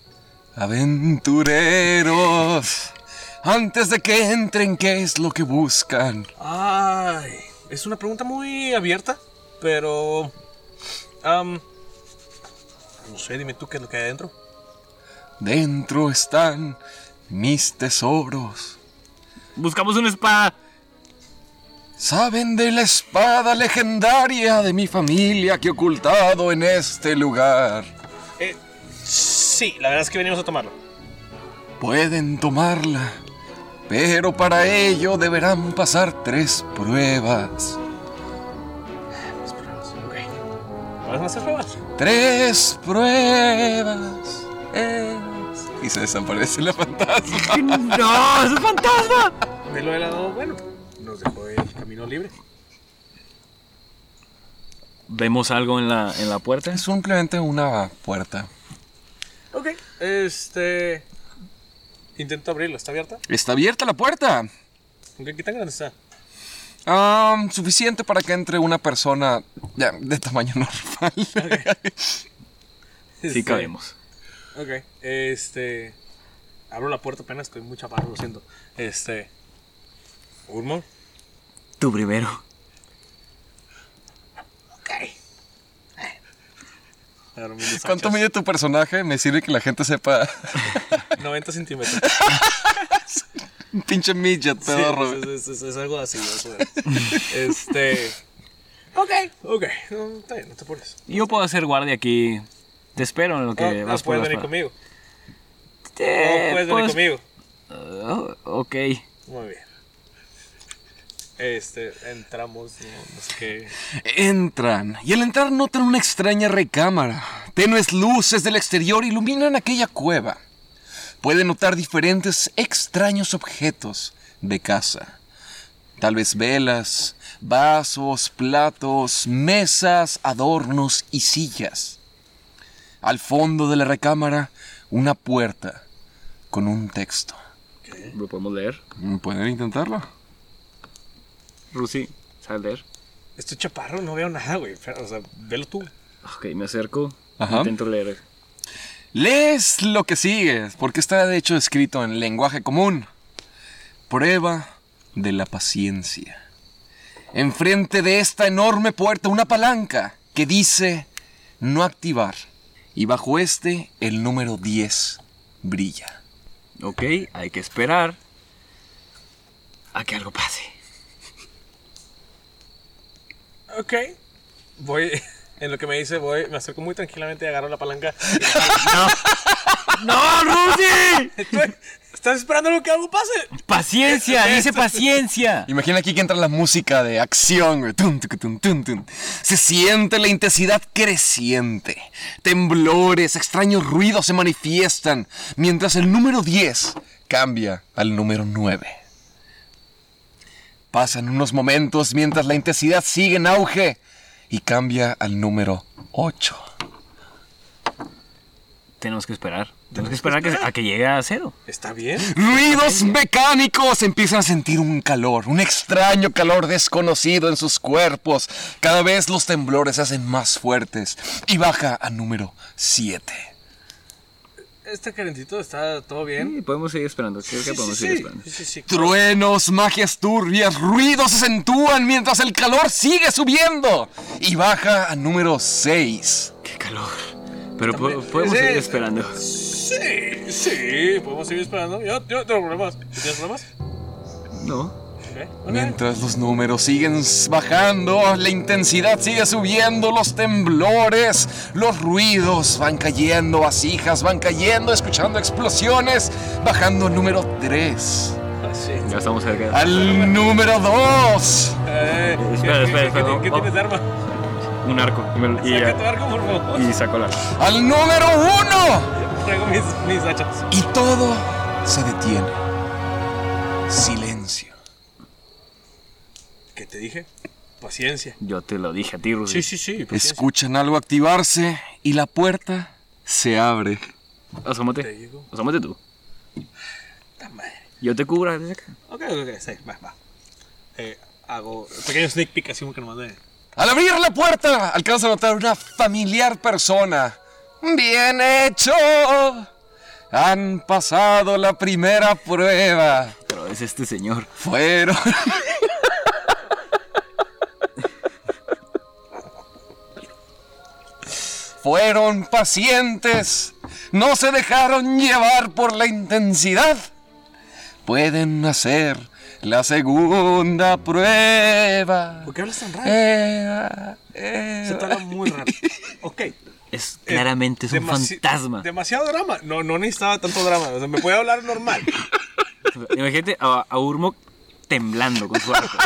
Aventureros, antes de que entren, ¿qué es lo que buscan? Ay, es una pregunta muy abierta, pero... am, no sé, dime tú qué es lo que hay adentro. Dentro están mis tesoros. Buscamos una espada. ¿Saben de la espada legendaria de mi familia que he ocultado en este lugar? Eh, sí, la verdad es que venimos a tomarlo. Pueden tomarla, Pero para ello deberán pasar tres pruebas. Las pruebas, ok. ¿Cuáles van a ser pruebas? Tres pruebas. Es... Y se desaparece la fantasma. ¡No! ¡Es un fantasma! De lo del lado bueno, nos dejó el camino libre. ¿Vemos algo en la, en la puerta? Es simplemente una puerta. Ok, este... Intento abrirlo, ¿está abierta? Está abierta la puerta. Ok, ¿qué tan grande está? Ah, suficiente para que entre una persona ya, de tamaño normal. Sí Este, cabemos. Ok, este... Abro la puerta apenas, estoy muy chaparro, lo siento. Este... Urmor. Tú primero. Ok. Agarro mis ¿Cuánto hachas. mide tu personaje? Me sirve que la gente sepa. noventa centímetros. Un pinche midget, Sí, pedorro. es, es- es- es algo así, más o menos. Este... Ok, ok. No, está bien, no te apures. Yo puedo hacer guardia aquí. Te espero en lo que Oh, vas no, por puedes las venir pa- conmigo. Eh, No, puedes pues- venir conmigo. Ah, ok. Muy bien. Este, entramos, no, no sé qué. Entran y al entrar notan una extraña recámara. Tenues luces del exterior iluminan aquella cueva. Pueden notar diferentes extraños objetos de casa. Tal vez velas, vasos, platos, mesas, adornos y sillas. Al fondo de la recámara, una puerta con un texto. ¿Lo podemos leer? ¿Pueden intentarlo? Rusi, ¿sabes leer? Estoy chaparro, no veo nada, güey. O sea, velo tú. Ok, me acerco. Ajá. Intento leer. Lees lo que sigue, porque está de hecho escrito en lenguaje común. Prueba de la paciencia. Enfrente de esta enorme puerta una palanca que dice no activar. Y bajo este el número diez brilla. Ok, hay que esperar a que algo pase. Ok. Voy, en lo que me dice, voy, me acerco muy tranquilamente y agarro la palanca. ¡No, Rusi! Estoy- ¿Estás esperando lo que algo pase? ¡Paciencia! ¡Dice paciencia! Imagina aquí que entra la música de acción. Güey. Tun, tuc, tun, tun, tun. Se siente la intensidad creciente. Temblores, extraños ruidos se manifiestan. Mientras el número diez cambia al número nueve. Pasan unos momentos mientras la intensidad sigue en auge. Y cambia al número ocho. Tenemos que esperar. Tenemos que esperar a que, a que llegue a cero. ¿Está bien? Ruidos mecánicos. Empiezan a sentir un calor, un extraño calor desconocido en sus cuerpos. Cada vez los temblores se hacen más fuertes y baja a número siete. Este calentito está todo bien. Sí, podemos seguir esperando. Creo que Sí, podemos sí, seguir sí. esperando. Sí, sí, sí. Truenos, magias turbias, ruidos se acentúan mientras el calor sigue subiendo y baja a número seis. ¡Qué calor! Pero po- podemos Sí, seguir sí. esperando. Sí, sí, podemos seguir esperando. Yo, yo tengo problemas. ¿Tú tienes problemas? No. Ok, ok. Mientras los números siguen bajando, la intensidad sigue subiendo, los temblores, los ruidos van cayendo, vasijas van cayendo, escuchando explosiones, bajando al número tres. Ah, sí. Ya estamos cerca. Al número dos. Eh, ¿qué- Espera, qué- espera, qué- espera, ¿Qué, qué oh, oh. tienes de arma? Un arco. Y, me- y, Saca tu arco, por favor. y saco la arco. Al número uno. Traigo mis, mis hachas. Y todo se detiene. Silencio. ¿Qué te dije? Paciencia. Yo te lo dije a ti, Rusi. Sí, sí, sí. Paciencia. Escuchan algo activarse y la puerta se abre. Te Asómate. digo. Asómate tú. Puta madre. Yo te cubro desde acá. Ok, ok, ok, sí, va, va. Eh, hago pequeño sneak peek así como que nomás de... Al abrir la puerta, alcanza a notar una familiar persona. ¡Bien hecho! Han pasado la primera prueba. Pero es este señor. Fueron... Fueron pacientes. No se dejaron llevar por la intensidad. Pueden hacer la segunda prueba. ¿Por qué hablas tan raro? Eh, eh. Se te habla muy raro. Ok. Es claramente es un Demasi- fantasma. Demasiado drama. No, no necesitaba tanto drama. O sea, me puede hablar normal. Imagínate a, a Urmok temblando con su arco.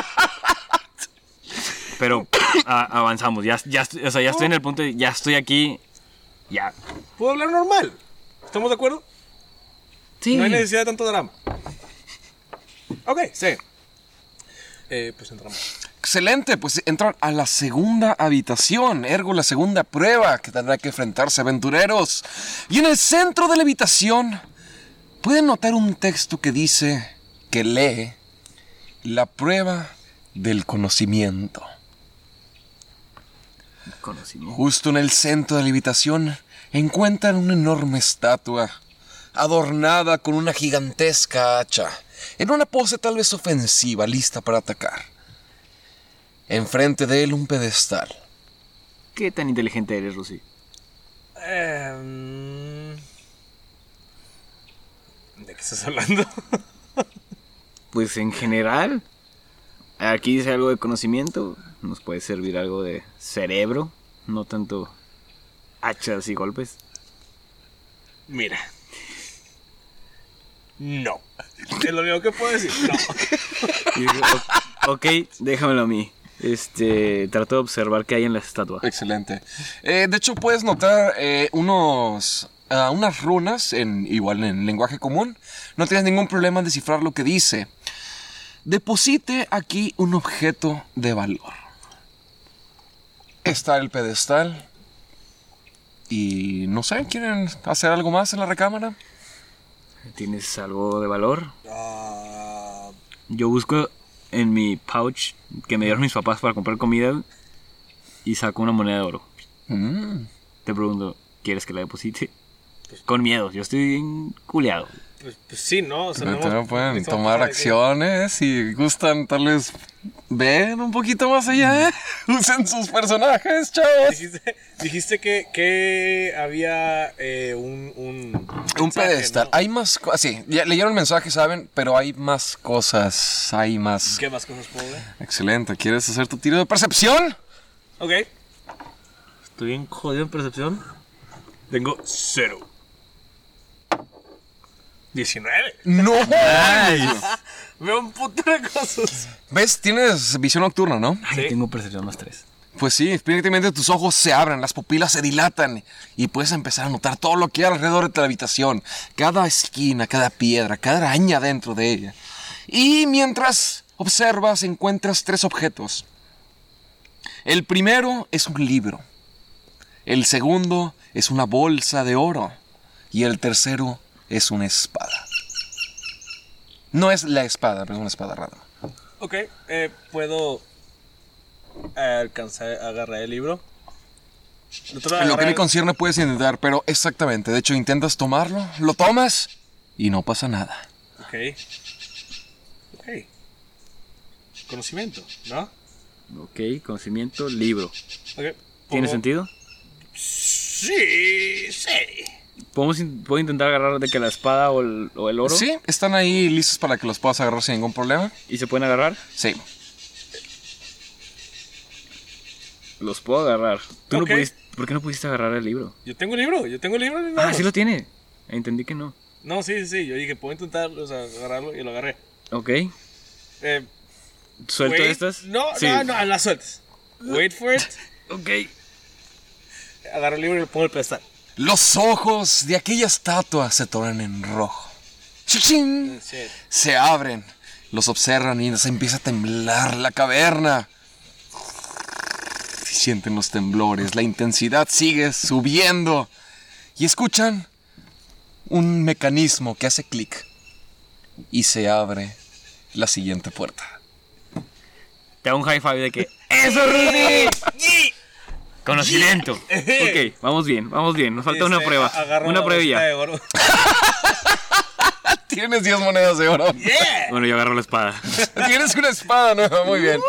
Pero a, avanzamos. Ya, ya, o sea, ya estoy en el punto de... Ya estoy aquí. Ya. ¿Puedo hablar normal? ¿Estamos de acuerdo? Sí. No hay necesidad de tanto drama. Ok, sí. Eh, pues entramos. Excelente, pues entran a la segunda habitación, ergo la segunda prueba que tendrá que enfrentarse aventureros. Y en el centro de la habitación pueden notar un texto que dice, que lee, la prueba del conocimiento. Conocimiento. Justo en el centro de la habitación encuentran una enorme estatua, adornada con una gigantesca hacha, en una pose tal vez ofensiva, lista para atacar. Enfrente de él un pedestal. ¿Qué tan inteligente eres, Rusi? Eh, ¿De qué estás hablando? Pues en general, aquí dice algo de conocimiento. Nos puede servir algo de cerebro, no tanto hachas y golpes. Mira. No. Es lo único que puedo decir. No. Y digo, "O- ok, déjamelo a mí. Este, trato de observar qué hay en la estatua. Excelente. Eh, de hecho, puedes notar eh, unos, ah, unas runas, en, igual en lenguaje común. No tienes ningún problema en descifrar lo que dice. Deposite aquí un objeto de valor. Está el pedestal. Y no sé, ¿quieren hacer algo más en la recámara? ¿Tienes algo de valor? Ah, Yo busco en mi pouch que me dieron mis papás para comprar comida y saco una moneda de oro. Mm. Te pregunto, ¿quieres que la deposite? Con miedo, yo estoy bien culeado. pues, pues sí, ¿no? O sea, Pero no también hemos- pueden estamos tomar pasando de que- acciones si gustan, tal vez ven un poquito más allá. Usen sus personajes, chavos. Dijiste, dijiste que, que había eh, un, un, Un mensaje, pedestal. ¿no? Hay más cosas. Sí, ya leyeron el mensaje, saben, pero hay más cosas. Hay más. ¿Qué más cosas puedo ver? Excelente. ¿Quieres hacer tu tiro de percepción? Ok. Estoy bien jodido en percepción. Tengo cero. diecinueve. No. Veo un puto de cosas. ¿Ves? Tienes visión nocturna, ¿no? Ay, Sí. tengo percepción más tres. Pues sí, prácticamente tus ojos se abren, las pupilas se dilatan y puedes empezar a notar todo lo que hay alrededor de la habitación. Cada esquina, cada piedra, cada araña dentro de ella. Y mientras observas, encuentras tres objetos. El primero es un libro. El segundo es una bolsa de oro. Y el tercero es una espada. No es la espada, pero es una espada rara. Ok, eh, puedo alcanzar a agarrar el libro. Lo trato de En lo que agarrar- me concierne puedes intentar, pero exactamente. De hecho, intentas tomarlo, lo tomas y no pasa nada. Ok. Ok. Conocimiento, ¿no? Ok, conocimiento, libro. Ok. ¿Tiene Pongo- sentido? Sí, sí. ¿Podemos in- ¿Puedo intentar agarrar de que la espada o el, o el oro? Sí, están ahí listos para que los puedas agarrar sin ningún problema. ¿Y se pueden agarrar? Sí. Los puedo agarrar. ¿Tú Ok. no pudiste, ¿Por qué no pudiste agarrar el libro? Yo tengo el libro, yo tengo el libro. Ah, sí lo tiene. Entendí que no. No, sí, sí, sí. Yo dije, puedo intentar o sea, agarrarlo y lo agarré. Ok. Eh, ¿Suelto wait- estas? No, Sí. no, no, las sueltas. Wait for it. Ok. Agarro el libro y le pongo el pedestal. Los ojos de aquella estatua se tornan en rojo. ¡Chichín! Shit. Se abren, los observan y se empieza a temblar la caverna. Sienten los temblores, la intensidad sigue subiendo. Y escuchan un mecanismo que hace clic. Y se abre la siguiente puerta. Te hago un high five de que... ¡Eso, Rudy! Conocimiento. Ok, vamos bien, vamos bien. Nos falta una Este, prueba. agarro Una la prueba y bolsita ya. de oro. Tienes diez monedas de oro. Yeah. Bueno, yo agarro la espada. Tienes una espada nueva, muy bien.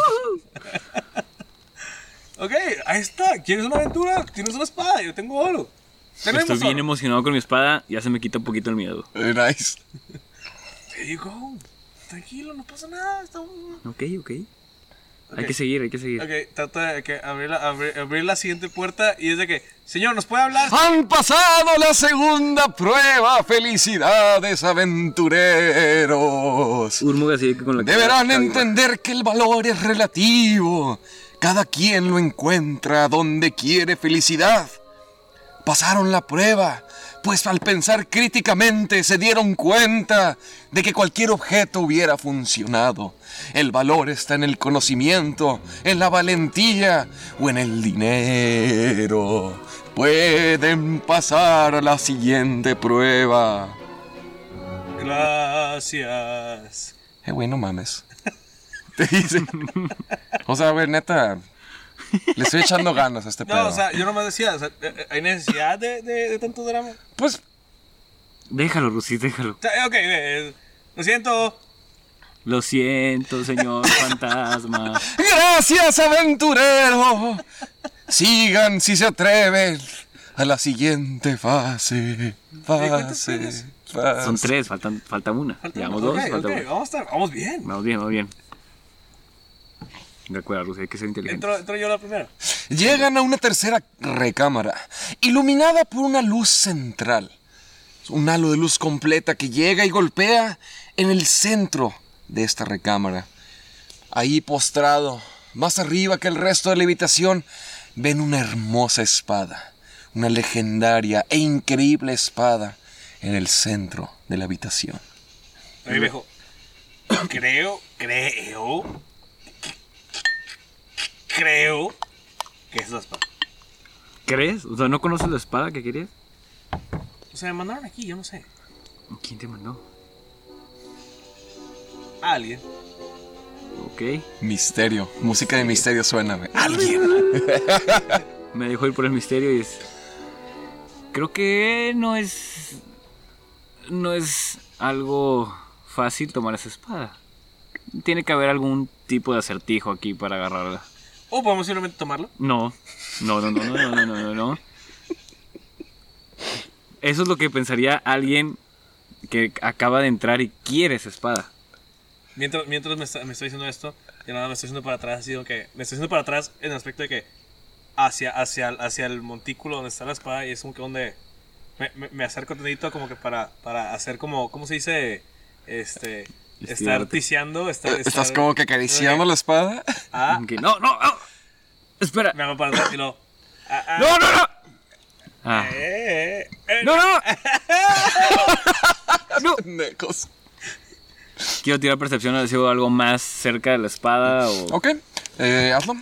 Ok, ahí está. ¿Quieres una aventura? Tienes una espada. Yo tengo oro. Tenemos Estoy bien oro. emocionado con mi espada. Ya se me quita un poquito el miedo. Very nice. There you go. Tranquilo, no pasa nada. Está... Ok, ok. Hay que seguir, hay que seguir. Ok, trata de que abrir, la, abrir, abrir la siguiente puerta y es de que, señor, ¿nos puede hablar? Han pasado la segunda prueba. Felicidades, aventureros. Urmug así con la Deberán cara- entender que el valor es relativo. Cada quien lo encuentra donde quiere felicidad. Pasaron la prueba, pues al pensar críticamente se dieron cuenta de que cualquier objeto hubiera funcionado. El valor está en el conocimiento, en la valentía o en el dinero. Pueden pasar a la siguiente prueba. Gracias. Eh, güey, no mames. Te dicen. O sea, güey, neta. Le estoy echando ganas a este pedo. No, o sea, yo nomás decía, o sea, ¿hay necesidad de, de, de tanto drama? Pues, Déjalo, Rusi, déjalo. O sea, ok, eh, lo siento. Lo siento, señor fantasma. gracias, aventurero. Sigan si se atreven a la siguiente fase. cuántas Fase. tienes? fase. Son tres, faltan, falta una. Falta Llevamos uno. dos, Ok, falta ok, una. vamos, a estar, vamos bien. Vamos bien, vamos bien. Recuerda, Rusi, hay que ser inteligente. Entro, entro yo la primera. Llegan a una tercera recámara, iluminada por una luz central. Un halo de luz completa que llega y golpea en el centro de esta recámara. Ahí postrado, más arriba que el resto de la habitación, ven una hermosa espada. Una legendaria e increíble espada en el centro de la habitación. Oye, viejo, creo, creo, creo que es la espada. ¿Crees? O sea, ¿no conoces la espada que querías? O sea, me mandaron aquí, yo no sé. ¿Quién te mandó? Alguien. Ok. Misterio, música de misterio suena, güey. Alguien. Me dejó ir por el misterio y es... Creo que no es... No es algo fácil tomar esa espada. Tiene que haber algún tipo de acertijo aquí para agarrarla. ¿O podemos simplemente tomarlo? No. No, no, no, no, no, no, no, no, no. Eso es lo que pensaría alguien que acaba de entrar y quiere esa espada. Mientras, mientras me, está, me estoy diciendo esto, yo nada me estoy haciendo para atrás, así como que me estoy haciendo para atrás en el aspecto de que hacia, hacia, hacia el montículo donde está la espada y es como que donde me, me, me acerco tantito como que para, para hacer como, ¿cómo se dice? Este, estar Estirarte. ticiando, estar, ¿Estás estar- como que acariciando la espada? Ah, Que no, no, no. Espera. me hago para atrás y luego... ah, ah, No, no, no. Ah. eh, eh, eh, No, no, no. No. Pendejos. Quiero tirar percepción a ver si veo algo más cerca de la espada o... Ok, eh, hazlo.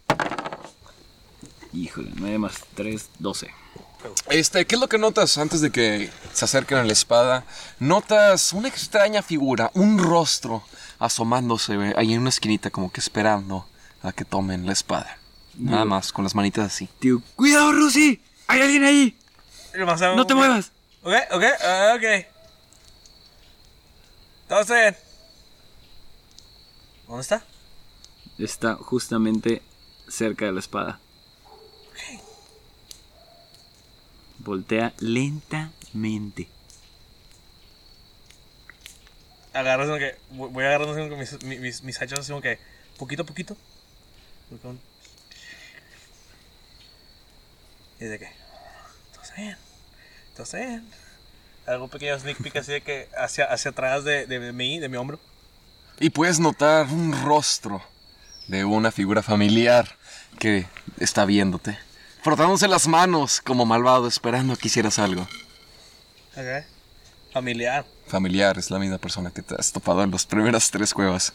Híjole, nueve más tres, doce. Este, ¿qué es lo que notas antes de que se acerquen a la espada? Notas una extraña figura, un rostro asomándose güey, ahí en una esquinita como que esperando a que tomen la espada. Nada más, con las manitas así. Tío, cuidado, Rusi. Hay alguien ahí. y más o- No te muevas. Ok, ok, ah, ok. Entonces, ¿dónde está? Está justamente cerca de la espada. Voltea lentamente. Agarras como que, voy voy agarrando así como que mis, mis, mis, mis hachas así como que, poquito a poquito. Y de que, todo está bien, todo está bien. Algo pequeño sneak peek así de que hacia, hacia atrás de, de mí, de mi hombro. Y puedes notar un rostro de una figura familiar que está viéndote. Frotándose las manos como malvado, esperando que hicieras algo. Ok. Familiar. Familiar, es la misma persona que te has topado en las primeras tres cuevas.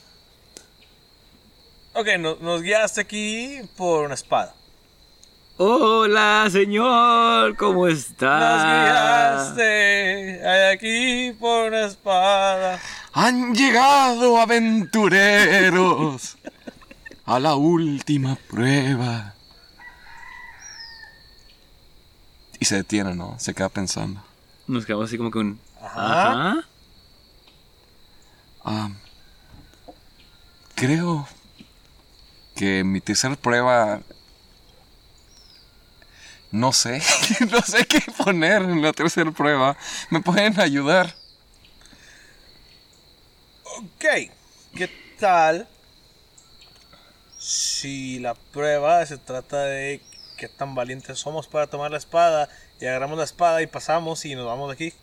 Ok, no- nos guiaste aquí por una espada. Hola, señor. ¿Cómo está? Nos guiaste aquí por una espada. Han llegado aventureros a la última prueba. Y se detiene, ¿no? Se queda pensando. Nos quedamos así como que un... Ajá. Ajá. Ah, creo que mi tercera prueba... No sé. No sé qué poner en la tercera prueba. ¿Me pueden ayudar? Ok, ¿qué tal si la prueba se trata de qué tan valientes somos para tomar la espada y agarramos la espada y pasamos y nos vamos de aquí.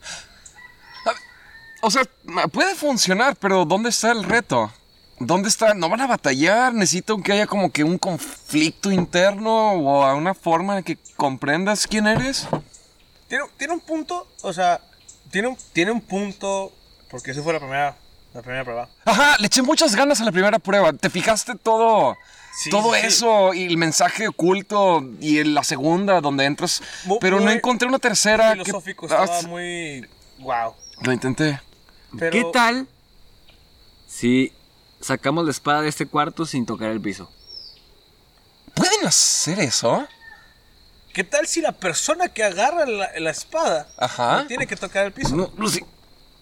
O sea, puede funcionar, pero ¿dónde está el reto? ¿Dónde está? ¿No van a batallar? Necesito que haya como que un conflicto interno o una forma de que comprendas quién eres. Tiene, tiene un punto, o sea, tiene un, tiene un punto, porque esa fue la primera, la primera prueba. Ajá, le eché muchas ganas a la primera prueba. ¿Te fijaste todo? Sí, todo sí, sí. eso y el mensaje oculto y en la segunda donde entras. Mu- pero no muy encontré una tercera. Filosófico, que- estaba Ah, muy... Wow. Lo intenté. Pero, ¿Qué tal si sacamos la espada de este cuarto sin tocar el piso? ¿Pueden hacer eso? ¿Qué tal si la persona que agarra la, la espada Ajá. no tiene que tocar el piso? No, no sé.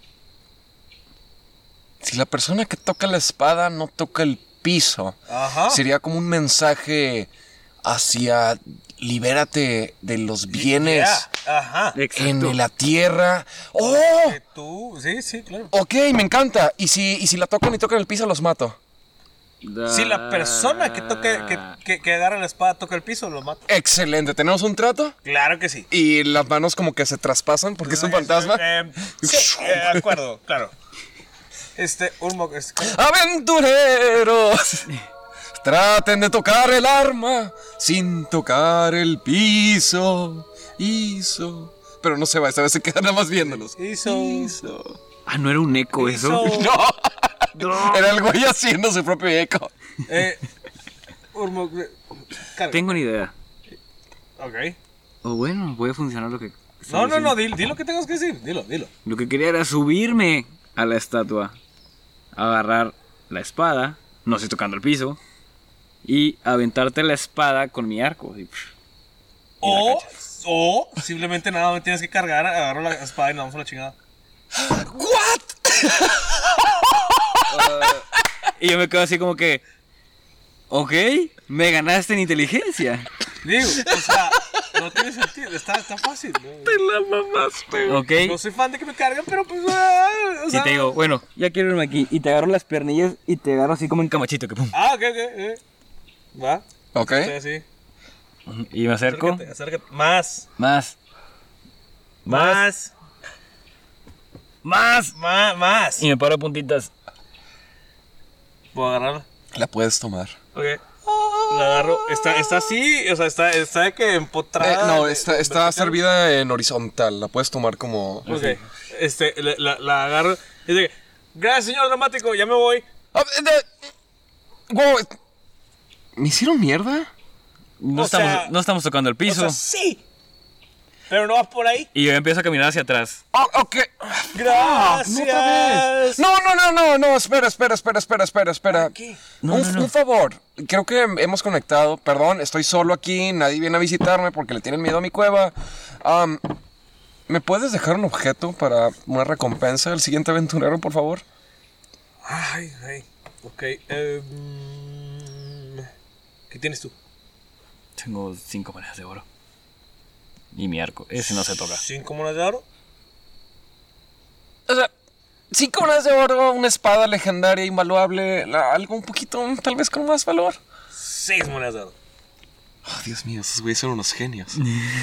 Si la persona que toca la espada no toca el piso, Ajá. sería como un mensaje hacia libérate de los bienes Ya, Ajá. en la tierra. ¡Oh! Que tú, sí, sí, claro. Ok, me encanta. ¿Y si, y si la tocan y tocan el piso, los mato? Si la persona que toca, que, que, que agarra la espada toca el piso, lo mata. Excelente. ¿Tenemos un trato? Claro que sí. Y las manos como que se traspasan porque es un fantasma. Eh, sí, eh, de acuerdo, claro. Este, Urmok, es que- ¡Aventureros! Traten de tocar el arma sin tocar el piso. Hizo. Pero no se va, esta vez se quedan nada más viéndolos. Hizo. Hizo. Ah, ¿no era un eco eso? Hizo. No. Era el güey haciendo su propio eco. Eh, Urmok, eh, carga. Tengo ni idea. Ok. O bueno, puede funcionar lo que... estoy No, no, no, diciendo. di, di lo que tengas que decir. Dilo, dilo. Lo que quería era subirme a la estatua, agarrar la espada, no estoy tocando el piso, y aventarte la espada con mi arco. Así, pf. O, o simplemente nada, me tienes que cargar, agarro la espada y nos vamos a la chingada. ¿What? Y yo me quedo así como que... Ok, me ganaste en inteligencia. Digo, o sea, no tiene sentido, está, está fácil. ¿no? La mamaste. Ok. No soy fan de que me carguen, pero pues. ah, o Y sea- te digo, bueno, ya quiero irme aquí. Y te agarro las piernillas y te agarro así como en camachito. Que pum. Ah, ok, ok. eh. Va. Ok. Estoy así. Y me acerco. Acércate, acércate. Más. Más. Más. Más. Más. Más. Y me paro a puntitas. ¿Puedo agarrarla? La puedes tomar. Ok. La agarro. Está, está así, o sea, está, está de que Eh, empotrada. no, de- está, de está vertical. servida en horizontal. La puedes tomar como. Ok. Este, la, la, la agarro. Y dice, gracias, señor dramático, ya me voy. Ah, eh, de- Wow, eh, ¿me hicieron mierda? No, O estamos, sea- no estamos tocando el O piso. sea, sí. Pero no vas por ahí. Y yo empiezo a caminar hacia atrás. Ah, ok. Gracias. No, otra vez. No, no, no, no, no, espera, espera, espera, espera, espera, espera. ¿Qué? No, un, no, no. un favor, creo que hemos conectado. Perdón, estoy solo aquí, nadie viene a visitarme porque le tienen miedo a mi cueva. Am, ¿Me puedes dejar un objeto para una recompensa del siguiente aventurero, por favor? Ay, ay. Ok. eh, mm, ¿Qué tienes tú? Tengo cinco monedas de oro. Y mi arco. Ese no se toca. ¿Cinco monedas de oro? O sea, cinco monedas de oro, una espada legendaria invaluable, la- algo un poquito, tal vez con más valor. Seis monedas de oro. Oh, Dios mío, esos güeyes son unos genios.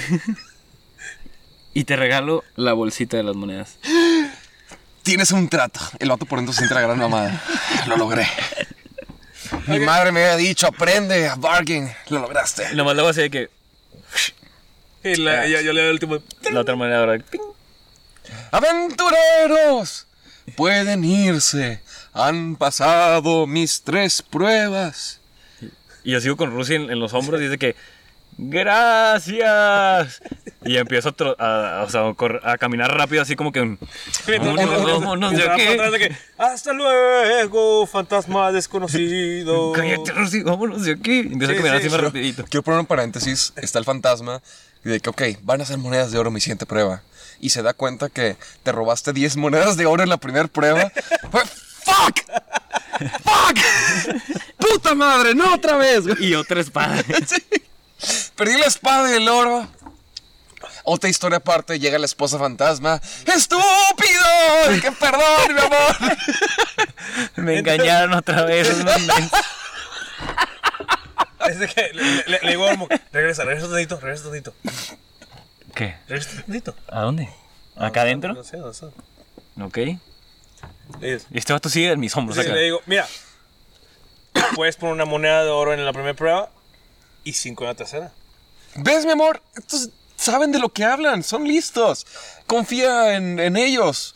Y te regalo la bolsita de las monedas. Tienes un trato. El vato por dentro siente la gran mamada. Lo logré. Mi madre me había dicho, aprende a bargain. Lo lograste. Nomás luego así de que... Y la- yo, yo le doy el último. La otra moneda de oro. ¡ping! ¡Aventureros! Pueden irse. Han pasado mis tres pruebas. Y yo sigo con Rusia en, en los hombros y dice que... ¡Gracias! Y empiezo a, tro- a, o sea, a cor- a caminar rápido así como que... un- Vámonos, vámonos de aquí. Atrás de que, hasta luego, fantasma desconocido. Cállate, Rusia, vámonos de aquí. Y empiezo Sí, a caminar sí, así más pero- rapidito. Quiero poner un paréntesis. Está el fantasma. Y de que, ok, van a ser monedas de oro mi siguiente prueba. Y se da cuenta que te robaste diez monedas de oro en la primera prueba. Fue, ¡fuck! ¡Fuck! ¡Puta madre! ¡No otra vez! Y otra espada. Perdí la espada y el oro. Otra historia aparte, llega la esposa fantasma. ¡Estúpido! ¡Que perdón, mi amor! Me engañaron otra vez. unos men- Es de que le, le, le digo a Ormo, regresa, regresa un dedito, regresa un dedito. ¿Qué? Regresa un dedito. ¿A dónde? ¿Acá adentro? No sé, no sé. Ok. Le dices, Este vato sigue en mis hombros sí, acá. le digo, mira, puedes poner una moneda de oro en la primera prueba y cinco en la tercera. ¿Ves, mi amor? Estos saben de lo que hablan, son listos. Confía en, en ellos.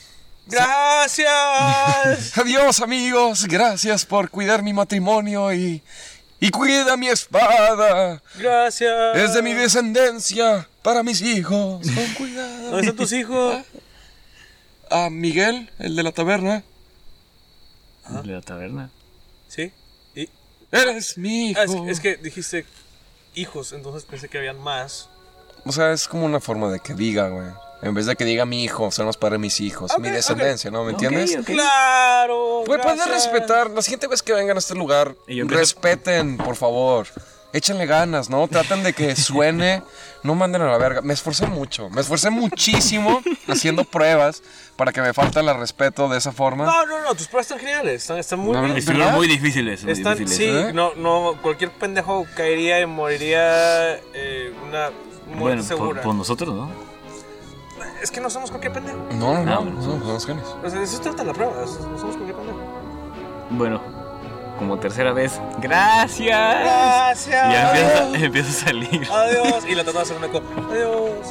¡Gracias! Adiós, amigos. Gracias por cuidar mi matrimonio y... Y cuida mi espada. Gracias. Es de mi descendencia para mis hijos. Con cuidado. ¿Dónde están tus hijos? A Miguel, el de la taberna. ¿De la taberna? Sí. Y... Eres mi hijo. Ah, es, es que dijiste hijos, entonces pensé que habían más. O sea, es como una forma de que diga, güey. En vez de que diga mi hijo, son los padres de mis hijos. Ok, mi descendencia, ¿no? ¿Me entiendes? Ok, ok. ¡Claro! Pues puedes gracias. respetar. La siguiente vez que vengan a este lugar, Y yo empiezo- respeten, por favor. Échenle ganas, ¿no? Traten de que suene. No manden a la verga. Me esforcé mucho. Me esforcé muchísimo haciendo pruebas para que me falte el respeto de esa forma. No, no, no, tus pruebas están geniales. Están, están muy No, bien. no, Estuvieron ¿verdad? muy difíciles. Muy Están, difíciles. sí, ¿Eh? no, no, cualquier pendejo caería y moriría eh, una muerte Bueno, segura. por, por nosotros, ¿no? Es que no somos cualquier pendejo. No, no, no. No, no somos somos genios. O sea, eso se trata la prueba, eso- no somos cualquier pendejo. Bueno, como tercera vez. ¡Gracias! Gracias. Y ya empieza, empieza a salir. Adiós. Y la trata de hacer un eco. Adiós.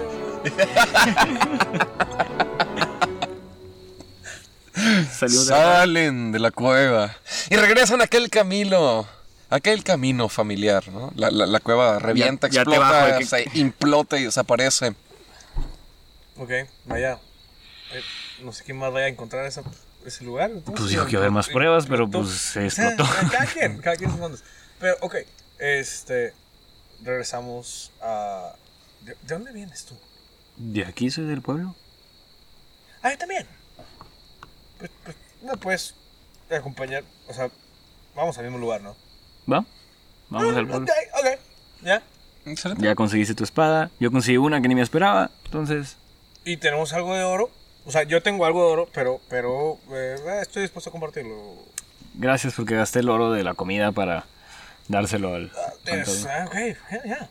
Adiós. Salimos de Salen de la cueva y regresan a aquel camino, aquel camino familiar, ¿no? La, la, la cueva revienta, Ya- ya te explota, bajo de que- se implota y desaparece. Ok, vaya. Eh, no sé quién más vaya a encontrar esa, ese lugar. entonces. Pues dijo que iba a haber más pruebas, pero pues se explotó. Eh, Cada quien, cada quien sus ondas. Pero, ok, este. Regresamos a. ¿De, de dónde vienes tú? ¿De aquí soy del pueblo? Ah, yo también. Pues, pues, me puedes acompañar. O sea, vamos al mismo lugar, ¿no? ¿Va? Vamos al pueblo. Ok, ok. ¿Ya? Excelente. Ya conseguiste tu espada. Yo conseguí una que ni me esperaba. Entonces, Y tenemos algo de oro. O sea, yo tengo algo de oro, pero, pero eh, estoy dispuesto a compartirlo. gracias porque gasté el oro de la comida para dárselo al. Ah, tienes- Antonio. ah, ok, ya, ya.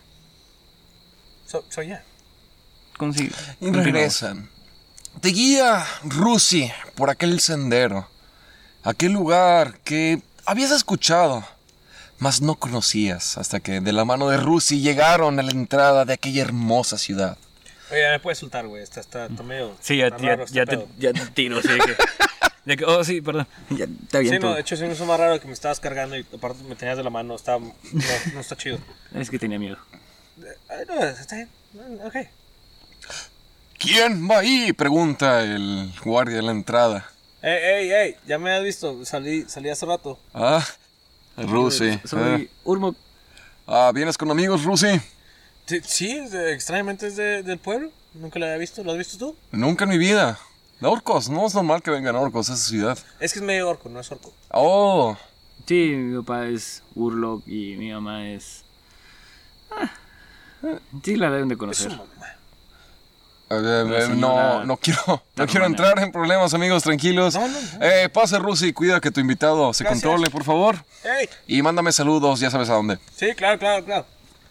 So, so, ya. Consigue. Y regresan. Te guía Rusi por aquel sendero, aquel lugar que habías escuchado, mas no conocías hasta que de la mano de Rusi llegaron a la entrada de aquella hermosa ciudad. Oye, ya me puedes soltar, güey. Está, está, está medio. Sí, ya, está ya, raro este ya, te, pedo. ya te tiro, sí. de que, de que- oh, sí, perdón. Ya, está bien. Sí, no, todo. de hecho, sí me hizo más raro que me estabas cargando y aparte me tenías de la mano. Está, no, no está chido. Es que tenía miedo. Ay, no, está bien. Ok. ¿Quién va ahí? Pregunta el guardia de la entrada. Ey, ey, ey, ya me has visto. Salí, salí hace rato. Ah, Rusi. Soy eh. Urmo. Ah, ¿vienes con amigos, Rusi? Sí, sí, es de- extrañamente es de, del pueblo. Nunca lo había visto. ¿Lo has visto tú? Nunca en mi vida. Orcos, no es normal que vengan orcos a esa ciudad. Es que es medio orco, no es orco. Oh, Sí, mi papá es Urlock y mi mamá es. Ah, sí, la deben de Es su conocer. mamá. Eh, eh, La eh, señora no, no quiero, no quiero Tarrona. entrar en problemas, amigos, tranquilos. No, no, no. Eh, pase, Rusi, cuida que tu invitado se Gracias. controle, por favor. Ey, Y mándame saludos, ya sabes a dónde. sí, claro, claro, claro.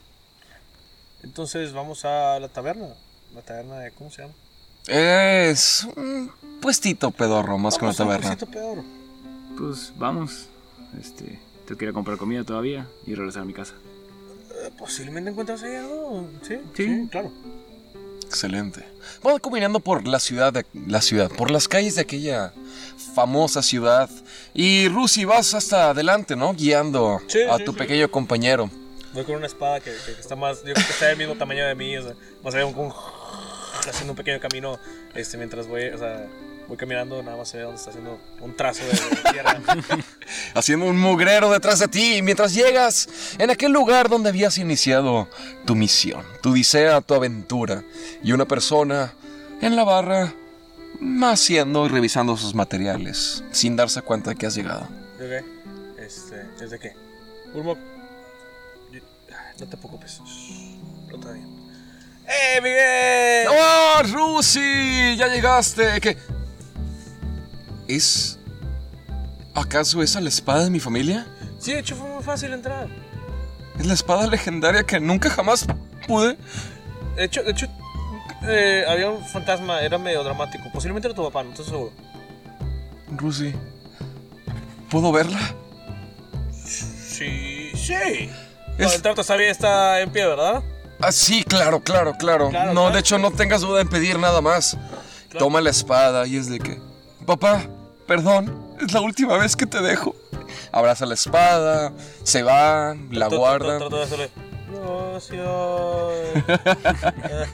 Entonces vamos a la taberna. La taberna de, ¿cómo se llama? Es un puestito pedorro, más que una Vamos a un taberna. puestito pedorro. Pues vamos. Este, tengo que ir a comprar comida todavía y regresar a mi casa. Eh, Posiblemente encuentras ahí algo. Sí, sí, Sí. claro. Excelente. Vamos caminando por la ciudad, de, la ciudad, por las calles de aquella famosa ciudad. Y Rusi, vas hasta adelante, ¿no? Guiando Sí, a sí, tu sí. pequeño compañero. Voy con una espada que, que está más. Yo creo que está del mismo tamaño de mí. O sea, más allá un, un- haciendo un pequeño camino. Este, mientras voy, o sea, voy caminando, nada más se ve donde está haciendo un trazo de, de tierra. Haciendo un mugrero detrás de ti mientras llegas en aquel lugar donde habías iniciado tu misión, tu odisea, tu aventura. Y una persona en la barra haciendo y revisando sus materiales sin darse cuenta de que has llegado. Ok. Este, ¿desde qué? Urmok. Yo- No te preocupes. No está bien. ¡Eh, Miguel! ¡Oh, Rusi! ¡Ya llegaste! ¿Qué? ¿Es... ¿Acaso esa la espada de mi familia? Sí, de hecho fue muy fácil entrar. Es la espada legendaria que nunca jamás pude... De hecho, de hecho eh, había un fantasma, era medio dramático. Posiblemente era tu papá, no estoy seguro. Rusi, ¿puedo verla? Sí, sí. No, Es- el trato está bien, está en pie, ¿verdad? Ah, sí, claro, claro, claro. Claro, no, claro. de hecho, no tengas duda en pedir nada más. Claro. Toma la espada y es de que... Papá, perdón, es la última vez que te dejo. Abraza la espada, se va, la Trato- guarda. trato de hacerle, gracias.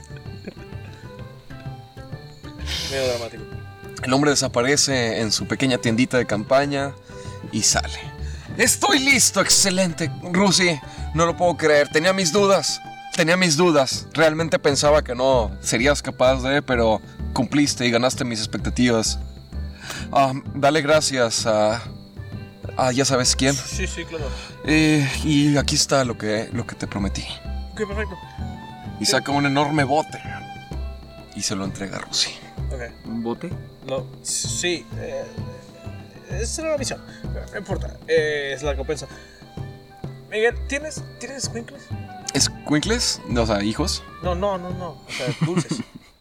Medio dramático. El hombre desaparece en su pequeña tiendita de campaña y sale. Estoy listo, excelente, Rusi. No lo puedo creer, tenía mis dudas. Tenía mis dudas. Realmente pensaba que no serías capaz de, pero cumpliste y ganaste mis expectativas. Ah, dale gracias a... a ya sabes quién. Sí, sí, claro. Eh, y aquí está lo que, lo que te prometí. Ok, perfecto. Y saca un enorme bote y se lo entrega a Rusi. Ok. ¿Un bote? No, sí. Eh, esa era la misión. No importa. Eh, es la recompensa. Miguel, ¿tienes, ¿tienes squinkles? ¿Escuincles? O sea, hijos. No, no, no, no. O sea, dulces.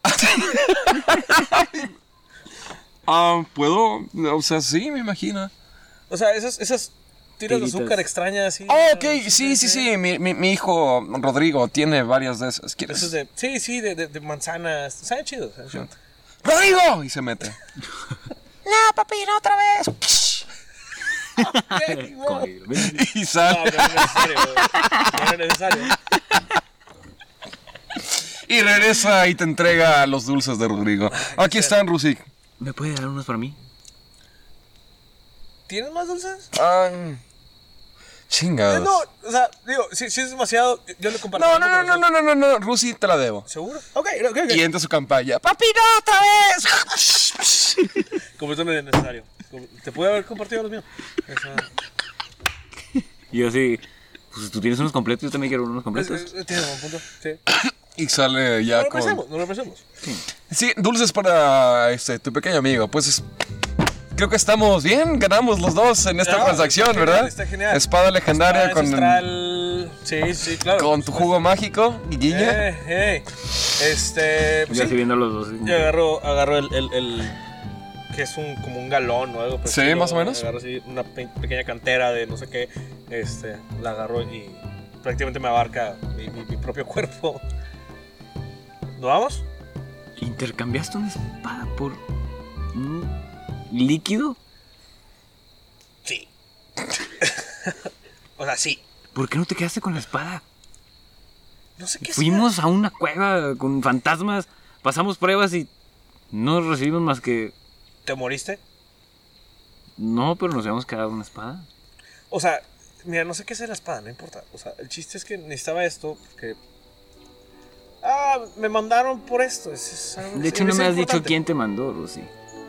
Ah, ¿puedo? O sea, sí, me imagino. O sea, esas, esas tiras de Tiritas. azúcar extrañas así. Oh, ok, sí, sí, sí. Mi, mi, mi hijo Rodrigo tiene varias de esas. ¿Quieres? Esos de, sí, sí, de, de, de manzanas. Saben chidos. saben chidos. ¡Rodrigo! Y se mete. no, papi, no otra vez. Ven, no. Con- Y No, sale. pero no es necesario. güey. No es necesario. Y regresa y te entrega los dulces de Rodrigo. Aquí están, Rusi. ¿Me puede dar unos para mí? ¿Tienes más dulces? Ah, Eh, chingados. no, o sea, digo, si, si es demasiado, yo- yo le comparto. No, no, no, no, no, no, no, no, Rusi, te la debo. ¿Seguro? Ok, ok, ok. Y entra su campaña. ¡Papi, no, otra vez! Completamente innecesario. Te pude haber compartido los míos. Eso- Y yo así, pues tú tienes unos completos, yo también quiero unos es- completos. es- Tienes un punto. Sí. Y sale No ya lo con... pensemos, no lo pensemos. Sí, dulces para este, tu pequeño amigo. Pues es- creo que estamos bien. Ganamos los dos en esta Ah, transacción, está genial, ¿verdad? está genial. Espada legendaria Espada con, ancestral. Sí, sí, claro. con tu jugo mágico y guiña. Eh, eh. Este. Yo así Sí, viendo los dos. así como yo que- agarro, agarro el, el, el- que es un como un galón o algo. por Sí, el estilo. más o menos. Agarro así una pe- pequeña cantera de no sé qué. Este, la agarro y prácticamente me abarca mi, mi- mi propio cuerpo. ¿Nos vamos? ¿Intercambiaste una espada por un líquido? Sí. O sea, sí. ¿Por qué no te quedaste con la espada? No sé qué Fuimos a una cueva con fantasmas, pasamos pruebas y no recibimos más que... sea. ¿Te moriste? No, pero nos habíamos quedado una espada. O sea, mira, no sé qué es la espada, no importa. O sea, el chiste es que necesitaba esto porque... Ah, me mandaron por esto. Es, es algo- De hecho, es no me has dicho importante. quién te mandó, Rosy.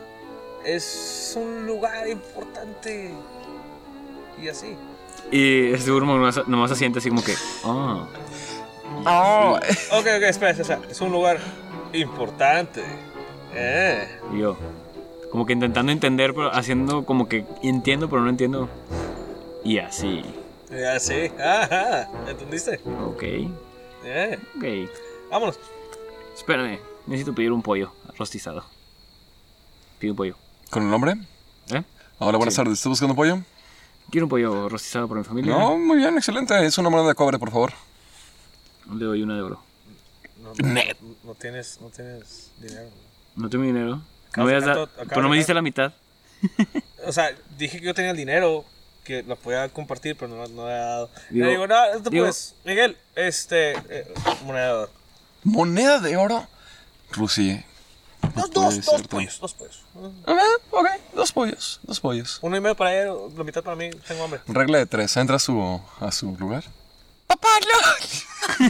Es un lugar importante. Y así. Y este Urmo nomás, nomás asiente así como que... Ah, Oh, Ok, ok, espera, espera. Es un lugar importante. Eh. y yo, como que intentando entender, pero haciendo como que entiendo, pero no entiendo. Y así. Ya sí. Ajá. ¿Entendiste? Ok, Eh. ok. Vámonos. Espérame, necesito pedir un pollo rostizado. Pido un pollo. ¿con el nombre? ¿Eh? Hola, buenas Sí. tardes. ¿Estás buscando pollo? Quiero un pollo rostizado para mi familia. No, muy bien, excelente. Es una moneda de cobre, por favor. Le doy una de oro. No, Net. no, no tienes, no tienes dinero. No tengo dinero. No Acabas me de has sacar dado- todo- acabas pero no me de diste sacar- la mitad. O sea, dije que yo tenía el dinero, que lo podía compartir, pero no, no he dado. Digo- Le digo, no, no te digo- puedes. Miguel, este, eh, moneda de oro. ¿Moneda de oro? Rusi. Dos, puede dos, ser dos tan- pollos, dos pollos. A ver, ok, dos pollos, dos pollos. Uno y medio para él, la mitad para mí, tengo hambre. Regla de tres, entra a su, a su lugar. ¡Papá, no!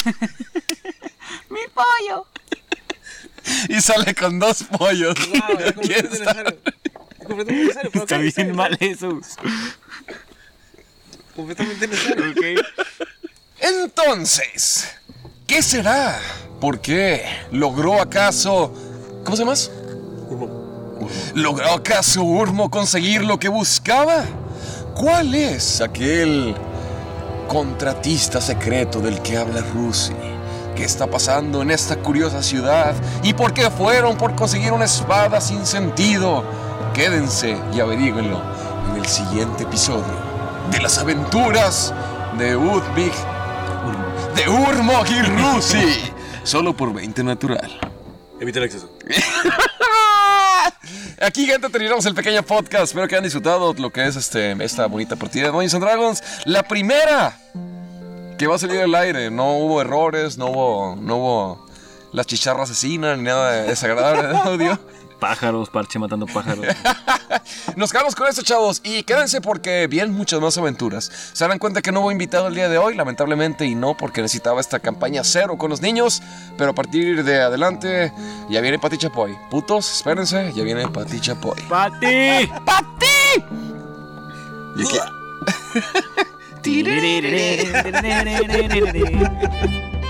¡Mi pollo! Y sale con dos pollos. Wow, era Aquí completamente está. necesario. Completamente necesario, pero Está ok, bien mal eso. Completamente necesario. Ok. Entonces, ¿qué será? ¿Por qué? ¿Logró acaso... ¿Cómo se llama? ¿Logró acaso Urmo conseguir lo que buscaba? ¿Cuál es aquel... contratista secreto del que habla Rusi. ¿Qué está pasando en esta curiosa ciudad? ¿Y por qué fueron por conseguir una espada sin sentido? Quédense y averíguenlo en el siguiente episodio de las aventuras de Udvig, de Urmog y Rusi. Solo por veinte Natural. Evita el exceso. Aquí, gente, terminamos el pequeño podcast. Espero que hayan disfrutado lo que es este, esta bonita partida de Dungeons and Dragons. La primera que va a salir al aire. No hubo errores, no hubo, no hubo las chicharras asesinas ni nada desagradable de audio. Pájaros, parche matando pájaros. Nos quedamos con esto, chavos. Y quédense porque vienen muchas más aventuras. Se dan cuenta que no hubo invitado el día de hoy, lamentablemente, y no porque necesitaba esta campaña cero con los niños. Pero a partir de adelante ya viene Pati Chapoy. Putos, espérense, ya viene Pati Chapoy. ¡Pati! ¡Pati! Y aquí... Tiririririririririririririr.